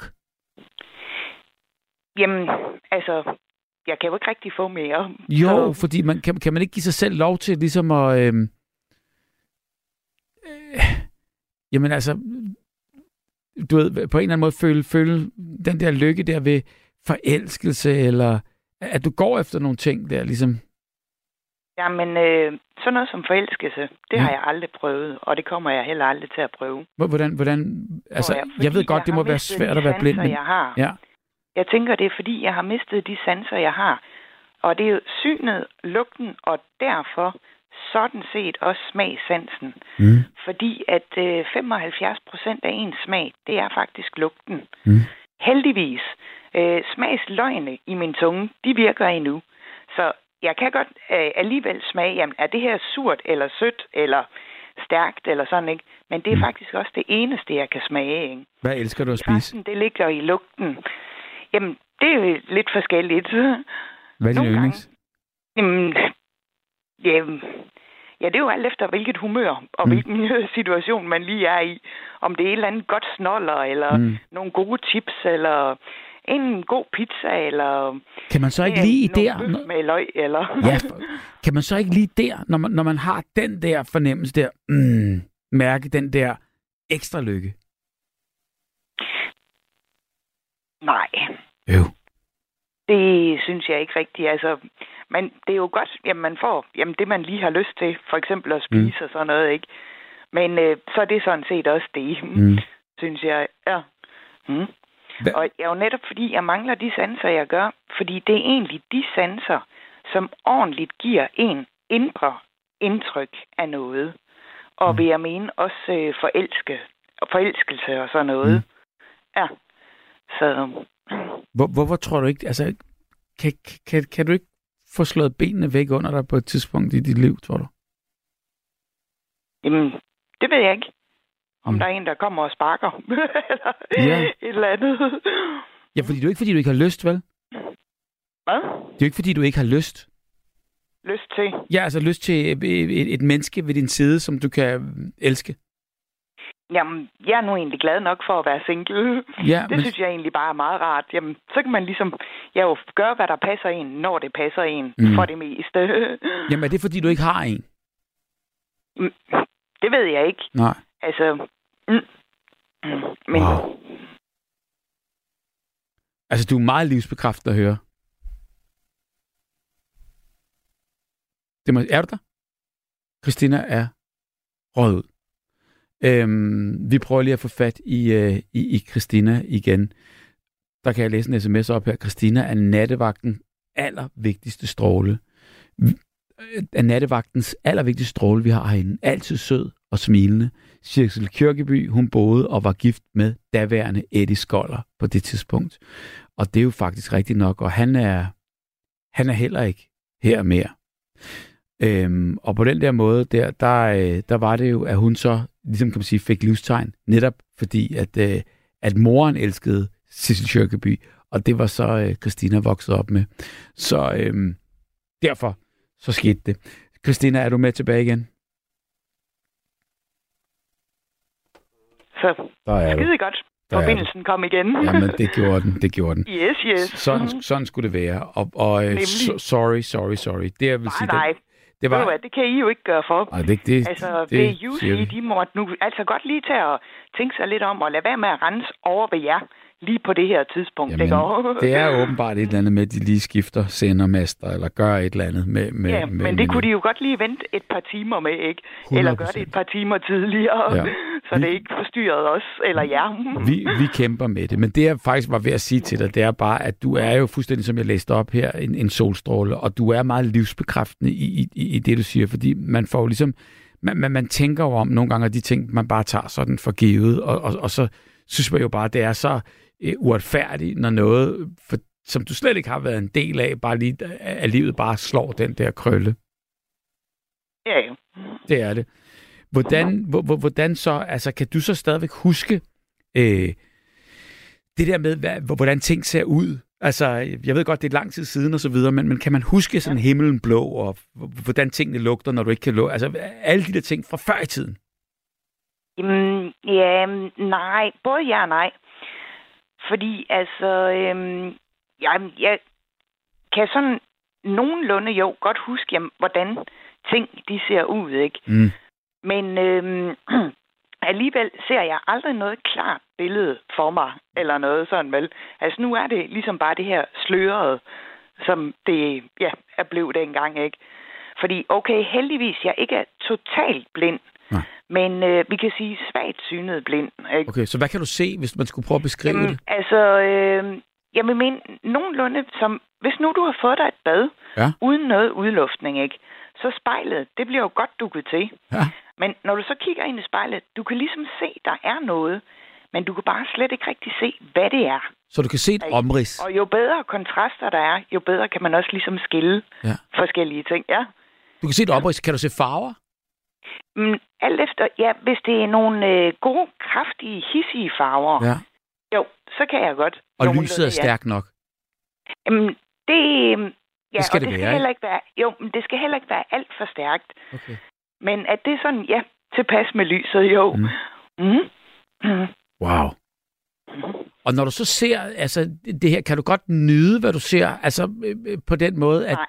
Jamen, altså, jeg kan jo ikke rigtig få mere. Jo, Så, fordi man, kan, kan man ikke give sig selv lov til ligesom at... Øh, øh, jamen altså, du ved, på en eller anden måde føle, føle den der lykke der ved forelskelse, eller at du går efter nogle ting der, ligesom... jamen, øh, sådan noget som forelskelse, det Ja. har jeg aldrig prøvet, og det kommer jeg heller aldrig til at prøve. Hvordan, hvordan altså, Tror jeg, jeg ved fordi godt, det har må være mistet svært de at være blind, sanser, men... jeg har. Ja. Jeg tænker, det er fordi, jeg har mistet de sanser, jeg har. Og det er jo synet, lugten, og derfor sådan set også smagssansen. Mm. Fordi at øh, femoghalvfjerds procent af ens smag, det er faktisk lugten. Mm. Heldigvis. Øh, smagsløgene i min tunge, de virker endnu. Så jeg kan godt øh, alligevel smage, jamen, er det her surt, eller sødt, eller stærkt, eller sådan, ikke? Men det er Mm. faktisk også det eneste, jeg kan smage, ikke? Hvad elsker du at spise? Resten, det ligger i lugten. Jamen, det er jo lidt forskelligt. Hvad er din Nogle yndlings? Jamen, jamen, ja, det er jo alt efter, hvilket humør og Mm. hvilken situation man lige er i. Om det er et eller andet godt snoller, eller Mm. nogle gode chips, eller en god pizza, eller Kan man så ikke øh, lige nogle der... bøf når- med løg, eller... Ja, for- kan man så ikke lige der, når man, når man har den der fornemmelse der, mm, mærke den der ekstra lykke? Nej, Jo. det synes jeg ikke rigtigt. Altså, men det er jo godt, jamen man får jamen, det, man lige har lyst til. For eksempel at spise mm. og sådan noget, ikke? Men øh, så er det sådan set også det, Mm. synes jeg. Ja. Mm. Hva- Og jeg er jo netop fordi, jeg mangler de sanser, jeg gør. Fordi det er egentlig de sanser, som ordentligt giver en indre indtryk af noget. Og Mm. vil jeg mene også øh, forelske, forelskelse og sådan noget. Mm. Ja. Så... Hvor, hvorfor tror du ikke... Altså, kan, kan, kan du ikke få slået benene væk under dig på et tidspunkt i dit liv, tror du? Jamen, det ved jeg ikke. Om Mm. der er en, der kommer og sparker. eller Ja. et eller andet. Ja, fordi det er jo ikke, fordi du ikke har lyst, vel? Hvad? Det er jo ikke, fordi du ikke har lyst. Lyst til? Ja, altså lyst til et, et, et menneske ved din side, som du kan elske. Jamen, jeg er nu egentlig glad nok for at være single. Ja, Det men, synes jeg egentlig bare er meget rart. Jamen, så kan man ligesom ja, jo gøre, hvad der passer en, når det passer en, Mm. for det meste. jamen, er det, fordi du ikke har en? Mm, det ved jeg ikke. Nej. Altså, mm, mm, men Wow. Altså, du er meget livsbekræftende at høre. Det må, er du der? Christina er røget ud. Øhm, vi prøver lige at få fat i, øh, i, i Christina igen. Der kan jeg læse en sms op her. Christina er nattevagten allervigtigste stråle. Er nattevagtens allervigtigste stråle, vi har herinde. Altid sød og smilende. Sissel Kyrkjebø, hun boede og var gift med daværende Eddie Skoller på det tidspunkt. Og det er jo faktisk rigtigt nok, og han er, han er heller ikke her mere. Øhm, og på den der måde, der, der, der var det jo, at hun så, ligesom kan man sige, fik livstegn, netop fordi, at, øh, at moren elskede Sissel Kyrkjebø, og det var så øh, Christina vokset op med. Så øhm, derfor, så skete det. Christina, er du med tilbage igen? Så Der er du. skide godt. Der er Forbindelsen kom igen. Jamen, det gjorde den, det gjorde den. Yes, yes. Sådan, sådan skulle det være. Og, og øh, so, sorry, sorry, sorry. Det jeg vil Nej, sige, nej. Det, det var... Hvad, det kan I jo ikke gøre for. Ej, det, det, altså, det, V U siger vi. C, de må nu altså godt lige til at tænke sig lidt om og lade være med at rense over ved jer lige på det her tidspunkt. Jamen, det, det er åbenbart et eller andet med, at de lige skifter sendermaster, eller gør et eller andet med... med ja, med, men det med kunne de jo godt lige vente et par timer med, ikke? hundrede procent. Eller gøre det et par timer tidligere, Ja. så det ikke forstyrrede os eller jer. Vi, vi kæmper med det, men det jeg faktisk var ved at sige til dig, det er bare, at du er jo fuldstændig, som jeg læste op her, en, en solstråle, og du er meget livsbekræftende i, i, i det, du siger, fordi man får jo ligesom, man, man, man tænker jo om nogle gange, at de ting, man bare tager sådan for givet, og, og, og så synes man jo bare, at det er så uh, uretfærdigt, når noget, for, som du slet ikke har været en del af, bare lige af livet, bare slår den der krølle. Ja, jo. Det er det. Hvordan, hvordan så, altså kan du så stadigvæk huske øh, det der med, hvad, hvordan ting ser ud? Altså, jeg ved godt, det er lang tid siden og så videre, men, men kan man huske sådan himlen blå, og hvordan tingene lugter, når du ikke kan lugte? Altså, alle de der ting fra før i tiden? Jamen, ja, nej. Både ja og nej. Fordi, altså, øhm, jamen, jeg kan sådan nogenlunde jo godt huske, jamen, hvordan ting, de ser ud, ikke? Mm. Men øhm, alligevel ser jeg aldrig noget klart billede for mig, eller noget sådan, vel? Altså, nu er det ligesom bare det her slørede, som det ja, er blevet dengang, ikke? Fordi, okay, heldigvis, jeg ikke er totalt blind, Nej. men øh, vi kan sige svagt synet blind, ikke? Okay, så hvad kan du se, hvis man skulle prøve at beskrive Jamen, det? altså, øh, jeg vil mene nogenlunde som, hvis nu du har fået dig et bad, Ja. uden noget udluftning, ikke? Så spejlet, det bliver jo godt dukket til. Ja. Men når du så kigger ind i spejlet, du kan ligesom se, der er noget, men du kan bare slet ikke rigtig se, hvad det er. Så du kan se et omrids? Og jo bedre kontraster der er, jo bedre kan man også ligesom skille Ja. forskellige ting, ja. Du kan se et omrids. Kan du se farver? Mm, alt efter, ja, hvis det er nogle øh, gode, kraftige, hissige farver, Ja. jo, så kan jeg godt. Og Nogenlunde, lyset er ja. stærkt nok? Jamen, det, ja, Det skal og det det være, skal heller ikke være, jo, men det skal heller ikke være alt for stærkt. Okay. Men at det er sådan, ja, tilpas med lyset, jo. Mm. Mm. Mm. Wow. Og når du så ser altså, det her, kan du godt nyde, hvad du ser? Altså øh, på den måde, at... Nej.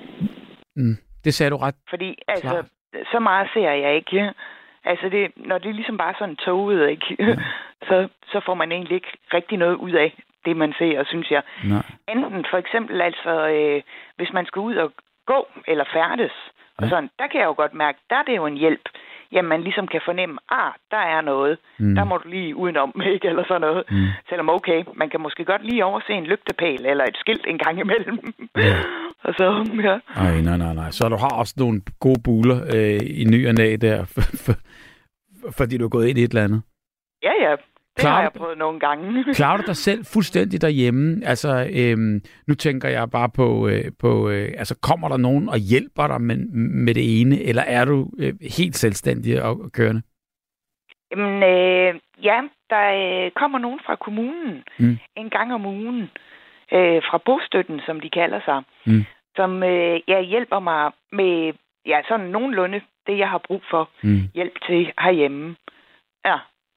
Mm, det sagde du ret. Fordi, altså, Klart. så meget ser jeg ikke. Altså, det, når det er ligesom bare sådan toget, ikke? Ja. så, så får man egentlig ikke rigtig noget ud af det, man ser, synes jeg. Nej. Enten for eksempel, altså, øh, hvis man skal ud og gå eller færdes, ja. og sådan, der kan jeg jo godt mærke, der er det jo en hjælp. Jamen, man ligesom kan fornemme, ah, der er noget. Mm. Der må du lige udenom, ikke? Eller sådan noget. Mm. Selvom okay, man kan måske godt lige overse en lygtepæl eller et skilt en gang imellem. Ja. og så, ja. Ej, nej, nej, nej. Så du har også nogle gode buler øh, i ny og næ der, fordi du er gået ind i et eller andet. Ja, ja. Det Klarer har jeg du- prøvet nogle gange. Klarer du dig selv fuldstændig derhjemme? Altså, øhm, nu tænker jeg bare på, øh, på øh, altså, kommer der nogen og hjælper dig med, med det ene, eller er du øh, helt selvstændig og, og kørende? Jamen, øh, ja, der øh, kommer nogen fra kommunen Mm. en gang om ugen, øh, fra bostøtten, som de kalder sig, Mm. som øh, ja, hjælper mig med ja, sådan nogenlunde det, jeg har brug for Mm. hjælp til herhjemme. Ja.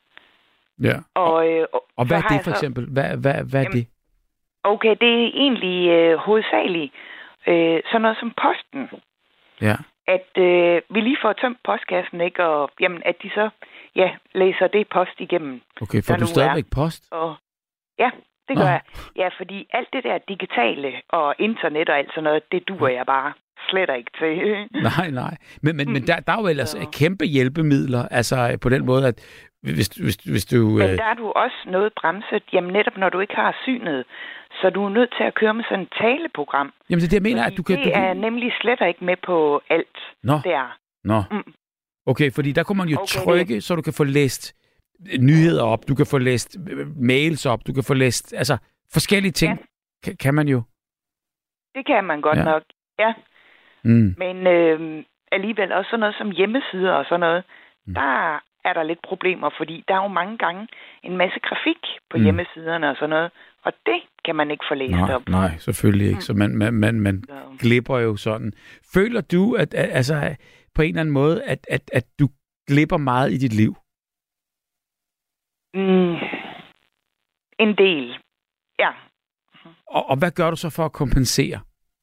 Ja. Og, øh, og, Og hvad så er har det jeg for så- eksempel? Hvad, hvad, hvad er Jamen, det? Okay, det er egentlig øh, hovedsageligt øh, sådan noget som posten. Ja. At øh, vi lige får tømt postkassen, ikke? Og jamen, at de så ja, læser det post igennem. Okay, der får du nu stadigvæk post? Og, ja, det gør Nå. jeg. Ja, fordi alt det der digitale og internet og alt sådan noget, det duer jeg bare slet ikke til. Nej, nej. Men, men, men der, der er jo ellers Så. kæmpe hjælpemidler, altså på den måde, at hvis, hvis, hvis du... Men Øh, der er du også noget bremset. Jamen netop når du ikke har synet, så du er nødt til at køre med sådan et taleprogram. jamen det er det, jeg mener, Fordi at du kan... det Du er kan... nemlig slet ikke med på alt Nå, der. nå. Mm. Okay, fordi der kunne man jo Okay, trykke, så du kan få læst nyheder op, du kan få læst øh, mails op, du kan få læst... Altså, forskellige ting Ja. kan, kan man jo. Det kan man godt Ja. ja. nok. Ja, Mm. men øh, alligevel også sådan noget som hjemmesider og sådan noget, Mm. der er der lidt problemer, fordi der er jo mange gange en masse grafik på Mm. hjemmesiderne og sådan noget, og det kan man ikke få læst Nej, op. nej, selvfølgelig ikke. Mm. Så man, man, man, man Så. glipper jo sådan. Føler du, at, at altså, på en eller anden måde, at, at, at du glipper meget i dit liv? Mm, en del, ja. Og, og hvad gør du så for at kompensere?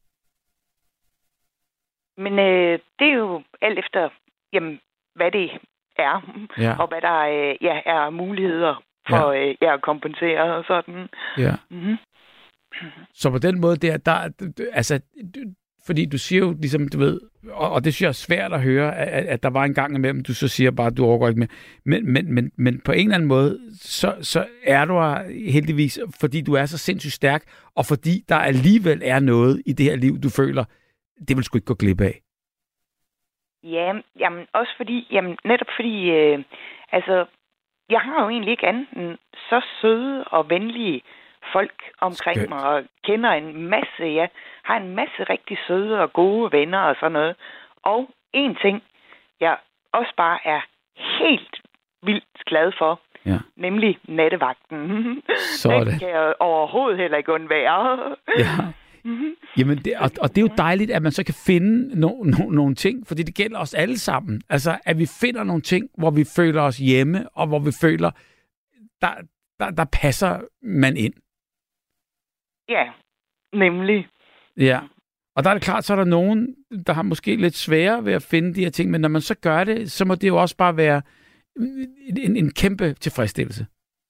Men øh, det er jo alt efter, jamen, hvad det er, ja. og hvad der øh, ja, er muligheder for ja. Øh, ja, at kompensere og sådan. Ja. Mm-hmm. Så på den måde der, der altså, fordi du siger jo ligesom, du ved, og, og det synes jeg er svært at høre, at, at der var en gang imellem, du så siger bare, at du overgår ikke mere. Men, men, men, men på en eller anden måde, så, så er du her heldigvis, fordi du er så sindssygt stærk, og fordi der alligevel er noget i det her liv, du føler, det vil sgu ikke gå glip af. Ja, jamen, også fordi, jamen, netop fordi, øh, altså, jeg har jo egentlig ikke andet end så søde og venlige folk omkring Skønt. mig, og kender en masse, ja, har en masse rigtig søde og gode venner og sådan noget. Og en ting, jeg også bare er helt vildt glad for, ja. nemlig nattevagten. Sådan. Den kan jeg overhovedet heller ikke undvære. Ja. Mm-hmm. Jamen det, og, og det er jo dejligt, at man så kan finde no, no, nogle ting, fordi det gælder os alle sammen. Altså, at vi finder nogle ting, hvor vi føler os hjemme, og hvor vi føler, der, der, der passer man ind. Ja, nemlig. Ja, og der er det klart, så er der nogen, der har måske lidt sværere ved at finde de her ting, men når man så gør det, så må det jo også bare være en, en kæmpe tilfredsstillelse.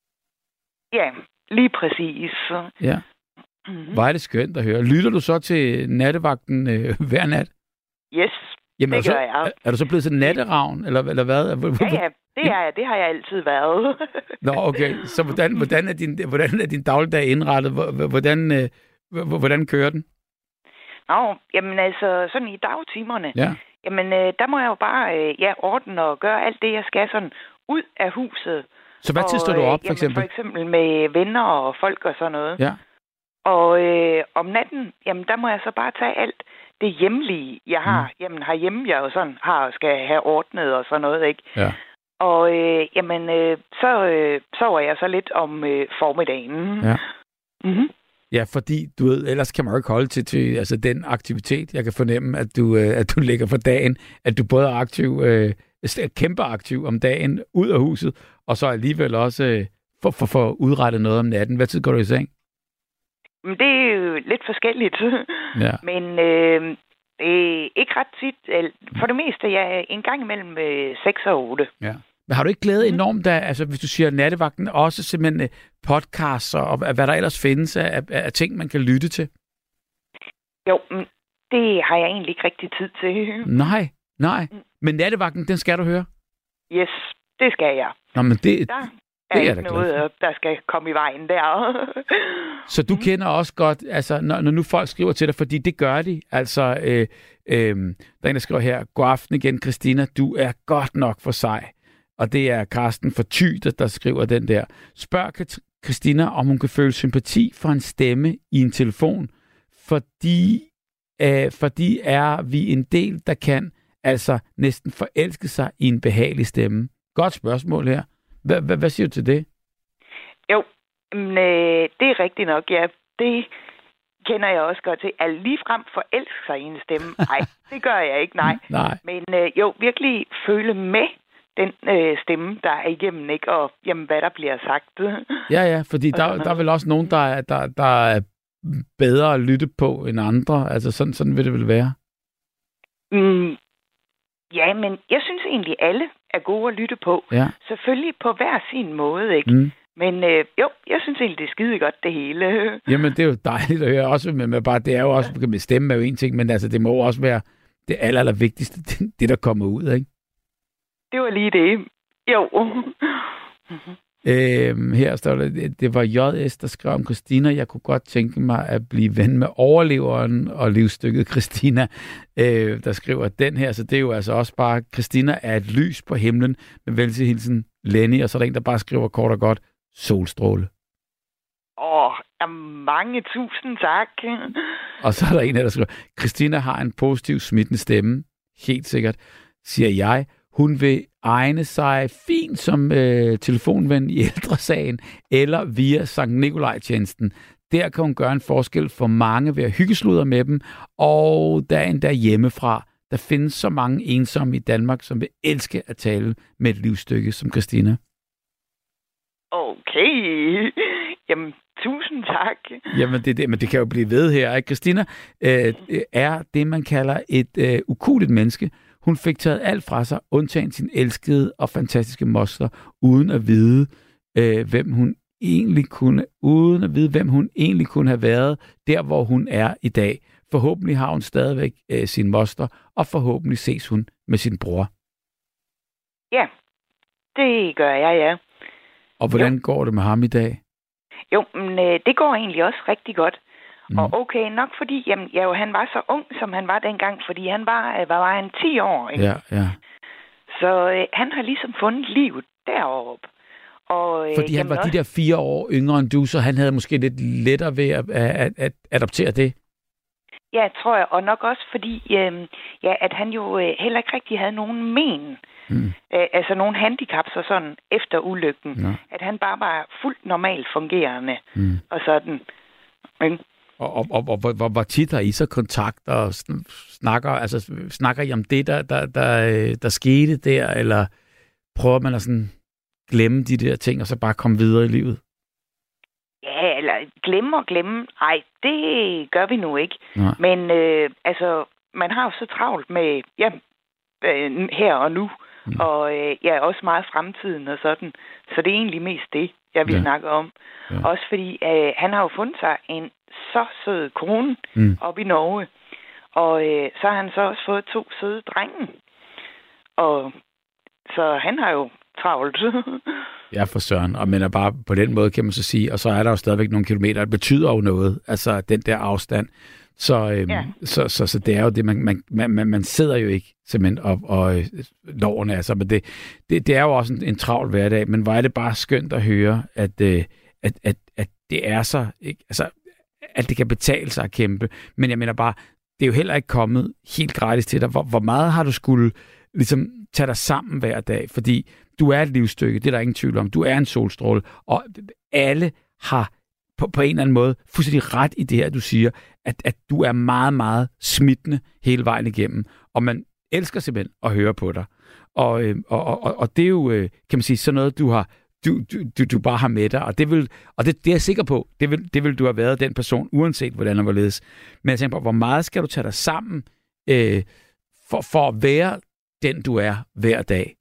Ja, lige præcis. Ja. Mm-hmm. Hvor er det skønt at høre. Lytter du så til nattevagten øh, hver nat? Yes, Jamen, det gør så, jeg. Er, er du så blevet sådan natteravn, eller, eller hvad? Ja, ja, det er jeg. Det har jeg altid været. Nå, okay. Så hvordan, hvordan, er, din, hvordan er din dagligdag indrettet? Hvordan, øh, hvordan kører den? Nå, jamen altså, sådan i dagtimerne. Ja. Jamen, øh, der må jeg jo bare øh, ja, ordne og gøre alt det, jeg skal sådan ud af huset. Så hvad tid står du op, for eksempel? For eksempel med venner og folk og sådan noget. Ja. Og øh, om natten, jamen der må jeg så bare tage alt det hjemlige, jeg har. Mm. Jamen herhjemme, jeg jo sådan har skal have ordnet og sådan noget, ikke? Ja. Og øh, jamen, øh, så øh, sover jeg så lidt om øh, formiddagen. Ja. Mm-hmm. Ja, fordi du ved, ellers kan man jo ikke holde til, til altså, den aktivitet. Jeg kan fornemme, at du, øh, at du ligger for dagen, at du både er aktiv, øh, kæmpe aktiv om dagen, ud af huset, og så alligevel også øh, for, for, for udrettet noget om natten. Hvad tid går du i seng? Det er jo lidt forskelligt. Ja. Men øh, øh, ikke ret tit. For det meste, jeg er en gang imellem øh, seks og otte. Ja. Men har du ikke glædet enormt af, altså hvis du siger nattevagten, også simpelthen podcasts og hvad der ellers findes af, af, af ting, man kan lytte til? Jo, det har jeg egentlig ikke rigtig tid til. Nej, nej. Men nattevagten, den skal du høre? Yes, det skal jeg. Nå, men det... Der det er ikke noget, der skal komme i vejen der. Så du kender også godt, altså når, når nu folk skriver til dig, fordi det gør de, altså øh, øh, der er en, der skriver her, god aften igen, Christina, du er godt nok for sej. Og det er Karsten fra Thy, der, der skriver den der. Spørg Christina, om hun kan føle sympati for en stemme i en telefon, fordi, øh, fordi er vi en del, der kan altså næsten forelske sig i en behagelig stemme. Godt spørgsmål her. Hvad, hvad, hvad siger du til det? Jo, men, øh, det er rigtigt nok, ja. Det kender jeg også godt til. At ligefrem forelske sig i en stemme. Nej, det gør jeg ikke, nej. nej. Men øh, jo, virkelig føle med den øh, stemme, der er igennem, ikke? Og jamen, hvad der bliver sagt. Ja, ja, fordi der, der er vel også nogen, der er, der, der er bedre at lytte på end andre. Altså, sådan, sådan vil det vel være? Mm, ja, men jeg synes egentlig, alle er gode at lytte på. Ja. Selvfølgelig på hver sin måde, ikke? Mm. Men øh, jo, jeg synes egentlig, det er skide godt, det hele. Jamen, det er jo dejligt at høre. Også med, med bare, det er jo også, med stemme er jo en ting, men altså, det må også være det aller, aller vigtigste, det, det der kommer ud, ikke? Det var lige det. Jo. øhm, her står der, det, det var J S, der skrev om Christina. Jeg kunne godt tænke mig at blive ven med overleveren og livsstykket Christina, øh, der skriver den her. Så det er jo altså også bare, Christina er et lys på himlen med velsigelsen Lenny, og så er der en, der bare skriver kort og godt, solstråle. Åh, oh, mange tusind tak. Og så er der en her, der skriver, Christina har en positiv smittende stemme. Helt sikkert, siger jeg. Hun vil egne sig fint som øh, telefonven i ældresagen eller via Sankt Nikolaj-tjenesten. Der kan hun gøre en forskel for mange ved at hyggesluder med dem, og der er endda hjemmefra. Der findes så mange ensomme i Danmark, som vil elske at tale med et livsstykke som Christina. Okay. Jamen, tusind tak. Jamen, det, det, men det kan jo blive ved her, ikke? Christina øh, er det, man kalder et øh, ukueligt menneske. Hun fik taget alt fra sig, undtagen sin elskede og fantastiske moster, uden at vide, øh, hvem hun egentlig kunne, uden at vide, hvem hun egentlig kunne have været, der hvor hun er i dag. Forhåbentlig har hun stadigvæk øh, sin moster, og forhåbentlig ses hun med sin bror. Ja, det gør jeg, ja. Og hvordan jo. går det med ham i dag? Jo, men øh, det går egentlig også rigtig godt. Mm. Og okay, nok fordi jamen, ja, han var så ung, som han var dengang, fordi han var, øh, var, var han ti år, ikke? Ja, ja. Så øh, han har ligesom fundet livet deroppe. Og, øh, fordi han var også... de der fire år yngre end du, så han havde måske lidt lettere ved at, at, at adoptere det? Ja, tror jeg. Og nok også fordi, øh, ja, at han jo øh, heller ikke rigtig havde nogen men. Mm. Øh, altså nogle handicaps og sådan efter ulykken. Ja. At han bare var fuldt normalt fungerende mm. og sådan. Men... Og, og, og, og hvor, hvor tit har I så kontakt og snakker, altså, snakker I om det, der, der, der, der skete der, eller prøver man at sådan glemme de der ting og så bare komme videre i livet? Ja, eller glemme og glemme. Ej, det gør vi nu ikke. Nej. Men øh, altså, man har jo så travlt med ja, øh, her og nu. Mm. Og øh, ja, også meget fremtiden og sådan. Så det er egentlig mest det, jeg vil ja. snakke om. Ja. Også fordi øh, han har jo fundet sig en så sød kone mm. op i Norge. Og øh, så har han så også fået to søde drenge. Og så han har jo travlt. Ja, for søren. Og men er bare på den måde, kan man så sige. Og så er der jo stadigvæk nogle kilometer. Det betyder jo noget, altså den der afstand. Så, øhm, ja. så, så, så det er jo det, man, man, man, man sidder jo ikke simpelthen op og øh, loven altså. Men det, det, det er jo også en, en travl hverdag. Men hvor er det bare skønt at høre, at, øh, at, at, at det er så... Ikke, altså, at det kan betale sig at kæmpe. Men jeg mener bare, det er jo heller ikke kommet helt gratis til dig. Hvor, hvor meget har du skulle ligesom tage dig sammen hver dag? Fordi du er et livsstykke, det er der ingen tvivl om. Du er en solstråle, og alle har på, på en eller anden måde fuldstændig ret i det her, du siger, at, at du er meget, meget smittende hele vejen igennem. Og man elsker simpelthen at høre på dig. Og, og, og, og det er jo, kan man sige, sådan noget, du har Du, du, du bare har med dig, og det vil, og det, det er jeg sikker på, det vil, det vil du have været den person, uanset hvordan og hvorledes. Men jeg tænker på, hvor meget skal du tage dig sammen øh, for, for at være den, du er hver dag?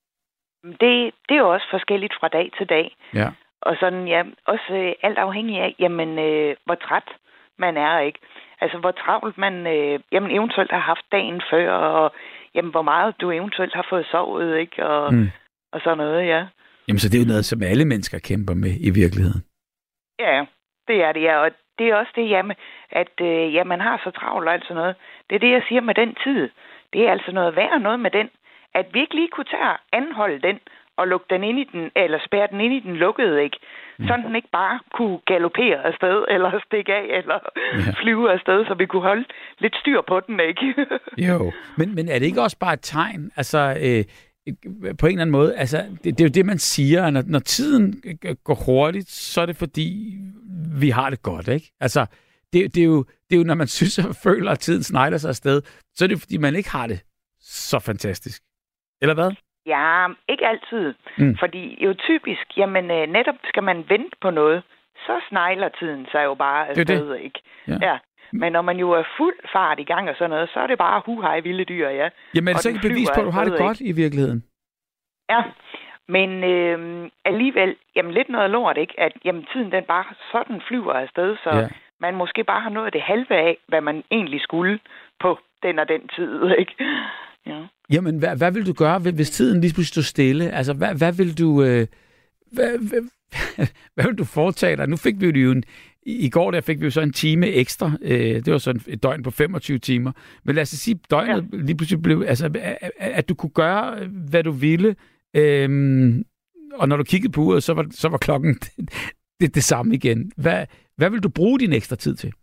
Det, det er jo også forskelligt fra dag til dag. Ja. Og sådan, ja, også øh, alt afhængig af, jamen, øh, hvor træt man er, ikke? Altså, hvor travlt man øh, jamen, eventuelt har haft dagen før, og jamen, hvor meget du eventuelt har fået sovet, ikke? Og, mm. og sådan noget, ja. Jamen, så det er jo noget, som alle mennesker kæmper med i virkeligheden. Ja, det er det, ja. Og det er også det, jamen, at øh, ja, man har så travlt og alt sådan noget. Det er det, jeg siger med den tid. Det er altså noget værd noget med den. At vi ikke lige kunne tage og anholde den og lukke den ind i den, eller spærre den ind i den lukkede, ikke? Mm. Sådan den ikke bare kunne galopere afsted, eller stikke af, eller ja. flyve afsted, så vi kunne holde lidt styr på den, ikke? Jo, men, men er det ikke også bare et tegn, altså... Øh, på en eller anden måde, altså, det, det er jo det, man siger, når, når tiden går hurtigt, så er det fordi, vi har det godt, ikke? Altså, det, det, er, jo, det er jo, når man synes og føler, at tiden snegler sig afsted, så er det fordi, man ikke har det så fantastisk. Eller hvad? Ja, ikke altid. Mm. Fordi jo typisk, jamen netop skal man vente på noget, så snegler tiden sig jo bare afsted, det det. Ikke? Ja. ja. Men når man jo er fuld fart i gang og sådan noget, så er det bare huhej vilde dyr, ja. Jamen er det så ikke bevis på, at du har det godt, ikke? I virkeligheden? Ja, men øh, alligevel, jamen lidt noget lort, ikke? At jamen, tiden den bare sådan flyver afsted, så ja. man måske bare har nået det halve af, hvad man egentlig skulle på den og den tid, ikke? Ja. Jamen, hvad, hvad vil du gøre, hvis tiden lige pludselig står stille? Altså, hvad, hvad vil du... Øh, hvad, hvad, hvad vil du foretage dig? Nu fik vi jo en... I går der fik vi jo så en time ekstra. Øh, det var så et døgn på femogtyve timer. Men lad os sige, døgnet ja. lige pludselig blev... Altså, at, at du kunne gøre, hvad du ville. Øhm, og når du kiggede på uret, så var, så var klokken det, det samme igen. Hvad, hvad vil du bruge din ekstra tid til?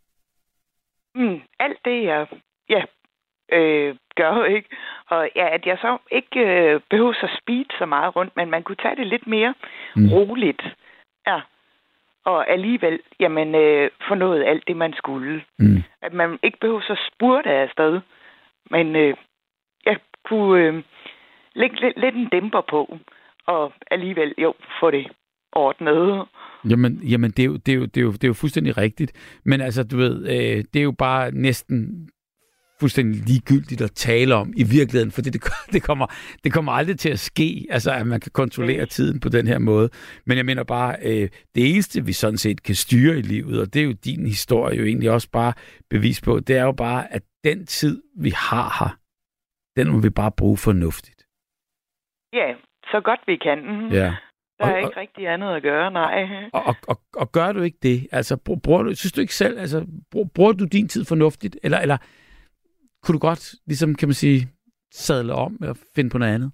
Mm, alt det, jeg ja, øh, gør, ikke? Og ja, at jeg så ikke øh, behøver at speed så meget rundt, men man kunne tage det lidt mere mm. roligt. Ja. Og alligevel, jamen, øh, få noget alt det, man skulle. Mm. At man ikke behøver så spurte afsted, men øh, jeg kunne øh, lægge lidt, lidt en dæmper på, og alligevel, jo, få det ordnet. Jamen, jamen det, er jo, det, er jo, det, er jo, det er jo fuldstændig rigtigt. Men altså, du ved, øh, det er jo bare næsten fuldstændig ligegyldigt at tale om i virkeligheden, fordi det, det, kommer, det kommer aldrig til at ske, altså at man kan kontrollere tiden på den her måde. Men jeg mener bare, øh, det eneste, vi sådan set kan styre i livet, og det er jo din historie jo egentlig også bare bevis på, det er jo bare, at den tid, vi har her, den må vi bare bruge fornuftigt. Ja, så godt vi kan. Ja. Der er og, ikke og, rigtig andet at gøre, nej. Og, og, og, og gør du ikke det? Altså, bruger du, synes du ikke selv, altså, bruger du din tid fornuftigt, eller, eller kunne du godt, ligesom, kan man sige, sadle om og finde på noget andet?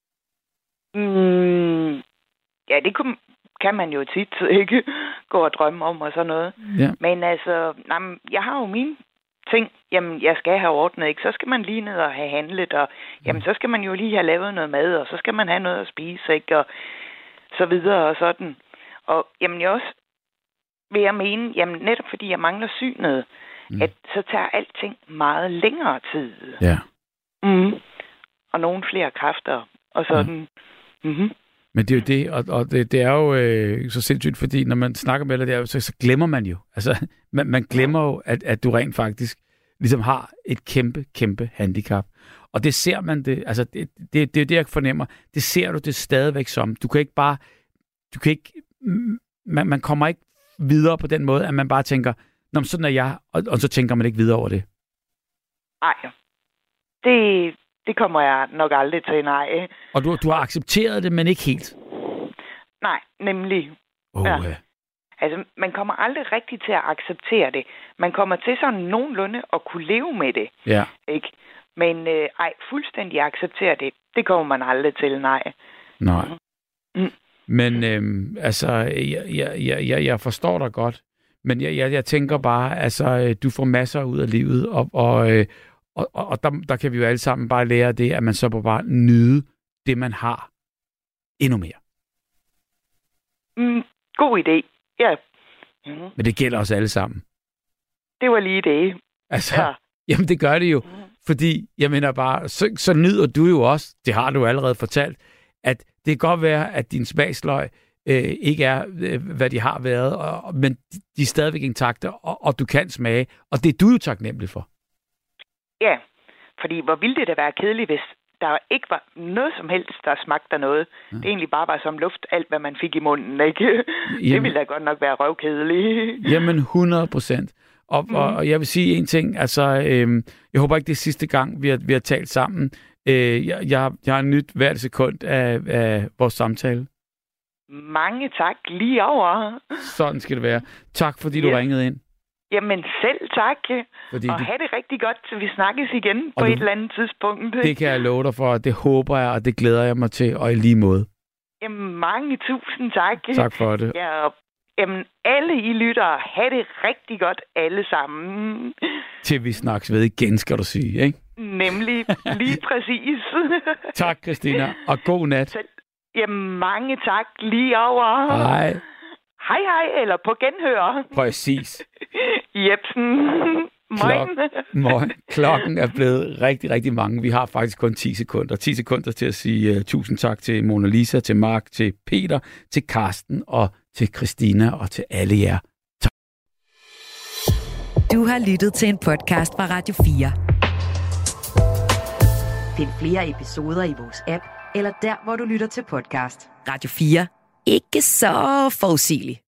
Mm, ja, det kunne, kan man jo tit ikke gå og drømme om og sådan noget. Ja. Men altså, nej, jeg har jo mine ting, jamen, jeg skal have ordnet, ikke? Så skal man lige ned og have handlet, og jamen, så skal man jo lige have lavet noget mad, og så skal man have noget at spise, ikke? Og så videre og sådan. Og jamen, jeg også vil jeg mene, jamen, netop fordi jeg mangler synet, mm. at så tager alting meget længere tid. Ja. Mm. Og nogle flere kræfter, og sådan. Ja. Mm-hmm. Men det er jo det, og, og det, det er jo øh, så sindssygt, fordi når man snakker med dig der, så, så glemmer man jo. Altså, man, man glemmer jo, at, at du rent faktisk ligesom har et kæmpe, kæmpe handicap. Og det ser man det, altså det, det, det er det, jeg fornemmer. Det ser du det stadigvæk som. Du kan ikke bare, du kan ikke, man, man kommer ikke videre på den måde, at man bare tænker, nå, sådan er jeg, og, og så tænker man ikke videre over det. Nej, det, det kommer jeg nok aldrig til, nej. Og du, du har accepteret det, men ikke helt? Nej, nemlig. Oh, ja. ja. Altså, man kommer aldrig rigtig til at acceptere det. Man kommer til sådan nogenlunde at kunne leve med det. Ja. Ikke? Men øh, ej, fuldstændig acceptere det, det kommer man aldrig til, nej. Nej. Mm. Men øhm, altså, jeg, jeg, jeg, jeg forstår dig godt. Men jeg, jeg, jeg tænker bare, altså, du får masser ud af livet, og, og, og, og der, der kan vi jo alle sammen bare lære det, at man så må bare nyde det, man har endnu mere. Mm, god idé, ja. Mm. Men det gælder os alle sammen. Det var lige det. Altså, ja. Jamen det gør det jo. Mm. Fordi, jeg mener bare, så, så nyder du jo også, det har du allerede fortalt, at det kan godt være, at din smagsløg øh, ikke er, øh, hvad de har været, og, men de er stadigvæk intakte, og, og du kan smage, og det er du jo taknemmelig for. Ja, fordi hvor ville det da være kedeligt, hvis der ikke var noget som helst, der smagte af noget. Ja. Det egentlig bare var som luft, alt hvad man fik i munden, ikke? Jamen, det ville da godt nok være røvkedeligt. Jamen, hundrede procent. Og, mm. og, og jeg vil sige en ting, altså, øh, jeg håber ikke, det er sidste gang, vi har, vi har talt sammen. Øh, jeg, jeg, jeg har nyt hvert sekund af, af vores samtale. Mange tak, lige over. Sådan skal det være. Tak, fordi du ja. ringede ind. Jamen selv tak. Fordi og du... have det rigtig godt, så vi snakkes igen på du... et eller andet tidspunkt. Det kan jeg love dig for, og det håber jeg, og det glæder jeg mig til, og i lige måde. Jamen mange tusind tak. Tak for det. Ja, og jamen, alle I lyttere, have det rigtig godt alle sammen. Til vi snakkes ved igen, skal du sige, ikke? Nemlig, lige præcis. Tak, Christina, og god nat. Selv... Jamen mange tak, lige over. Hej. Hej hej, eller på genhør. Præcis. Jepsen. Klok- Moin. Klokken er blevet rigtig, rigtig mange. Vi har faktisk kun ti sekunder. ti sekunder til at sige uh, tusind tak til Mona Lisa, til Mark, til Peter, til Karsten og til Christina og til alle jer. Tak. Du har lyttet til en podcast fra Radio fire. Find flere episoder i vores app, eller der, hvor du lytter til podcast. Radio fire. Ikke så forudsigeligt.